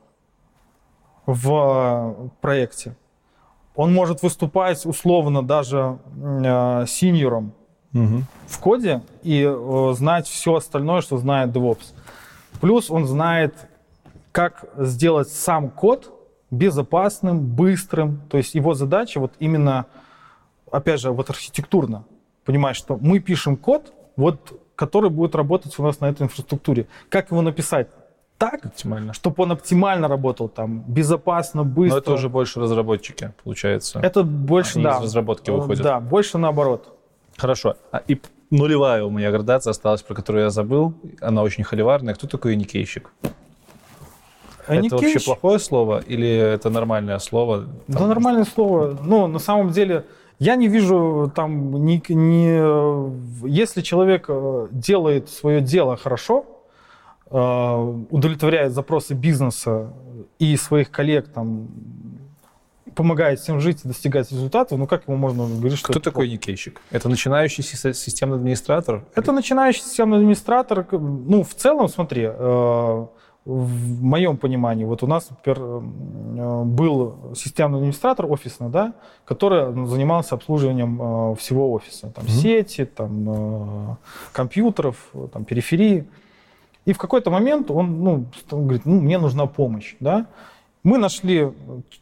в проекте. Он может выступать условно даже э, синьором угу. в коде и э, знать все остальное, что знает DevOps. Плюс он знает, как сделать сам код безопасным, быстрым. То есть его задача вот именно, опять же, вот архитектурно. Понимаешь, что мы пишем код, вот, который будет работать у нас на этой инфраструктуре. Как его написать так, оптимально, чтобы он оптимально работал там, безопасно, быстро. Но это уже больше разработчики, получается. Это больше, Они да. из разработки выходят. Да, больше наоборот. Хорошо. А и нулевая у меня градация осталась, про которую я забыл. Она очень холиварная. Кто такой аникейщик? Это вообще плохое слово или это нормальное слово? Да, нормальное слово. Ну, на самом деле, я не вижу там ни, ни... Если человек делает свое дело хорошо, удовлетворяет запросы бизнеса и своих коллег, там, помогает всем жить и достигать результатов, ну как ему можно говорить, что... Кто такой аникейщик? Это начинающий системный администратор? Это начинающий системный администратор. Ну, в целом, смотри, в моем понимании, вот у нас, например, был системный администратор офисный, да, который занимался обслуживанием всего офиса. Там, mm-hmm. сети, там, компьютеров, там, периферии. И в какой-то момент он, ну, он говорит, ну, мне нужна помощь. Да? Мы нашли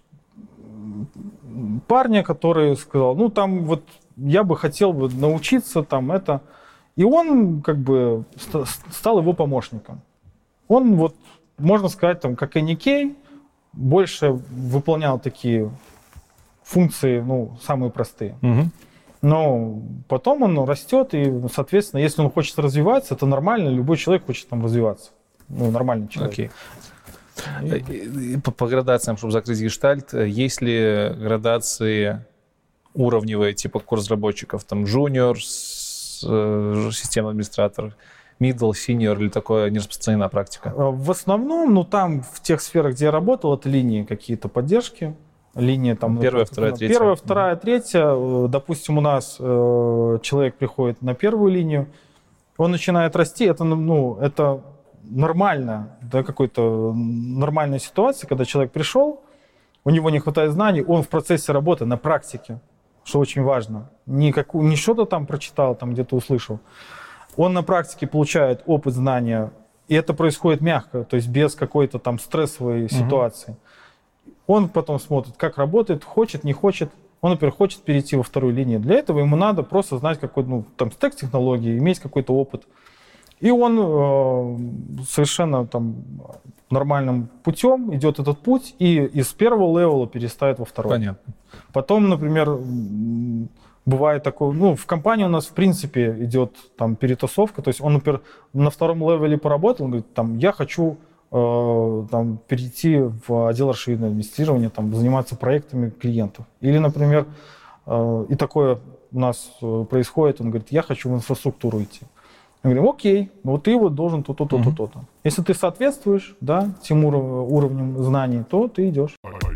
парня, который сказал, ну, там вот я бы хотел бы научиться там это. И он как бы стал его помощником. Он вот, можно сказать, там, как Аникей, больше выполнял такие функции, ну, самые простые. Угу. Но потом он растет, и, соответственно, если он хочет развиваться, это нормально, любой человек хочет там развиваться. Ну, нормальный человек. Окей. И... По, по градациям, чтобы закрыть гештальт, есть ли градации уровневые, типа курс разработчиков, там, junior, системный администратор, middle, senior, или такое не распространена практика? В основном, ну, там, в тех сферах, где я работал, это линии какие-то поддержки. Линия там... Первая, вторая, третья. Первая, вторая, третья. Допустим, у нас э, человек приходит на первую линию, он начинает расти, это, ну, это нормально, да, какой-то нормальная ситуация, когда человек пришел, у него не хватает знаний, он в процессе работы, на практике, что очень важно. Не, как, не что-то там прочитал, там где-то услышал. Он на практике получает опыт, знания, и это происходит мягко, то есть без какой-то там стрессовой угу. ситуации. Он потом смотрит, как работает, хочет, не хочет. Он, например, хочет перейти во вторую линию. Для этого ему надо просто знать какой-то, ну, там, стек технологий, иметь какой-то опыт. И он э, совершенно там нормальным путем идет этот путь и из первого левела перестает во второй. Понятно. Потом, например, бывает такое, ну, в компании у нас, в принципе, идет там перетасовка. То есть он, например, на втором левеле поработал, он говорит, там, я хочу... Там, перейти в отдел расширенного администрирования, там, заниматься проектами клиентов. Или, например, и такое у нас происходит, он говорит, я хочу в инфраструктуру идти. Мы говорим, окей, вот ты вот должен то-то, то-то, то-то. Если ты соответствуешь, да, тем уровнем знаний, то ты идешь.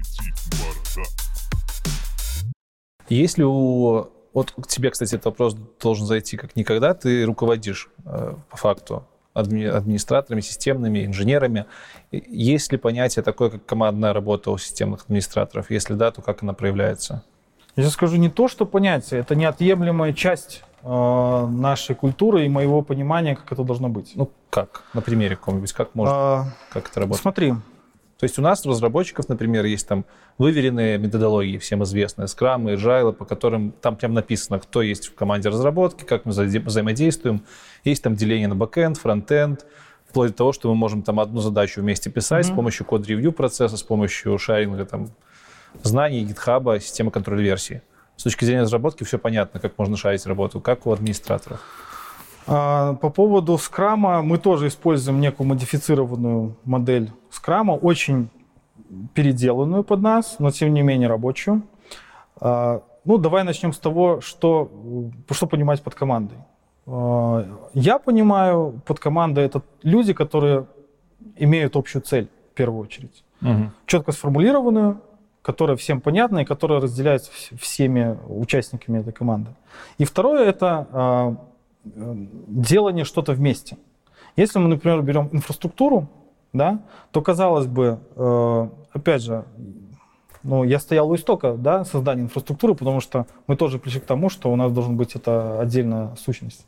Если у... Вот к тебе, кстати, этот вопрос должен зайти как никогда, ты руководишь по факту администраторами, системными, инженерами. Есть ли понятие такое, как командная работа у системных администраторов? Если да, то как она проявляется? Я скажу не то, что понятие, это неотъемлемая часть э, нашей культуры и моего понимания, как это должно быть. Ну как? На примере каком-нибудь, как можно, а, как это работает? Смотри. То есть у нас у разработчиков, например, есть там выверенные методологии, всем известные, Scrum и Agile, по которым там прям написано, кто есть в команде разработки, как мы вза- взаимодействуем. Есть там деление на бэкэнд, фронтенд, вплоть до того, что мы можем там одну задачу вместе писать mm-hmm. с помощью код-ревью процесса, с помощью шаринга там, знаний, гитхаба, системы контроля версий. С точки зрения разработки все понятно, как можно шарить работу, как у администраторов. По поводу скрама, мы тоже используем некую модифицированную модель скрама, очень переделанную под нас, но тем не менее рабочую. Ну, давай начнем с того, что, что понимать под командой. Я понимаю, под командой это люди, которые имеют общую цель, в первую очередь. Угу. Четко сформулированную, которая всем понятна и которая разделяется всеми участниками этой команды. И второе – это делание что-то вместе. Если мы, например, берем инфраструктуру, да, то, казалось бы, э, опять же, ну, я стоял у истока, да, создания инфраструктуры, потому что мы тоже пришли к тому, что у нас должен быть это отдельная сущность.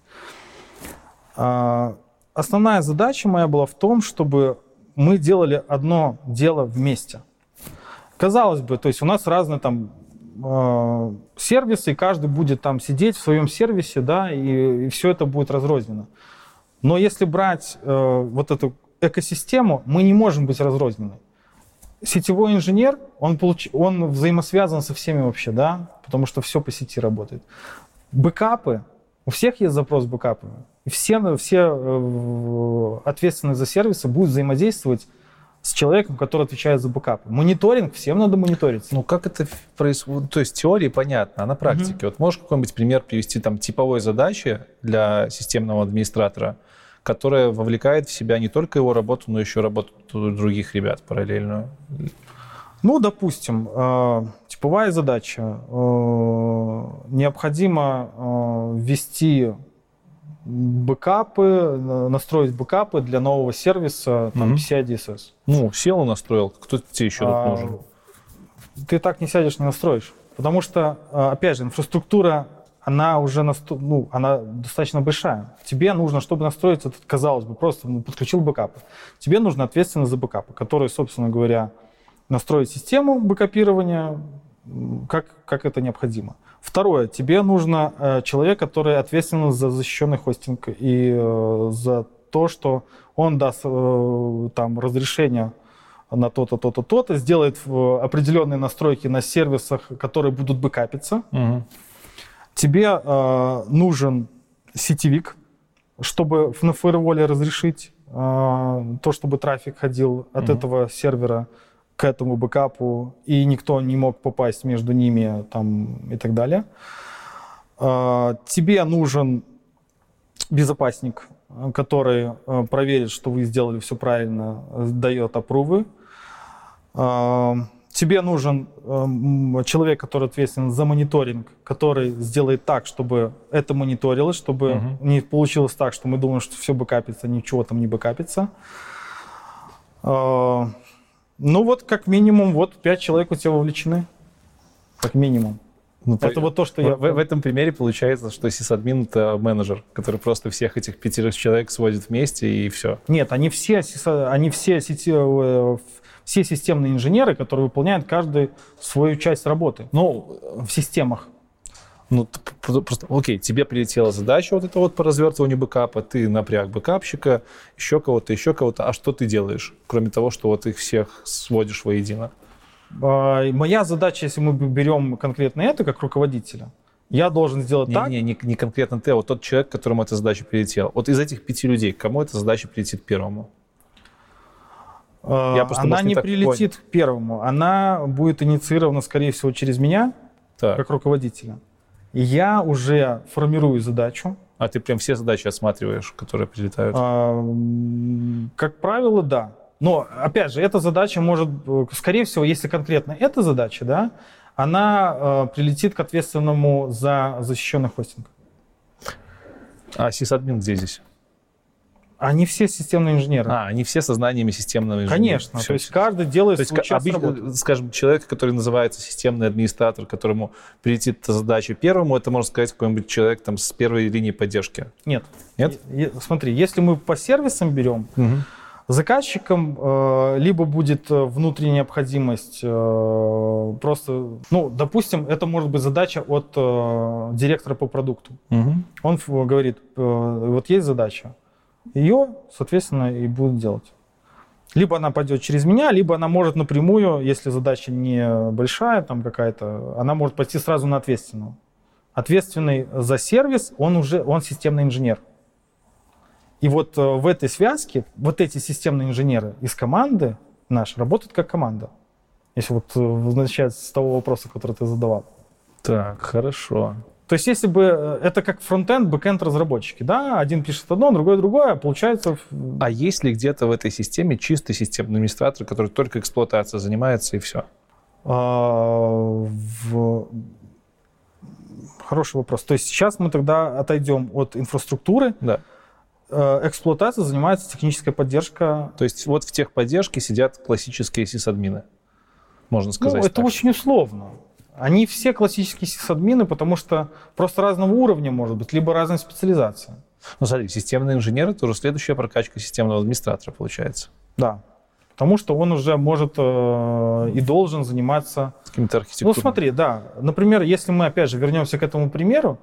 А, основная задача моя была в том, чтобы мы делали одно дело вместе. Казалось бы, то есть у нас разные там сервисы, и каждый будет там сидеть в своем сервисе, да, и, и все это будет разрознено. Но если брать э, вот эту экосистему, мы не можем быть разрознены. Сетевой инженер, он, получ... он взаимосвязан со всеми вообще, да, потому что все по сети работает. Бэкапы У всех есть запрос бэкапа. И все, все ответственные за сервисы будут взаимодействовать с человеком, который отвечает за бэкапы. Мониторинг, всем надо мониторить. Ну, как это происходит? То есть теория понятна, а на практике? Mm-hmm. Вот можешь какой-нибудь пример привести там типовой задачи для системного администратора, которая вовлекает в себя не только его работу, но еще работу других ребят параллельную? Ну, допустим, э, типовая задача. Э, необходимо э, ввести бэкапы, настроить бэкапы для нового сервиса, там, mm-hmm. пи си ай ди эс эс. Ну, сел и настроил. Кто тебе еще а, тут нужен? Ты так не сядешь, не настроишь. Потому что, опять же, инфраструктура, она уже насто... ну, она достаточно большая. Тебе нужно, чтобы настроить этот, казалось бы, просто ну, подключил бэкапы. Тебе нужно ответственность за бэкапы, которые, собственно говоря, настроить систему бэкапирования, как, как это необходимо. Второе, тебе нужно э, человек, который ответственен за защищенный хостинг и э, за то, что он даст э, там разрешение на то-то, то-то, то-то, сделает э, определенные настройки на сервисах, которые будут бэкапиться. Угу. Тебе э, нужен сетевик, чтобы на фаерволе разрешить э, то, чтобы трафик ходил от угу. этого сервера к этому бэкапу, и никто не мог попасть между ними там, и так далее. Тебе нужен безопасник, который проверит, что вы сделали все правильно, дает апрувы. Тебе нужен человек, который ответственен за мониторинг, который сделает так, чтобы это мониторилось, чтобы uh-huh. не получилось так, что мы думаем, что все бэкапится, ничего там не бэкапится. Ну вот, как минимум, вот пять человек у тебя вовлечены. Как минимум. Ну, это по... вот то, что в, я... В, в этом примере получается, что сисадмин — это менеджер, который просто всех этих пятерых человек сводит вместе и все. Нет, они все, они все, сети... все системные инженеры, которые выполняют каждый свою часть работы. Ну, в системах. Ну, просто, окей, тебе прилетела задача вот это вот по развертыванию бэкапа, ты напряг бэкапщика, еще кого-то, еще кого-то. А что ты делаешь, кроме того, что вот их всех сводишь воедино? А, моя задача, если мы берем конкретно это как руководителя, я должен сделать не, так... Не, не, не конкретно ты, а вот тот человек, которому эта задача прилетела. Вот из этих пяти людей, кому эта задача прилетит первому? А, я просто, она может, не, не прилетит понял. Первому. Она будет инициирована, скорее всего, через меня, так. как руководителя. Я уже формирую задачу. А ты прям все задачи осматриваешь, которые прилетают? А, как правило, да. Но, опять же, эта задача может, скорее всего, если конкретно эта задача, да, она э, прилетит к ответственному за защищенный хостинг. А сисадмин где здесь? Они все системные инженеры. А, они все со знаниями системного инженера. Конечно. Все. То есть каждый делает свой час работы. Скажем, человек, который называется системный администратор, которому прилетит эта задача первому, это, можно сказать, какой-нибудь человек там с первой линии поддержки. Нет. Нет? Е- смотри, если мы по сервисам берем, угу. заказчиком э, либо будет внутренняя необходимость э, просто, ну, допустим, это может быть задача от э, директора по продукту. Угу. Он говорит, э, вот есть задача. Ее, соответственно, и будут делать. Либо она пойдет через меня, либо она может напрямую, если задача не большая, там какая-то, она может пойти сразу на ответственного. Ответственный за сервис, он уже, он системный инженер. И вот в этой связке, вот эти системные инженеры из команды нашей работают как команда. Если вот начать с того вопроса, который ты задавал. Так, хорошо. То есть если бы это как фронтенд, бэкенд разработчики, да, один пишет одно, другой другое, получается... А есть ли где-то в этой системе чистый системный администратор, который только эксплуатацией занимается и все? А, в... Хороший вопрос. То есть сейчас мы тогда отойдем от инфраструктуры. Да. Эксплуатацией занимается техническая поддержка. То есть вот в техподдержке сидят классические сисадмины, можно сказать. Ну, это так. Очень условно. Они все классические сисадмины, потому что просто разного уровня может быть, либо разная специализация. Ну, смотри, системный инженер — это уже следующая прокачка системного администратора, получается. Да, потому что он уже может э, и должен заниматься... Какими-то архитектурами. Ну, смотри, да. Например, если мы, опять же, вернемся к этому примеру,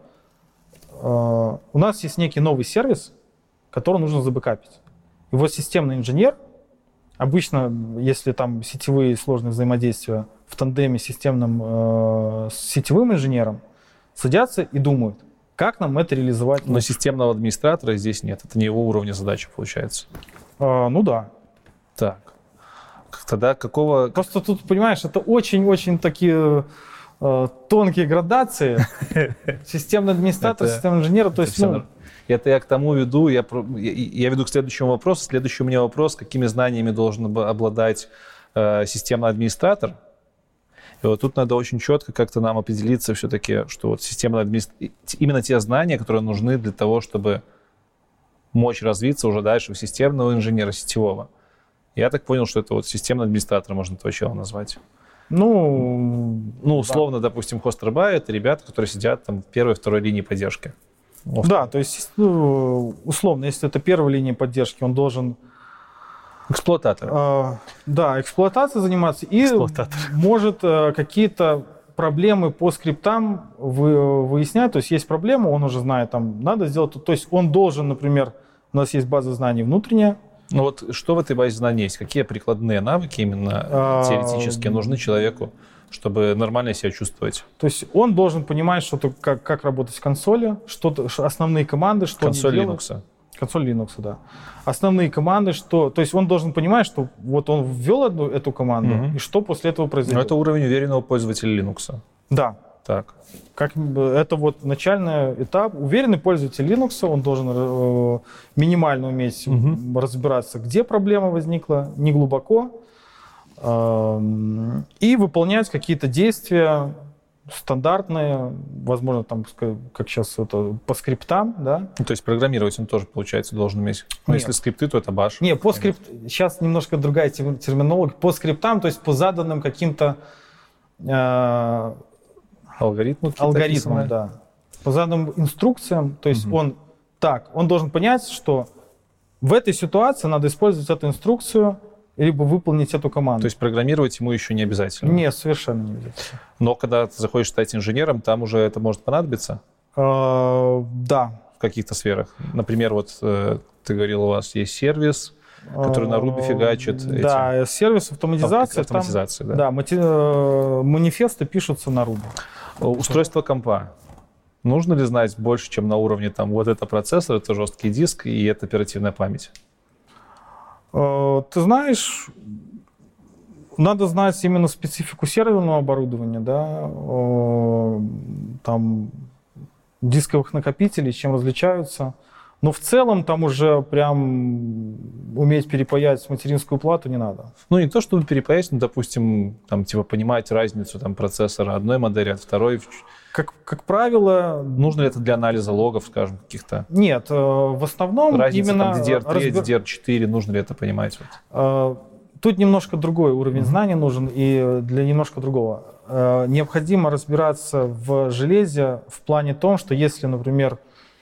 э, у нас есть некий новый сервис, который нужно забэкапить. И вот системный инженер, обычно, если там сетевые сложные взаимодействия в тандеме системном э, с сетевым инженером, садятся и думают, как нам это реализовать. Но системного администратора здесь нет, это не его уровня задачи получается. А, ну да. Так. Тогда какого... Просто тут, понимаешь, это очень-очень такие э, тонкие градации. Системный администратор, системный инженер, то есть... Ну... Это я к тому веду, я, я, я веду к следующему вопросу. Следующий у меня вопрос, какими знаниями должен обладать э, системный администратор. И вот тут надо очень четко как-то нам определиться все-таки, что вот системный администратор... Именно те знания, которые нужны для того, чтобы мочь развиться уже дальше в системного инженера сетевого. Я так понял, что это вот системный администратор, можно этого чела назвать. Ну, ну условно, да. допустим, хостер-бай — это ребята, которые сидят там в первой, второй линии поддержки. Оф. Да, то есть, ну, условно, если это первая линия поддержки, он должен... Эксплуататор. Э, да, эксплуатацией заниматься. И может э, какие-то проблемы по скриптам вы, выяснять. То есть есть проблема, он уже знает, там, надо сделать... То есть он должен, например, у нас есть база знаний внутренняя. Ну вот что в этой базе знаний есть? Какие прикладные навыки именно а, теоретически нужны человеку, чтобы нормально себя чувствовать? То есть он должен понимать, что как, как работать в консоли, что основные команды, что консоль Linux. Консоль Linux, да. Основные команды, что... То есть он должен понимать, что вот он ввел одну, эту команду, угу. и что после этого произойдет. Но это уровень уверенного пользователя Linux. Да. Так. Как, это вот начальный этап. Уверенный пользователь Linux, он должен э, минимально уметь угу. разбираться, где проблема возникла, не глубоко, э, и выполнять какие-то действия стандартные, возможно, там, как сейчас это, по скриптам, да. Ну, то есть программировать он тоже, получается, должен уметь. Но если скрипты, то это баш. Не, по скрипт... Сейчас немножко другая терминология. По скриптам, то есть по заданным каким-то... Э, Алгоритмы Алгоритмам, да. По заданным инструкциям, то есть угу. он так, он должен понять, что в этой ситуации надо использовать эту инструкцию, либо выполнить эту команду. То есть программировать ему еще не обязательно? Нет, совершенно не обязательно. Но когда ты захочешь стать инженером, там уже это может понадобиться? А, да. В каких-то сферах? Например, вот ты говорил, у вас есть сервис, который на Ruby фигачит. Да, эти... сервис автоматизации. Автоматизация, там, да. Да, мати... манифесты пишутся на Ruby. Устройство компа. Нужно ли знать больше, чем на уровне там вот это процессор, это жесткий диск и это оперативная память? Ты знаешь, надо знать именно специфику серверного оборудования, да, там дисковых накопителей, чем различаются. Но в целом там уже прям уметь перепаять материнскую плату не надо. Ну, не то, чтобы перепаять, но, допустим, там, типа, понимать разницу там, процессора одной модели от второй. Как, как правило... Нужно ли это для анализа логов, скажем, каких-то? Нет, в основном разница, именно... Разница ди ди ар три, разбер... ди ди ар четыре, нужно ли это понимать? Тут немножко другой уровень mm-hmm. знаний нужен и для немножко другого. Необходимо разбираться в железе в плане том, что если, например,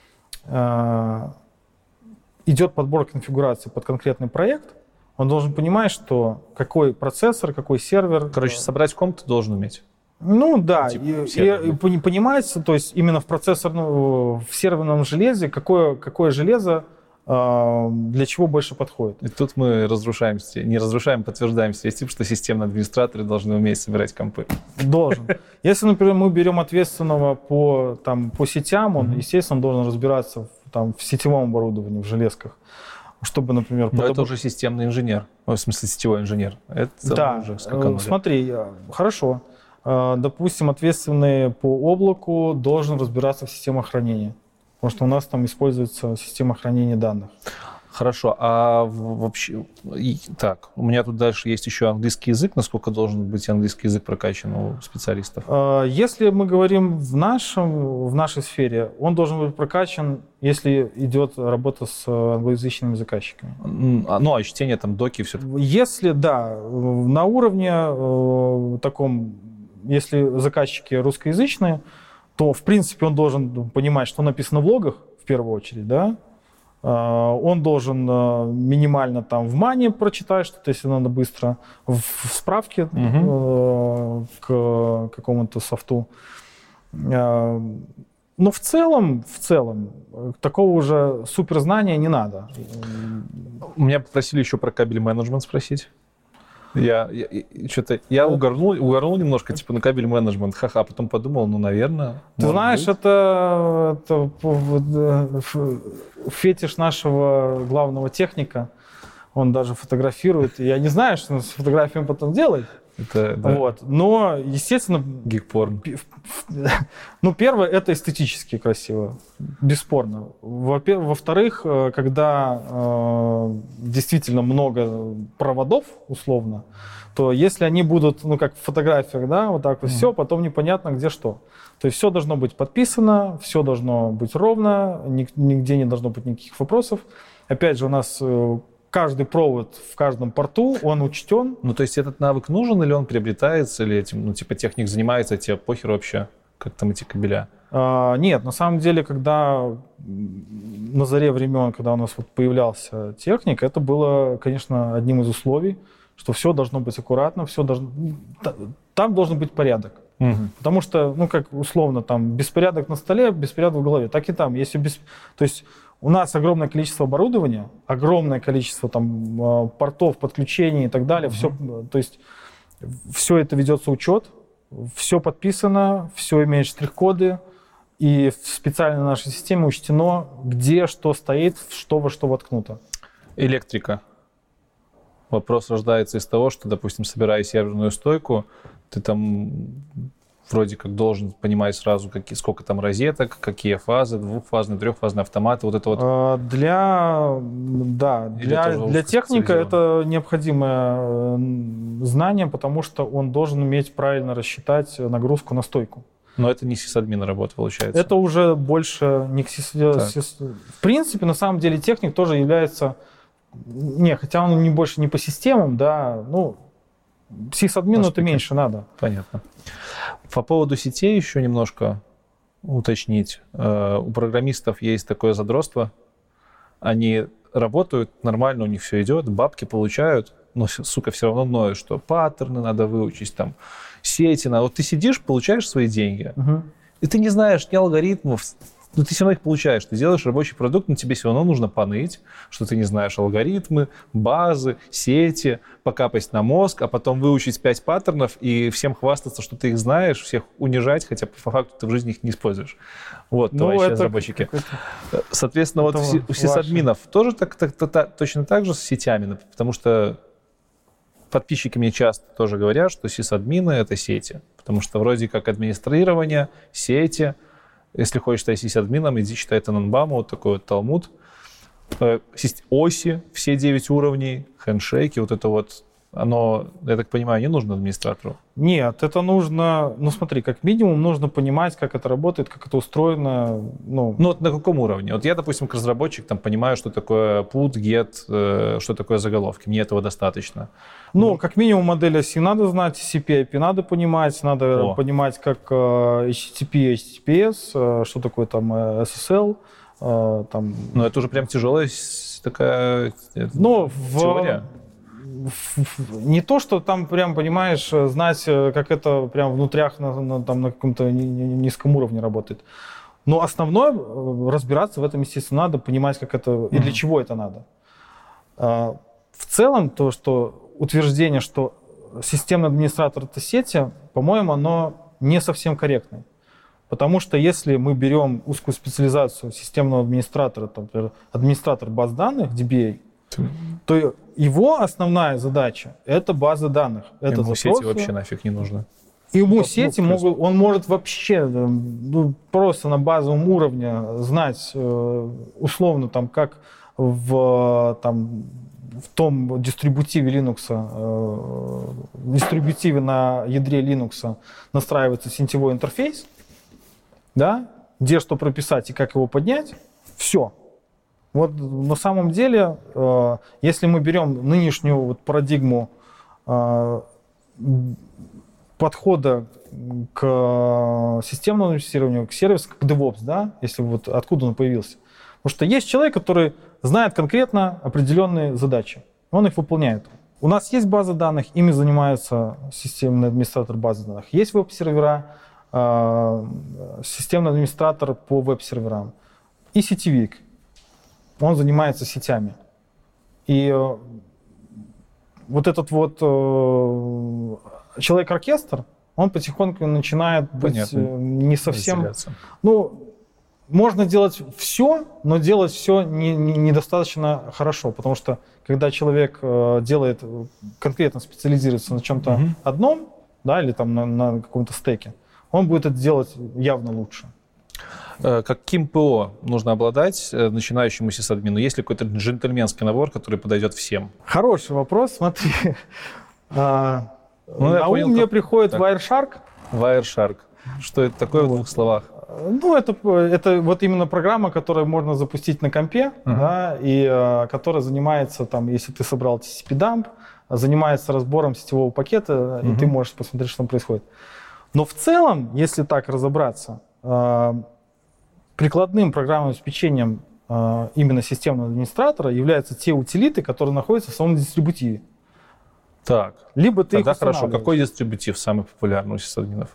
идет подбор конфигурации под конкретный проект, он должен понимать, что какой процессор, какой сервер. Короче, собрать комп ты должен уметь. Ну да, типа и, сервер, и, и понимать, то есть именно в процессорном, в серверном железе, какое, какое железо для чего больше подходит. И тут мы разрушаем, не разрушаем, подтверждаем стереотип, что системные администраторы должны уметь собирать компы. Должен. Если, например, мы берем ответственного по, там, по сетям, он, mm-hmm. естественно, должен разбираться в, там, в сетевом оборудовании, в железках, чтобы, например... Но подоб... это уже системный инженер, в смысле сетевой инженер. Это да, уже скаканули. Смотри, хорошо. Допустим, ответственный по облаку должен разбираться в системах хранения. Потому что у нас там используется система хранения данных. Хорошо, а вообще... Так, у меня тут дальше есть еще английский язык. Насколько должен быть английский язык прокачан у специалистов? Если мы говорим в, нашем, в нашей сфере, он должен быть прокачан, если идет работа с англоязычными заказчиками. Ну, а чтение там доки все. Если, да, на уровне таком, если заказчики русскоязычные, то, в принципе, он должен понимать, что написано в логах, в первую очередь, да. Он должен минимально там в мане прочитать что-то, если надо быстро, в справке угу. к какому-то софту. Но в целом, в целом, такого уже суперзнания не надо. Меня попросили еще про кабель менеджмент спросить. Я, я, я что-то я угорнул, угорнул немножко, типа, на кабель менеджмент, ха-ха, потом подумал, ну, наверное. Ты знаешь, это, это фетиш нашего главного техника. Он даже фотографирует. Я не знаю, что он с фотографиями потом делает. Это, да. Вот. Но, естественно... Гик-порн. Ну, первое, это эстетически красиво, бесспорно. Во-вторых, когда э, действительно много проводов, условно, то если они будут, ну, как в фотографиях, да, вот так вот mm-hmm. все, потом непонятно, где что. То есть все должно быть подписано, все должно быть ровно, нигде не должно быть никаких вопросов. Опять же, у нас... Каждый провод в каждом порту, он учтен. Ну, то есть этот навык нужен, или он приобретается, или этим, ну, типа, техник занимается, тебе похер вообще, как там эти кабеля? А, нет, на самом деле, когда на заре времен, когда у нас вот появлялся техник, это было, конечно, одним из условий, что все должно быть аккуратно, все должно... Там должен быть порядок. Угу. Потому что, ну, как условно, там, беспорядок на столе, беспорядок в голове. Так и там, если без... То есть у нас огромное количество оборудования, огромное количество там портов, подключений и так далее. Uh-huh. Все, то есть все это ведется учет, все подписано, все имеет штрих-коды, и в специальной нашей системе учтено, где что стоит, что во что воткнуто. Электрика. Вопрос рождается из того, что, допустим, собирая серверную стойку, ты там... вроде как должен понимать сразу, какие, сколько там розеток, какие фазы, двухфазные, трехфазные автоматы, вот это вот. Для, да, для, для техника это необходимое знание, потому что он должен уметь правильно рассчитать нагрузку на стойку. Но это не сисадмин работа, получается. Это уже больше не к сис... В принципе, на самом деле техник тоже является... Не, хотя он не больше не по системам, да, ну, сисадмину это меньше надо. Понятно. По поводу сетей еще немножко уточнить. У программистов есть такое задротство. Они работают, нормально у них все идет, бабки получают, но, сука, все равно ноют, что паттерны надо выучить, там, сети надо. Вот ты сидишь, получаешь свои деньги, угу. и ты не знаешь ни алгоритмов, но ты все равно их получаешь. Ты делаешь рабочий продукт, но тебе все равно нужно поныть, что ты не знаешь алгоритмы, базы, сети, покапать на мозг, а потом выучить пять паттернов и всем хвастаться, что ты их знаешь, всех унижать, хотя по факту ты в жизни их не используешь. Вот, ну, товарищи разработчики. Соответственно, вот у сисадминов тоже так, так, так, точно так же с сетями, потому что подписчики мне часто тоже говорят, что сисадмины — это сети, потому что вроде как администрирование, сети. Если хочешь стать сисадмином, иди читай Таненбаума, вот такой вот талмуд. Оси, все девять уровней, хендшейки, вот это вот, оно, я так понимаю, не нужно администратору? Нет, это нужно, ну смотри, как минимум нужно понимать, как это работает, как это устроено. Ну, ну вот на каком уровне? Вот я, допустим, как разработчик, там, понимаю, что такое put, get, что такое заголовки, мне этого достаточно. Ну, как минимум модель оси надо знать, си пи ай пи надо понимать, надо О. понимать, как эйч ти ти пи, эйч ти ти пи эс, что такое там эс эс эл. Там... Ну, это уже прям тяжелая такая Но теория. В... Не то, что там прям, понимаешь, знать, как это прям внутрях на, на, там, на каком-то низком уровне работает. Но основное, разбираться в этом, естественно, надо, понимать, как это mm-hmm. и для чего это надо. В целом, то, что утверждение, что системный администратор — это сети, по-моему, оно не совсем корректное. Потому что если мы берем узкую специализацию системного администратора, там, например, администратор баз данных, ди би эй, то его основная задача — это базы данных. Это ему сети вообще нафиг не нужно. Ему ну, сети, ну, могут, он может вообще ну, просто на базовом уровне знать условно, там, как в, там, в том дистрибутиве Linux, в дистрибутиве на ядре Linux настраивается сетевой интерфейс, да, где что прописать и как его поднять, все. Вот на самом деле, э, если мы берем нынешнюю вот парадигму э, подхода к системному инвестированию, к сервису, к DevOps, да, если вот откуда он появился. Потому что есть человек, который знает конкретно определенные задачи, он их выполняет. У нас есть база данных, ими занимается системный администратор базы данных. Есть веб-сервера, э, системный администратор по веб-серверам и сетевик. Он занимается сетями. И вот этот вот э, человек-оркестр, он потихоньку начинает быть Понятно. не совсем... Ну, можно делать все, но делать все не, не, недостаточно хорошо, потому что когда человек э, делает, конкретно специализируется на чем-то угу. одном, да, или там на, на каком-то стеке, он будет это делать явно лучше. Каким ПО нужно обладать начинающему сисадмину? Есть ли какой-то джентльменский набор, который подойдет всем? Хороший вопрос, смотри. Ну, на ум мне приходит Wireshark. Wireshark. Что это такое в двух словах? Ну, это, это вот именно программа, которую можно запустить на компе, uh-huh. да, и uh, которая занимается, там, если ты собрал ти си пи-дамп, занимается разбором сетевого пакета, uh-huh. и ты можешь посмотреть, что там происходит. Но в целом, если так разобраться, uh, прикладным программным обеспечением uh, именно системного администратора являются те утилиты, которые находятся в самом дистрибутиве. Так, либо ты тогда хорошо. Какой дистрибутив самый популярный у сисадминов?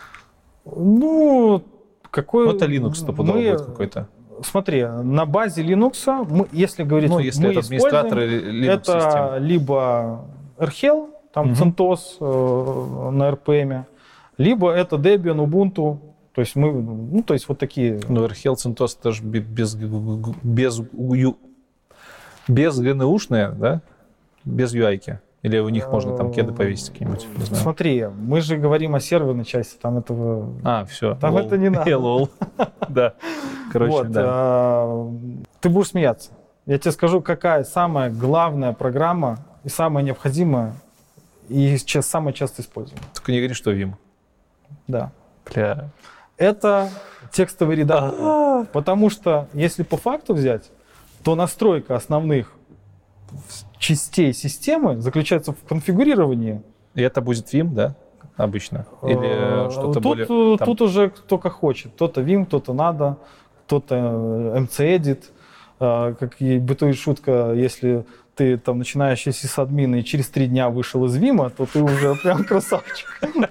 Ну, какой... Ну, это Linux стопудово мы... будет какой-то. Смотри, на базе Linux, мы, если говорить, ну, если мы это администратор Linux это системы. Либо Erhel, там угу. CentOS э, на эр пи эм, либо это Debian, Ubuntu. То есть мы, ну, то есть вот такие. Ну, Erhel, CentOS это же без, без, без ГНУшные, да? Без ю ай-ки. Или у них можно там кеды повесить какие-нибудь? Не знаю. Смотри, мы же говорим о серверной части, там этого... А, все. Там это не надо. Лол. Да. Короче, да. Ты будешь смеяться. Я тебе скажу, какая самая главная программа и самая необходимая, и сейчас самая часто используемая. Только не говори, что Vim. Да. Бля. Это текстовый редактор. Потому что, если по факту взять, то настройка основных частей системы заключается в конфигурировании. И это будет Vim, да, обычно? Или что-то тут, более... Там... Тут уже кто как хочет. Кто-то Vim, кто-то надо, кто-то эм си Edit. Как и бытует шутка, если ты там начинающий сисадмин и через три дня вышел из Vim, то ты уже прям красавчик.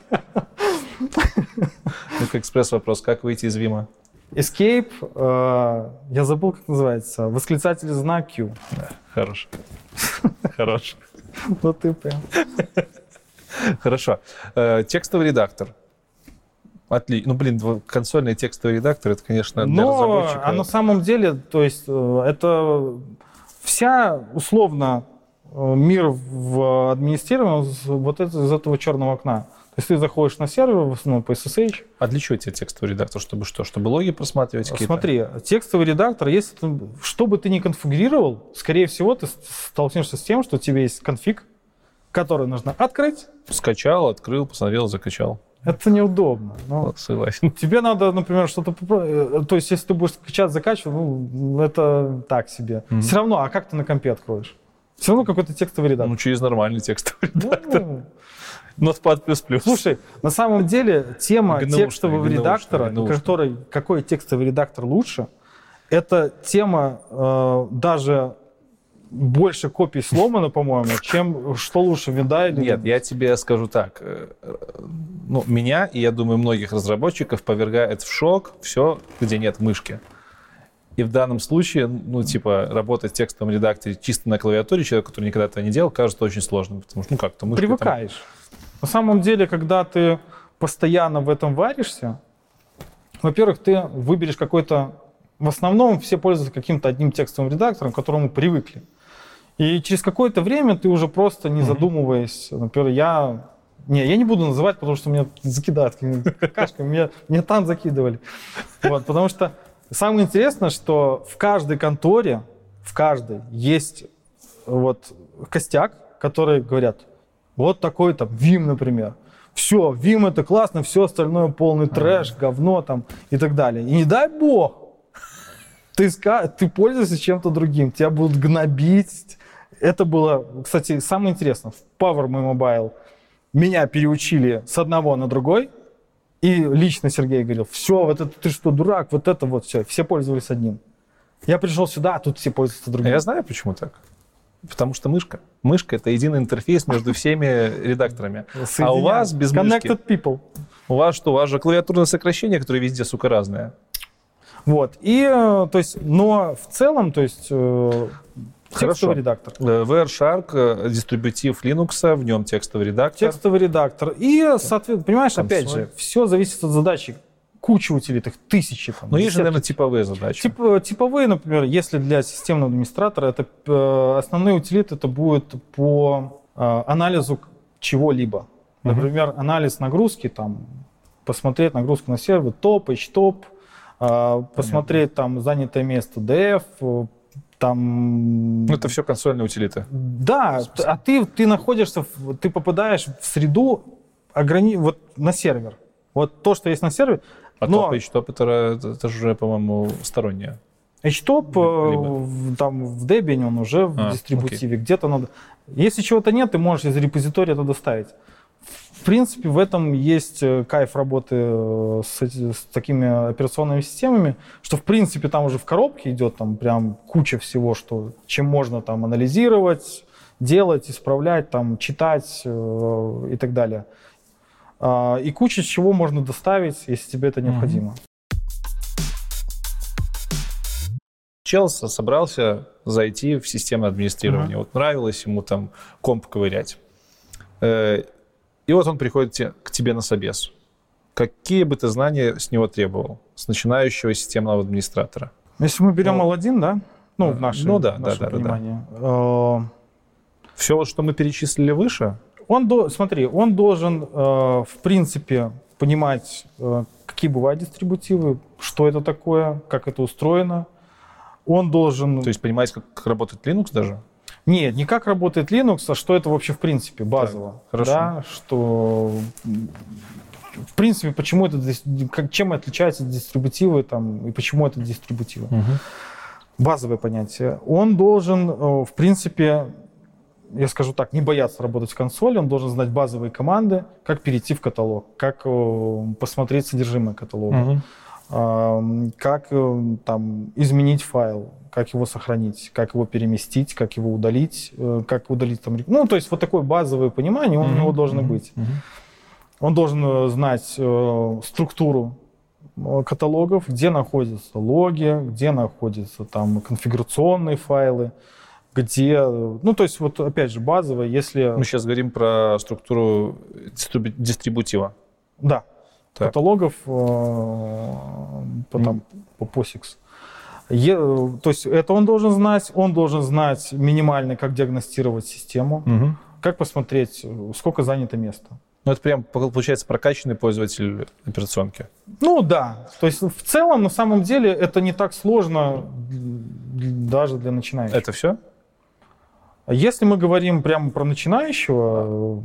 Ну-ка, экспресс-вопрос. Как выйти из Vim? Escape, э, я забыл, как называется, восклицательный знак Q. Да, хорош. Хорош. Ну ты прям. Хорошо. Текстовый редактор. Отлично. Ну, блин, консольный текстовый редактор, это, конечно, для Но, разработчика. А на самом деле, то есть, это вся, условно, мир в администрировании вот это, из этого черного окна. То есть ты заходишь на сервер, в основном по эс эс эйч. А для чего тебе текстовый редактор? Чтобы что? Чтобы логи просматривать какие-то? Смотри, текстовый редактор, если ты, что бы ты ни конфигурировал, скорее всего, ты столкнешься с тем, что у тебя есть конфиг, который нужно открыть. Скачал, открыл, посмотрел, закачал. Это неудобно. Но согласен. Тебе надо, например, что-то... То есть если ты будешь скачать, закачивать, ну, это так себе. Mm-hmm. Все равно, а как ты на компе откроешь? Все равно какой-то текстовый редактор. Ну, через нормальный текстовый редактор. Ну, Notepad плюс плюс. Слушай, на самом деле тема гнушный, текстового гнушный, редактора, гнушный. который, какой текстовый редактор лучше, это тема э, даже больше копий сломана, по-моему, чем что лучше, винда или... Нет, я тебе скажу так. Ну, меня, и я думаю, многих разработчиков повергает в шок все, где нет мышки. И в данном случае, ну, типа, работать в текстовом редакторе чисто на клавиатуре, человек, который никогда этого не делал, кажется очень сложным, потому что, ну, как-то мышка... Привыкаешь. Там... На самом деле, когда ты постоянно в этом варишься, во-первых, ты выберешь какой-то... В основном все пользуются каким-то одним текстовым редактором, к которому привыкли. И через какое-то время ты уже просто, не задумываясь, например, я... Не, я не буду называть, потому что меня закидают какашками, меня, меня там закидывали. Вот, потому что самое интересное, что в каждой конторе, в каждой есть вот костяк, которые говорят, вот такой там Vim, например. Все, Vim это классно, все остальное полный трэш, говно там и так далее. И не дай бог, ты, ты пользуешься чем-то другим, тебя будут гнобить. Это было, кстати, самое интересное. В PowerMobile меня переучили с одного на другой. И лично Сергей говорил, все, вот это ты что, дурак, вот это вот все. Все пользовались одним. Я пришел сюда, а тут все пользуются другим. А я знаю, почему так. Потому что мышка. Мышка — это единый интерфейс между всеми редакторами. А у вас без мышки... Connected people. У вас что? У вас же клавиатурное сокращение, которое везде, сука, разное. Вот. И, то есть, но в целом, то есть, Текстовый редактор. Wireshark, дистрибутив Linux, в нем текстовый редактор. Текстовый редактор. И, соответственно, понимаешь, Консоль. Опять же, все зависит от задачи. Куча утилит, их тысячи. Там, Но есть же, наверное, типовые задачи. Тип, типовые, например, если для системного администратора, это э, основные утилиты, это будет по э, анализу чего-либо. Например, uh-huh. анализ нагрузки, там, посмотреть нагрузку на сервер, топ, эйч-топ, э, посмотреть там занятое место ди эф, там... Ну, это все консольные утилиты. Да, а ты, ты находишься, в, ты попадаешь в среду ограни... вот на сервер. Вот то, что есть на сервере. А но... топ, эйч-топ, это, это же уже, по-моему, стороннее. эйч-топ, Либо... там в Debian он уже в а, дистрибутиве, окей. Где-то надо... Если чего-то нет, ты можешь из репозитория это доставить. В принципе, в этом есть кайф работы с, с такими операционными системами, что, в принципе, там уже в коробке идет там прям куча всего, что, чем можно там анализировать, делать, исправлять, там, читать э, и так далее. Э, и куча чего можно доставить, если тебе это необходимо. Челс собрался зайти в систему администрирования. Mm-hmm. Вот нравилось ему там комп ковырять. Э, И вот он приходит к тебе на собес. Какие бы ты знания с него требовал, с начинающего системного администратора? Если мы берем ну, эл один, да? Ну, в нашем, ну, да, в нашем да, понимании. Да, да. Все, что мы перечислили выше? Он до, смотри, он должен, в принципе, понимать, какие бывают дистрибутивы, что это такое, как это устроено. Он должен... То есть понимать, как работает Linux даже? Нет, не как работает Linux, а что это вообще в принципе базово. Так, хорошо. Да, что в принципе, почему это, чем отличаются дистрибутивы там, и почему это дистрибутивы. Угу. Базовое понятие. Он должен, в принципе, я скажу так, не бояться работать в консоли, он должен знать базовые команды, как перейти в каталог, как посмотреть содержимое каталога, угу. как там, изменить файл, как его сохранить, как его переместить, как его удалить, как удалить там... Ну, то есть вот такое базовое понимание у mm-hmm. него должно mm-hmm. быть. Mm-hmm. Он должен знать э, структуру каталогов, где находятся логи, где находятся там конфигурационные файлы, где... Ну, то есть вот опять же базовое, если... Мы сейчас говорим про структуру дистрибутива. Да. Так. Каталогов э, по, там, по посикс. Е, то есть это он должен знать, он должен знать минимально, как диагностировать систему, угу. как посмотреть, сколько занято места. Ну это прям, получается, прокачанный пользователь операционки. Ну да, то есть в целом, на самом деле, это не так сложно даже для начинающих. Это все? Если мы говорим прямо про начинающего...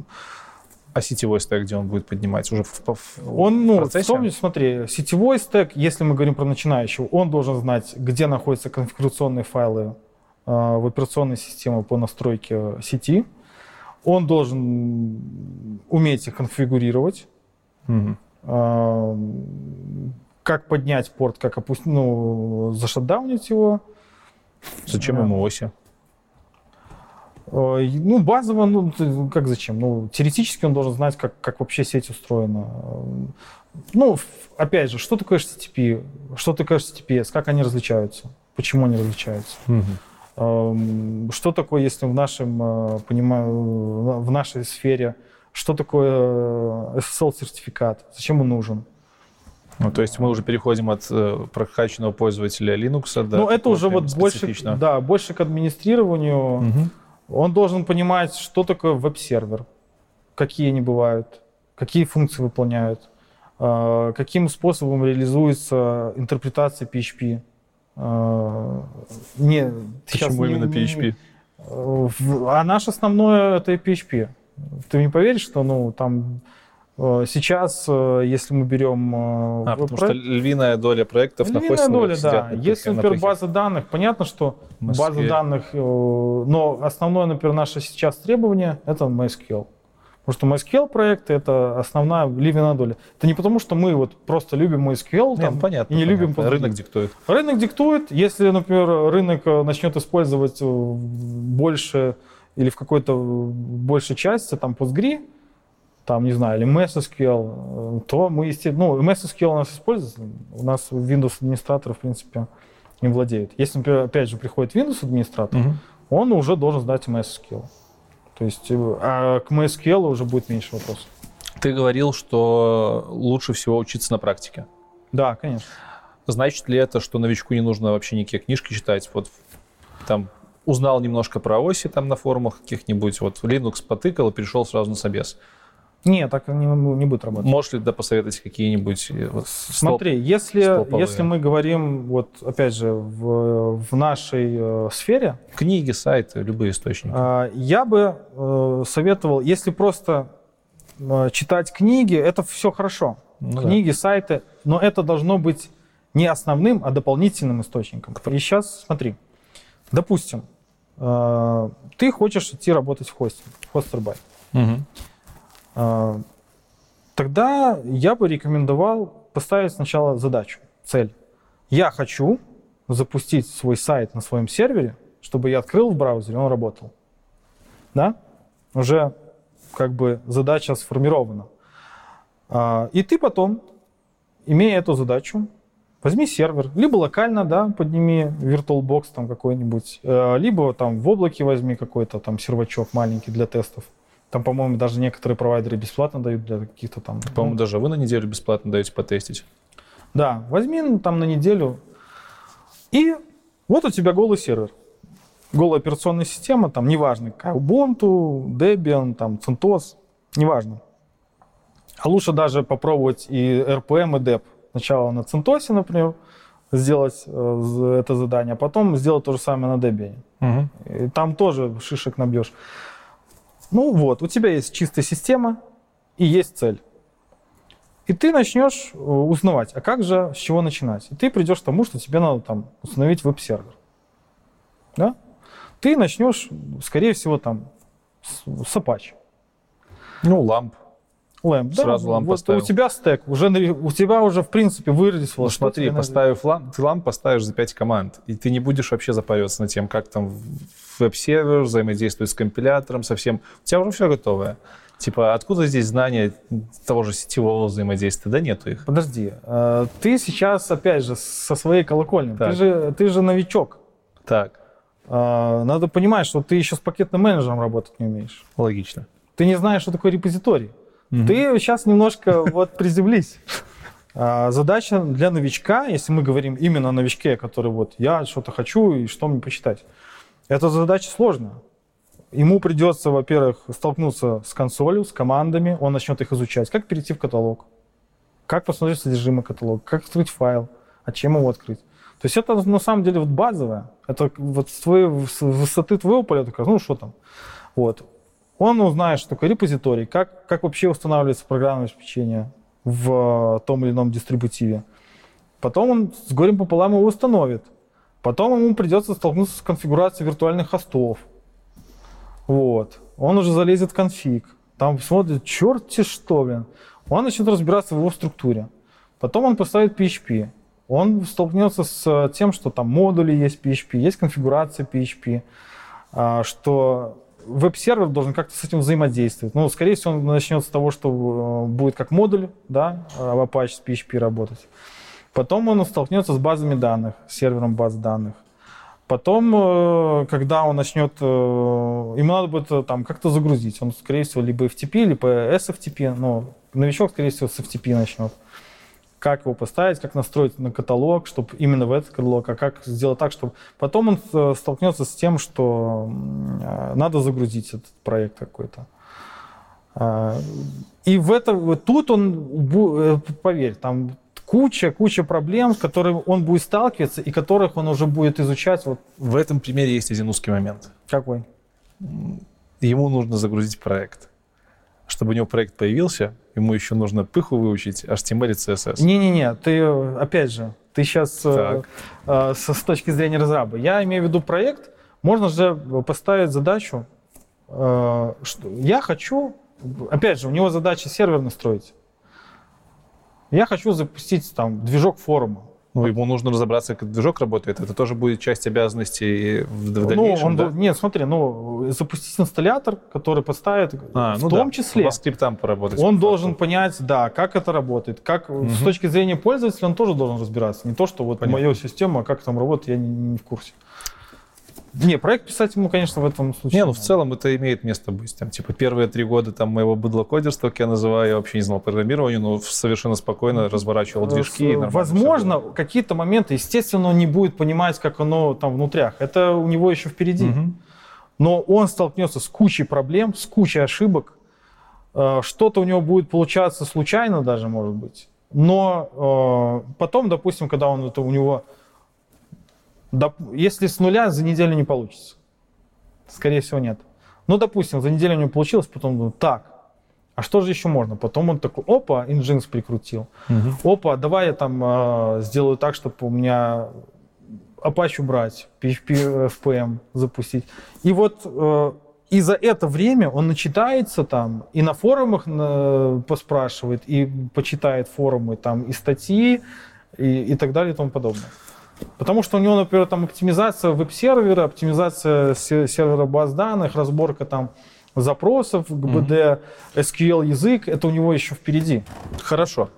А сетевой стек, где он будет поднимать? Уже в, в, он, ну, в процессе? Вспомни, смотри, сетевой стек, если мы говорим про начинающего, он должен знать, где находятся конфигурационные файлы э, в операционной системе по настройке сети. Он должен уметь их конфигурировать. Угу. Э, как поднять порт, как опустить, ну, зашатдаунить его. Зачем ему оси? Ну, базово, ну, как зачем? Ну, теоретически он должен знать, как, как вообще сеть устроена. Ну, опять же, что такое эйч ти ти пи, что такое эйч ти ти пи эс, как они различаются, почему они различаются. Угу. Что такое, если в нашем, понимаю, в нашей сфере, что такое эс эс эл-сертификат, зачем он нужен? Ну, то есть мы уже переходим от э, прокачанного пользователя Linux до... Ну, это уже вот больше, да, больше к администрированию. Угу. Он должен понимать, что такое веб-сервер, какие они бывают, какие функции выполняют, э, каким способом реализуется интерпретация пи эйч пи. Э, не, Почему не, именно пи эйч пи? Не, а наш основное это пи эйч пи. Ты не поверишь, что ну, там сейчас, если мы берем... А, потому проект, что львиная доля проектов львиная находится... доля, да. Если, например, база данных, понятно, что MySQL. База данных, но основное, например, наше сейчас требование — это MySQL. Потому что MySQL проекты — это основная львиная доля. Это не потому, что мы вот просто любим MySQL там, Нет, понятно, и не понятно. любим... Рынок диктует. Рынок диктует. Если, например, рынок начнет использовать больше или в какой-то большей части там Postgre, там, не знаю, или эм эс эс кью эл, то мы, естественно, ну, эм эс эс кью эл у нас используется, у нас Windows администратор, в принципе, им владеют. Если, например, опять же, приходит Windows-администратор, угу. он уже должен знать MySQL. То есть а к MySQL уже будет меньше вопросов. Ты говорил, что лучше всего учиться на практике. Да, конечно. Значит ли это, что новичку не нужно вообще никакие книжки читать? Вот там узнал немножко про оси там на форумах каких-нибудь, вот Linux потыкал и перешел сразу на собес. Нет, так не, не будет работать. Можешь ли да, посоветовать какие-нибудь вот, Смотри, столб, если, если мы говорим, вот опять же, в, в нашей э, сфере... Книги, сайты, любые источники. Э, я бы э, советовал, если просто э, читать книги, это все хорошо. Ну, книги, да. сайты, но это должно быть не основным, а дополнительным источником. И сейчас смотри, допустим, э, ты хочешь идти работать в хостинг, в хостер-бай. Угу. Тогда я бы рекомендовал поставить сначала задачу, цель. Я хочу запустить свой сайт на своем сервере, чтобы я открыл в браузере, он работал. Да? Уже как бы задача сформирована. И ты потом, имея эту задачу, возьми сервер, либо локально, да, подними VirtualBox там какой-нибудь, либо там в облаке возьми какой-то там сервачок маленький для тестов. Там, по-моему, даже некоторые провайдеры бесплатно дают для каких-то там... По-моему, ну, даже вы на неделю бесплатно даете потестить. Да, возьми ну, там на неделю. И вот у тебя голый сервер. Голая операционная система, там, неважно, Ubuntu, Debian, там, CentOS, неважно. А лучше даже попробовать и эр пи эм, и деп. Сначала на CentOS, например, сделать э, это задание, а потом сделать то же самое на Debian. Угу. И там тоже шишек набьешь. Ну вот, у тебя есть чистая система и есть цель. И ты начнешь узнавать, а как же, с чего начинать? И ты придешь к тому, что тебе надо там установить веб-сервер. Да? Ты начнешь, скорее всего, там с, с Apache. Ну, ламп. Ламп, да. Сразу ламп вот поставил. У тебя стек, уже, у тебя уже, в принципе, выродилось. Ну, смотри, поставив ламп, ты ламп поставишь за пять команд, и ты не будешь вообще запариваться над тем, как там веб-сервер взаимодействует с компилятором, совсем. У тебя уже все готовое. Типа, откуда здесь знания того же сетевого взаимодействия? Да нету их. Подожди, ты сейчас, опять же, со своей колокольни. Ты же, ты же новичок. Так. Надо понимать, что ты еще с пакетным менеджером работать не умеешь. Логично. Ты не знаешь, что такое репозиторий. Угу. Ты сейчас немножко вот приземлись. Задача для новичка, если мы говорим именно о новичке, который вот я что-то хочу и что мне почитать, эта задача сложная. Ему придется, во-первых, столкнуться с консолью, с командами, он начнет их изучать, как перейти в каталог, как посмотреть содержимое каталога, как открыть файл, а чем его открыть. То есть это на самом деле вот базовое, это вот с, твоей, с высоты твоего полета, ну что там, вот. Он узнает, что такое репозиторий, как, как вообще устанавливается программное обеспечение в том или ином дистрибутиве. Потом он с горем пополам его установит. Потом ему придется столкнуться с конфигурацией виртуальных хостов. Вот. Он уже залезет в конфиг. Там смотрит, черт-те что, блин. Он начнет разбираться в его структуре. Потом он поставит пи эйч пи. Он столкнется с тем, что там модули есть пи эйч пи, есть конфигурация пи эйч пи, что веб-сервер должен как-то с этим взаимодействовать. Ну, скорее всего, он начнет с того, что будет как модуль, да, в Apache с пи эйч пи работать. Потом он столкнется с базами данных, с сервером баз данных. Потом, когда он начнет, ему надо будет там как-то загрузить. Он, скорее всего, либо эф ти пи, либо эс эф ти пи. Но новичок, скорее всего, с эф ти пи начнет. Как его поставить, как настроить на каталог, чтобы именно в этот каталог, а как сделать так, чтобы... Потом он столкнется с тем, что надо загрузить этот проект какой-то. И в это, вот тут он, поверь, там куча, куча проблем, с которыми он будет сталкиваться и которых он уже будет изучать. Вот. В этом примере есть один узкий момент. Какой? Ему нужно загрузить проект. Чтобы у него проект появился, ему еще нужно пыху выучить, эйч ти эм эль и си эс эс. Не-не-не, ты, опять же, ты сейчас э, э, с, с точки зрения разраба. Я имею в виду проект, можно же поставить задачу, э, что я хочу, опять же, у него задача сервер настроить. Я хочу запустить там движок форума. Ну, ему нужно разобраться, как движок работает. Это тоже будет часть обязанностей в дальнейшем, ну, он, да? Нет, смотри, ну, запустить инсталлятор, который поставит, а, в ну том да, числе... по скриптам поработать. Он должен понять, да, как это работает. Как, угу. С точки зрения пользователя он тоже должен разбираться. Не то, что вот моя система, как там работает, я не, не в курсе. Не, проект писать ему, конечно, в этом случае. Не, ну в целом это имеет место быть. Там, типа, первые три года там, моего быдлокодерства, как я называю, я вообще не знал программирования, но совершенно спокойно разворачивал движки. И возможно, какие-то моменты, естественно, он не будет понимать, как оно там внутрях. Это у него еще впереди. Угу. Но он столкнется с кучей проблем, с кучей ошибок. Что-то у него будет получаться случайно даже, может быть. Но потом, допустим, когда он это у него... Если с нуля за неделю не получится, скорее всего, нет. Ну, допустим, за неделю у него получилось, потом думаю, так, а что же еще можно? Потом он такой, опа, Nginx прикрутил. Угу. Опа, давай я там э, сделаю так, чтобы у меня Apache убрать, пи эйч пи эф пи эм запустить. И вот э, и за это время он начитается там, и на форумах э, поспрашивает, и почитает форумы, там, и статьи, и, и так далее, и тому подобное. Потому что у него, например, там оптимизация веб-сервера, оптимизация сервера баз данных, разборка там запросов, джи би ди, mm-hmm. эс кью эль язык, это у него еще впереди. Хорошо.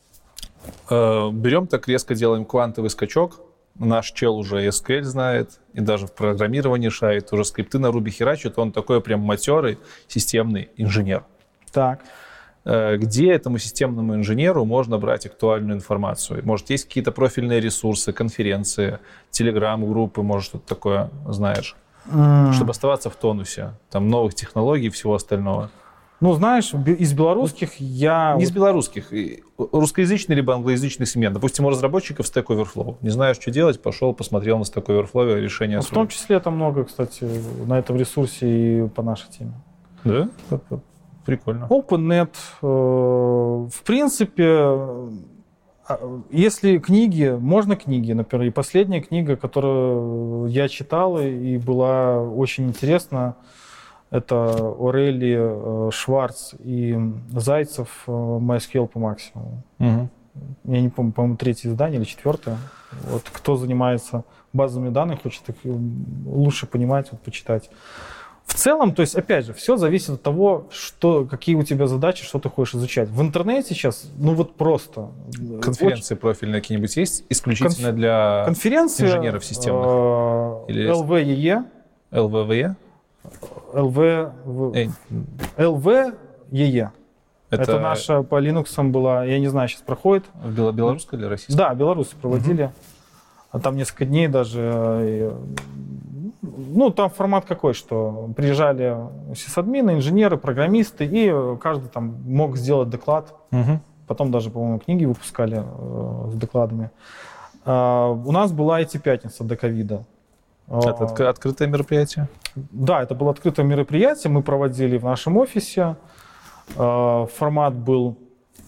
Берем так резко, делаем квантовый скачок. Наш чел уже эс кью эль знает, и даже в программировании шарит, уже скрипты на Ruby херачит, он такой прям матерый системный инженер. Так. Где этому системному инженеру можно брать актуальную информацию? Может, есть какие-то профильные ресурсы, конференции, телеграм-группы, может, что-то такое знаешь? Mm. Чтобы оставаться в тонусе, там, новых технологий и всего остального. Ну, знаешь, из белорусских я... Не из белорусских, русскоязычный либо англоязычный сегмент. Допустим, у разработчиков Stack Overflow. Не знаешь, что делать, пошел, посмотрел на Stack Overflow решение. Ну, в том числе там много, кстати, на этом ресурсе и по нашей теме. Да? Прикольно. OpenNet, в принципе, если книги, можно книги, например, и последняя книга, которую я читал и была очень интересна, это Орели, Шварц и Зайцев MySQL по максимуму. Угу. Я не помню, по-моему, третье издание или четвертое. Вот кто занимается базами данных, хочет их лучше понимать, вот, почитать. В целом, то есть, опять же, все зависит от того, что, какие у тебя задачи, что ты хочешь изучать. В интернете сейчас, ну вот просто... Конференции очень... профильные какие-нибудь есть? Исключительно Конф... для Конференции, инженеров системных? Или... эл ви и и. эл ви ви и? эл ви... эл ви и и. Это... Это наша по Linux была, я не знаю, сейчас проходит. Белорусская или российская? Да, белорусы проводили. Угу. А там несколько дней даже... Ну, там формат какой, что приезжали сисадмины, инженеры, программисты, и каждый там мог сделать доклад. Угу. Потом даже, по-моему, книги выпускали э, с докладами. Э, у нас была ай ти-пятница до ковида. Это от- открытое мероприятие? Да, это было открытое мероприятие, мы проводили в нашем офисе. Э, формат был,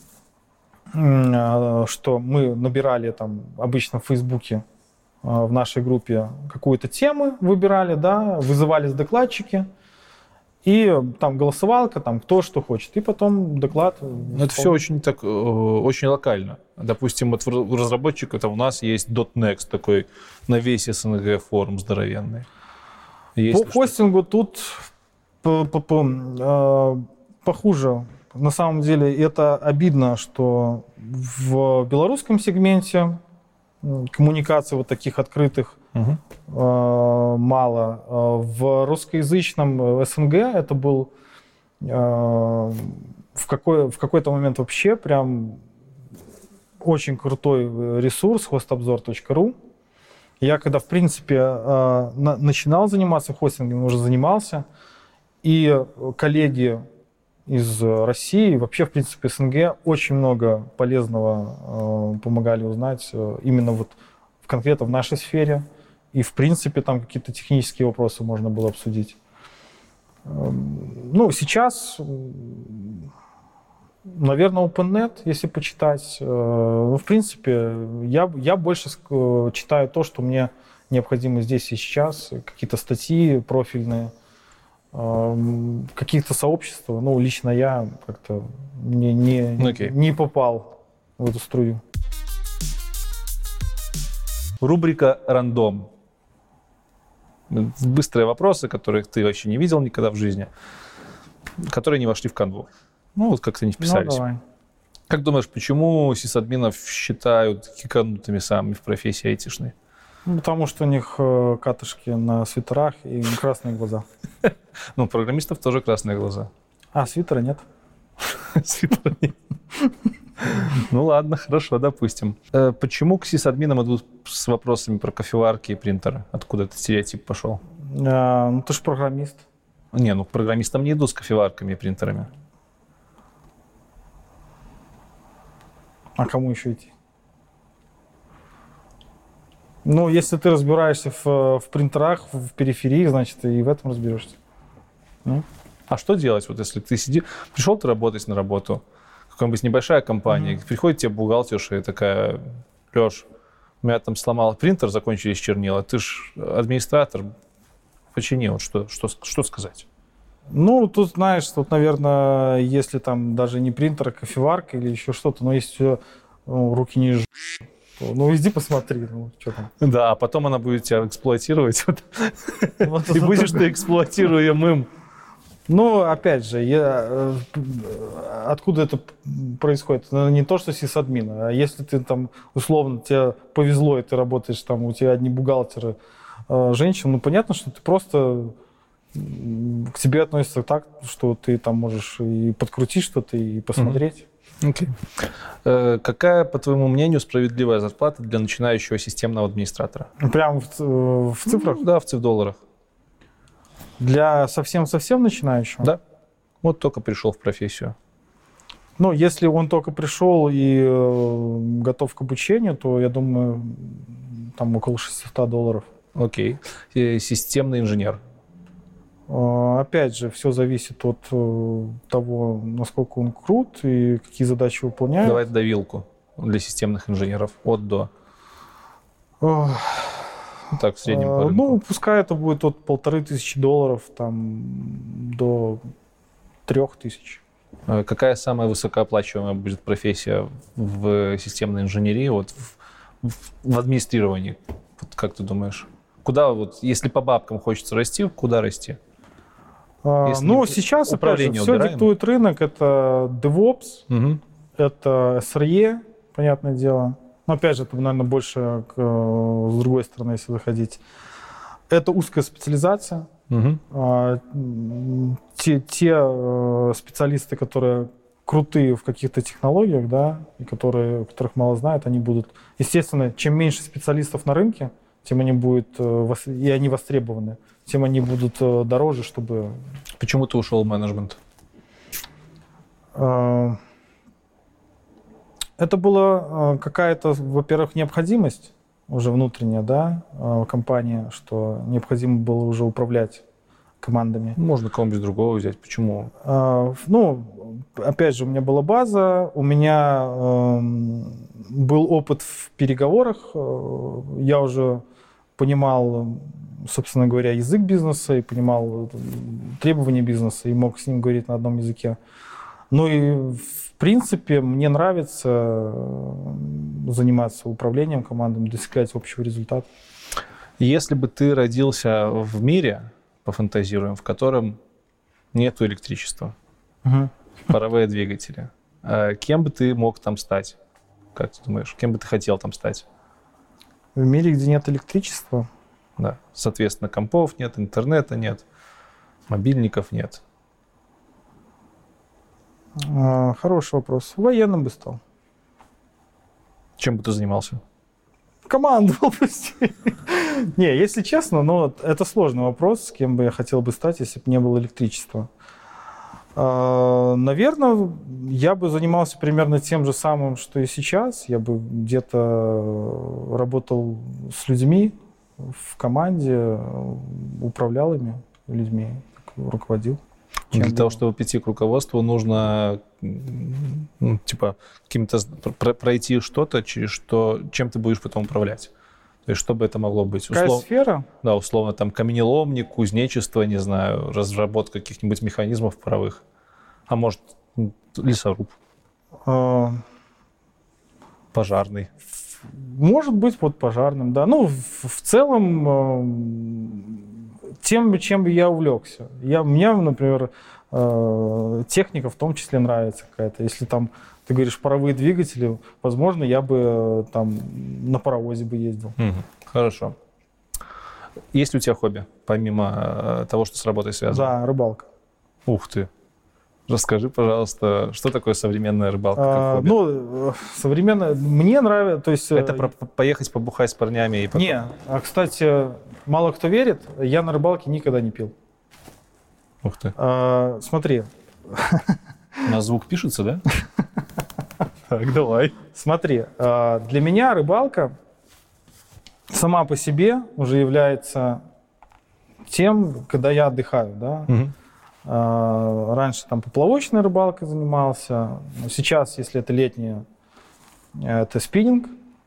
э, что мы набирали там обычно в Фейсбуке, в нашей группе какую-то тему выбирали, да, вызывались докладчики, и там голосовалка, там кто что хочет, и потом доклад. Но это все очень так, очень локально. Допустим, вот у разработчика там у нас есть .next, такой на весь эс эн гэ форум здоровенный. Есть по хостингу тут по, по, по, э, похуже. На самом деле это обидно, что в белорусском сегменте коммуникаций вот таких открытых угу. э, мало. В русскоязычном эс эн гэ это был э, в, какой, в какой-то момент вообще прям очень крутой ресурс хостобзор точка ру. Я когда, в принципе, э, на, начинал заниматься хостингом, уже занимался, и коллеги из России, вообще, в принципе, эс эн гэ очень много полезного э, помогали узнать э, именно вот в, конкретно в нашей сфере. И, в принципе, там какие-то технические вопросы можно было обсудить. Э, ну, сейчас, наверное, OpenNet, если почитать. Э, ну, в принципе, я, я больше читаю то, что мне необходимо здесь и сейчас. Какие-то статьи профильные. Каких-то сообщества, ну, лично я как-то не, не, okay. не попал в эту струю. Рубрика «Рандом». Быстрые вопросы, которых ты вообще не видел никогда в жизни, которые не вошли в канву. Ну, вот как-то не вписались. Ну, давай. Как думаешь, почему сисадминов считают киканутыми самыми в профессии айтишной? Ну, потому что у них э, катышки на свитерах и красные глаза. Ну, у программистов тоже красные глаза. А, свитера нет. Свитера нет. Ну ладно, хорошо, допустим. Почему к сисадминам идут с вопросами про кофеварки и принтеры? Откуда этот стереотип пошел? Ну, ты же программист. Не, ну к программистам не идут с кофеварками и принтерами. А кому еще идти? Ну, если ты разбираешься в, в принтерах, в периферии, значит, и в этом разберешься. Ну? А что делать, вот если ты сидишь, пришел ты работать на работу, какая-нибудь небольшая компания, mm-hmm. приходит тебе бухгалтерша и такая: Леш, у меня там сломал принтер, закончились чернила, ты ж администратор, почини, вот что, что, что сказать? Ну, тут, знаешь, тут, наверное, если там даже не принтер, а кофеварка или еще что-то, но если ну, руки не ж... Ну, иди посмотри, ну, что там. Да, а потом она будет тебя эксплуатировать, и будешь ты эксплуатируемым. Ну, опять же, я, откуда это происходит? Не то, что сисадмин, а если ты там, условно, тебе повезло, и ты работаешь, там, у тебя одни бухгалтеры, женщины, ну, понятно, что ты просто к тебе относятся так, что ты там можешь и подкрутить что-то, и посмотреть. Okay. Э, какая, по твоему мнению, справедливая зарплата для начинающего системного администратора? Прямо в, в цифрах? Ну, да, в долларах. Для совсем-совсем начинающего? Да. Вот только пришел в профессию. Ну, если он только пришел и э, готов к обучению, то, я думаю, там около шестьсот долларов. Окей. И системный инженер? Э, опять же, все зависит от э, того, насколько он крут и какие задачи выполняет. Давай давилку для системных инженеров. От до. Э, Так, в среднем по рынку. Ну, пускай это будет от полторы тысячи долларов там, до трех тысяч. Какая самая высокооплачиваемая будет профессия в системной инженерии, вот в, в, в администрировании? Вот как ты думаешь? Куда вот, если по бабкам хочется расти, куда расти? А, ну, сейчас, опять же, все убираем. диктует рынок. Это DevOps, угу. это эс эр и, понятное дело. Но опять же, это, наверное, больше к, с другой стороны, если заходить. Это узкая специализация. Угу. А, те те специалисты, которые крутые в каких-то технологиях, да, и которые, которых мало знают, они будут... Естественно, чем меньше специалистов на рынке, тем они будут, и они востребованы, тем они будут дороже, чтобы... Почему ты ушел в менеджмент? Это была какая-то, во-первых, необходимость уже внутренняя, да, компании, что необходимо было уже управлять командами. Можно кого-нибудь другого взять. Почему? Ну, опять же, у меня была база, у меня был опыт в переговорах, я уже понимал, собственно говоря, язык бизнеса и понимал требования бизнеса и мог с ним говорить на одном языке. Ну и, в принципе, мне нравится заниматься управлением командами, достигать общего результата. Если бы ты родился в мире, пофантазируем, в котором нету электричества, угу. паровые двигатели, кем бы ты мог там стать? Как ты думаешь, кем бы ты хотел там стать? В мире, где нет электричества? Да. Соответственно, компов нет, интернета нет, мобильников нет. Хороший вопрос. Военным бы стал. Чем бы ты занимался? Командовал пусть. Не, если честно, но это сложный вопрос, с кем бы я хотел бы стать, если бы не было электричества. Наверное, я бы занимался примерно тем же самым, что и сейчас. Я бы где-то работал с людьми в команде, управлял ими людьми, руководил. Чем Для того, чтобы прийти к руководству, нужно ну, типа каким-то пройти что-то, через что, чем ты будешь потом управлять. То есть, что бы это могло быть? Какая Услов... сфера? Да, условно, там, каменеломник, кузнечество, не знаю, разработка каких-нибудь механизмов паровых. А может, лесоруб. А... Пожарный. Может быть, вот пожарным, да. Ну, в, в целом, э, тем, чем я увлекся. Я, мне, например, э, техника в том числе нравится какая-то. Если там, ты говоришь, паровые двигатели, возможно, я бы э, там на паровозе бы ездил. Угу. Хорошо. Есть ли у тебя хобби, помимо того, что с работой связано? Да, рыбалка. Ух ты. Расскажи, пожалуйста, что такое современная рыбалка? А, как хобби? ну, современная... Мне нравится... То есть, Это про поехать побухать с парнями и потом... Не, а, кстати, мало кто верит, я на рыбалке никогда не пил. Ух ты. А, смотри. На звук пишется, да? Так, давай. Смотри, для меня рыбалка сама по себе уже является тем, когда я отдыхаю, да. Угу. Раньше там поплавочной рыбалкой занимался, сейчас, если это летняя, это спиннинг,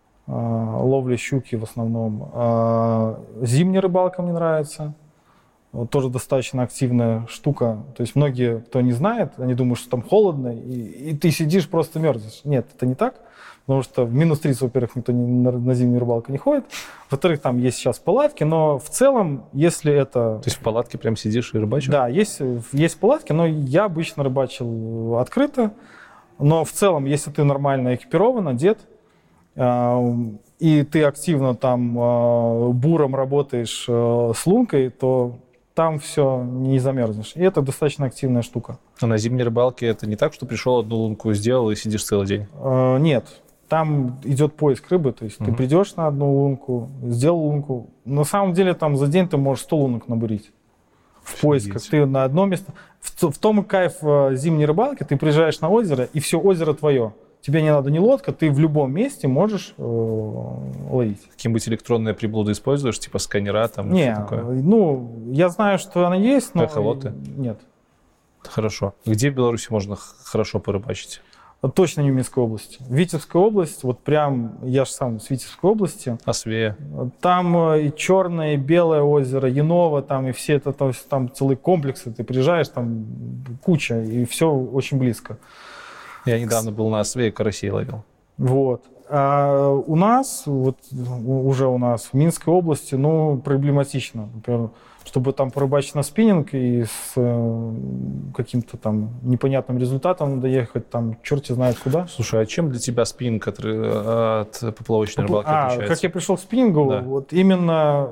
ловля щуки в основном. Зимняя рыбалка мне нравится, вот тоже достаточно активная штука. То есть многие, кто не знает, они думают, что там холодно, и, и ты сидишь, просто мерзнешь. Нет, это не так. Потому что в минус тридцать, во-первых, никто не, на, на зимнюю рыбалку не ходит. Во-вторых, там есть сейчас палатки, но в целом, если это... То есть в палатке прям сидишь и рыбачишь? Да, есть, есть палатки, но я обычно рыбачил открыто. Но в целом, если ты нормально экипирован, одет, э, и ты активно там э, буром работаешь э, с лункой, то там все не замерзнешь. И это достаточно активная штука. А на зимней рыбалке это не так, что пришел, одну лунку сделал и сидишь целый день? Э, нет. Там идет поиск рыбы, то есть uh-huh. ты придешь на одну лунку, сделал лунку. На самом деле там за день ты можешь сто лунок набурить в поисках. Ты на одно место. В, в том кайф зимней рыбалки, ты приезжаешь на озеро, и все озеро твое. Тебе не надо ни лодка, ты в любом месте можешь э, ловить. Какие-нибудь электронные приблуды используешь, типа сканера там? Не, ну, я знаю, что она есть, но... Эхолоты? Нет. Хорошо. Где в Беларуси можно хорошо порыбачить? Точно не в Минской области. Витебская область, вот прям, я же сам с Витебской области. А Свея? Там и Черное, и Белое озеро, Яново, там и все это, там, там целые комплексы. Ты приезжаешь, там куча, и все очень близко. Я недавно был на Освее, карасей ловил. Вот. А у нас, вот уже у нас в Минской области, ну, проблематично. Например, чтобы там порыбачить на спиннинг и с э, каким-то там непонятным результатом надо ехать там черти знает куда. Слушай, а чем для тебя спиннинг от, от поплавочной рыбалки а, отличается? Как я пришел к спиннингу, да. вот именно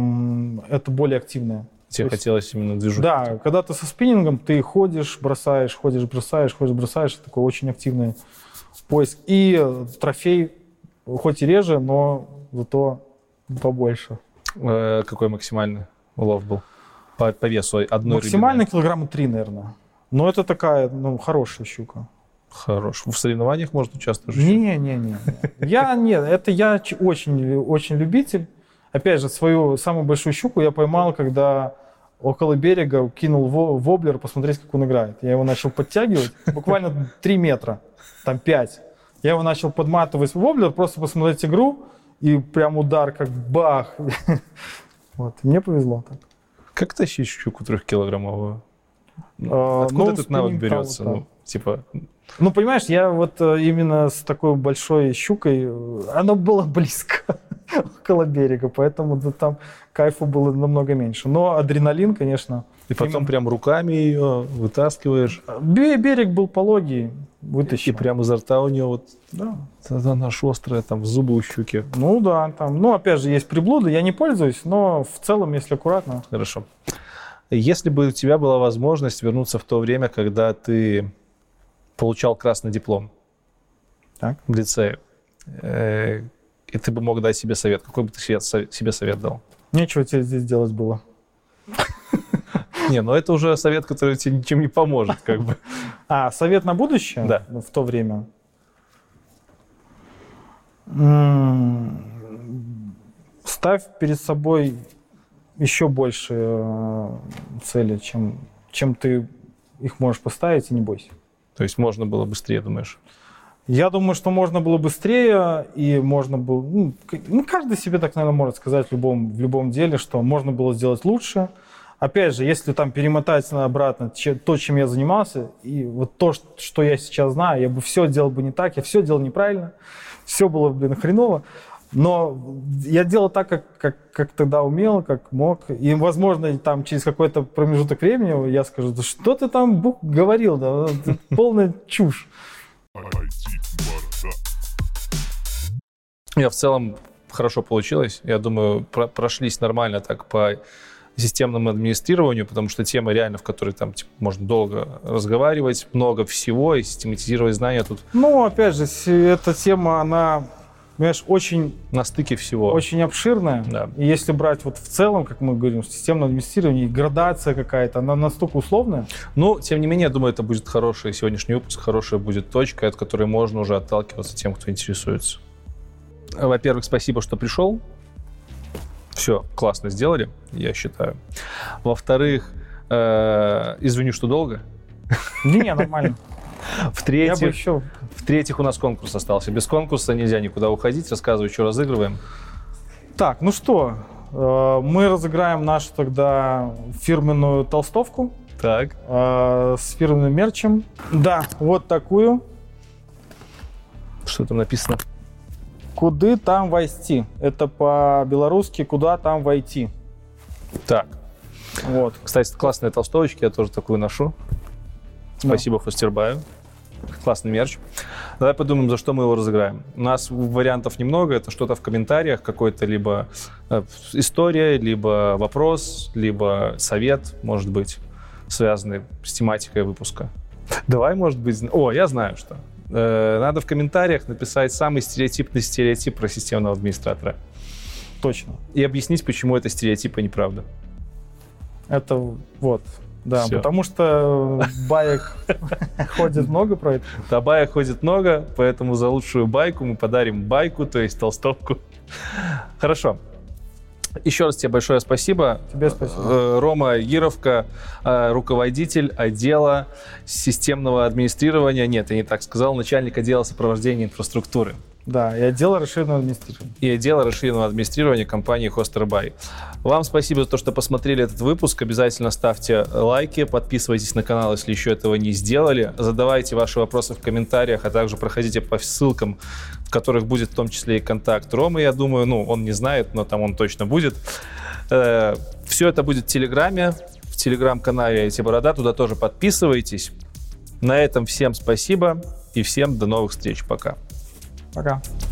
эм, это более активное. Тебе То хотелось есть, именно движухи? Да, когда ты со спиннингом, ты ходишь, бросаешь, ходишь, бросаешь, ходишь, бросаешь. Такой очень активный поиск. И трофей, хоть и реже, но зато побольше. Э, какой максимальный улов был по, по весу одной Максимально рыбины? килограмма три, наверное. Но это такая, ну, хорошая щука. Хорош. В соревнованиях может участвовать? Не-не-не. Я, нет, это я очень, очень любитель. Опять же, свою самую большую щуку я поймал, когда около берега кинул воблер, посмотреть, как он играет. Я его начал подтягивать, буквально три метра, там пять. Я его начал подматывать в воблер, просто посмотреть игру, и прям удар, как бах. Вот, мне повезло так. Как тащить щуку трехкилограммовую? А, Откуда ну, этот навык спиннинг, берется? там, Ну, типа... ну, понимаешь, я вот именно с такой большой щукой, оно было близко, около берега, поэтому да, там кайфу было намного меньше. Но адреналин, конечно... И потом именно... прям руками ее вытаскиваешь. Берег был пологий, вытащил. И прямо изо рта у нее вот... Да. Она аж острая, там, зубы у щуки. Ну да, там, ну опять же, есть приблуды, я не пользуюсь, но в целом, если аккуратно. Хорошо. Если бы у тебя была возможность вернуться в то время, когда ты получал красный диплом так. в лицее, э, и ты бы мог дать себе совет, какой бы ты себе совет дал? Нечего тебе здесь делать было. Не, ну это уже совет, который тебе ничем не поможет, как бы. А, совет на будущее? Да. В то время? М-м- ставь перед собой еще больше э, цели, чем, чем ты их можешь поставить, и не бойся. То есть можно было быстрее, думаешь? Я думаю, что можно было быстрее, и можно было... Ну, ну, каждый себе так, наверное, может сказать в любом, в любом деле, что можно было сделать лучше. опять же, если там перемотать обратно то, чем я занимался, и вот то, что я сейчас знаю, я бы все делал бы не так, я все делал неправильно, все было, блин, хреново. Но я делал так, как, как, как тогда умел, как мог. И, возможно, там через какой-то промежуток времени я скажу, да что ты там бух, говорил, да, полная чушь. Я в целом хорошо получилось. Я думаю, про- прошлись нормально так по системному администрированию, потому что тема реально, в которой там типа, можно долго разговаривать, много всего и систематизировать знания тут. Ну, опять же, эта тема, она... Понимаешь, очень, на стыке всего. Очень обширная. Да. И если брать вот в целом, как мы говорим, системное администрирование, градация какая-то, она настолько условная. Ну, тем не менее, я думаю, это будет хороший сегодняшний выпуск, хорошая будет точка, от которой можно уже отталкиваться тем, кто интересуется. Во-первых, спасибо, что пришел. Все, классно сделали, я считаю. Во-вторых, э- извини, что долго. Не-не, нормально. В-третьих, еще... В-третьих, у нас конкурс остался. Без конкурса нельзя никуда уходить. Рассказывай, что разыгрываем. Так, ну что, мы разыграем нашу тогда фирменную толстовку. Так. С фирменным мерчем. Да, вот такую. Что там написано? Куды там войти? Это по-белорусски «Куда там войти». Так. Вот. Кстати, классные толстовочки, я тоже такую ношу. Спасибо, да. Фостербаю. Классный мерч. Давай подумаем, за что мы его разыграем. У нас вариантов немного. Это что-то в комментариях, какой-то либо история, либо вопрос, либо совет, может быть, связанный с тематикой выпуска. Давай, может быть... О, я знаю, что. Надо в комментариях написать самый стереотипный стереотип про системного администратора. Точно. И объяснить, почему это стереотип, а неправда. Это вот... Да, Все. Потому что баек ходит много про это. Да, баек ходит много, поэтому за лучшую байку мы подарим байку, то есть толстовку. Хорошо. Еще раз тебе большое спасибо. Тебе спасибо. Рома Гировка, руководитель отдела системного администрирования, нет, я не так сказал, начальник отдела сопровождения инфраструктуры. Да, и отдела расширенного администрирования. И отдела расширенного администрирования компании HosterBuy. Вам спасибо за то, что посмотрели этот выпуск. Обязательно ставьте лайки, подписывайтесь на канал, если еще этого не сделали. Задавайте ваши вопросы в комментариях, а также проходите по ссылкам, в которых будет в том числе и контакт Ромы, я думаю. Ну, он не знает, но там он точно будет. Все это будет в Телеграме, в Телеграм-канале ай ти-борода. Туда тоже подписывайтесь. На этом всем спасибо и всем до новых встреч. Пока. Пока.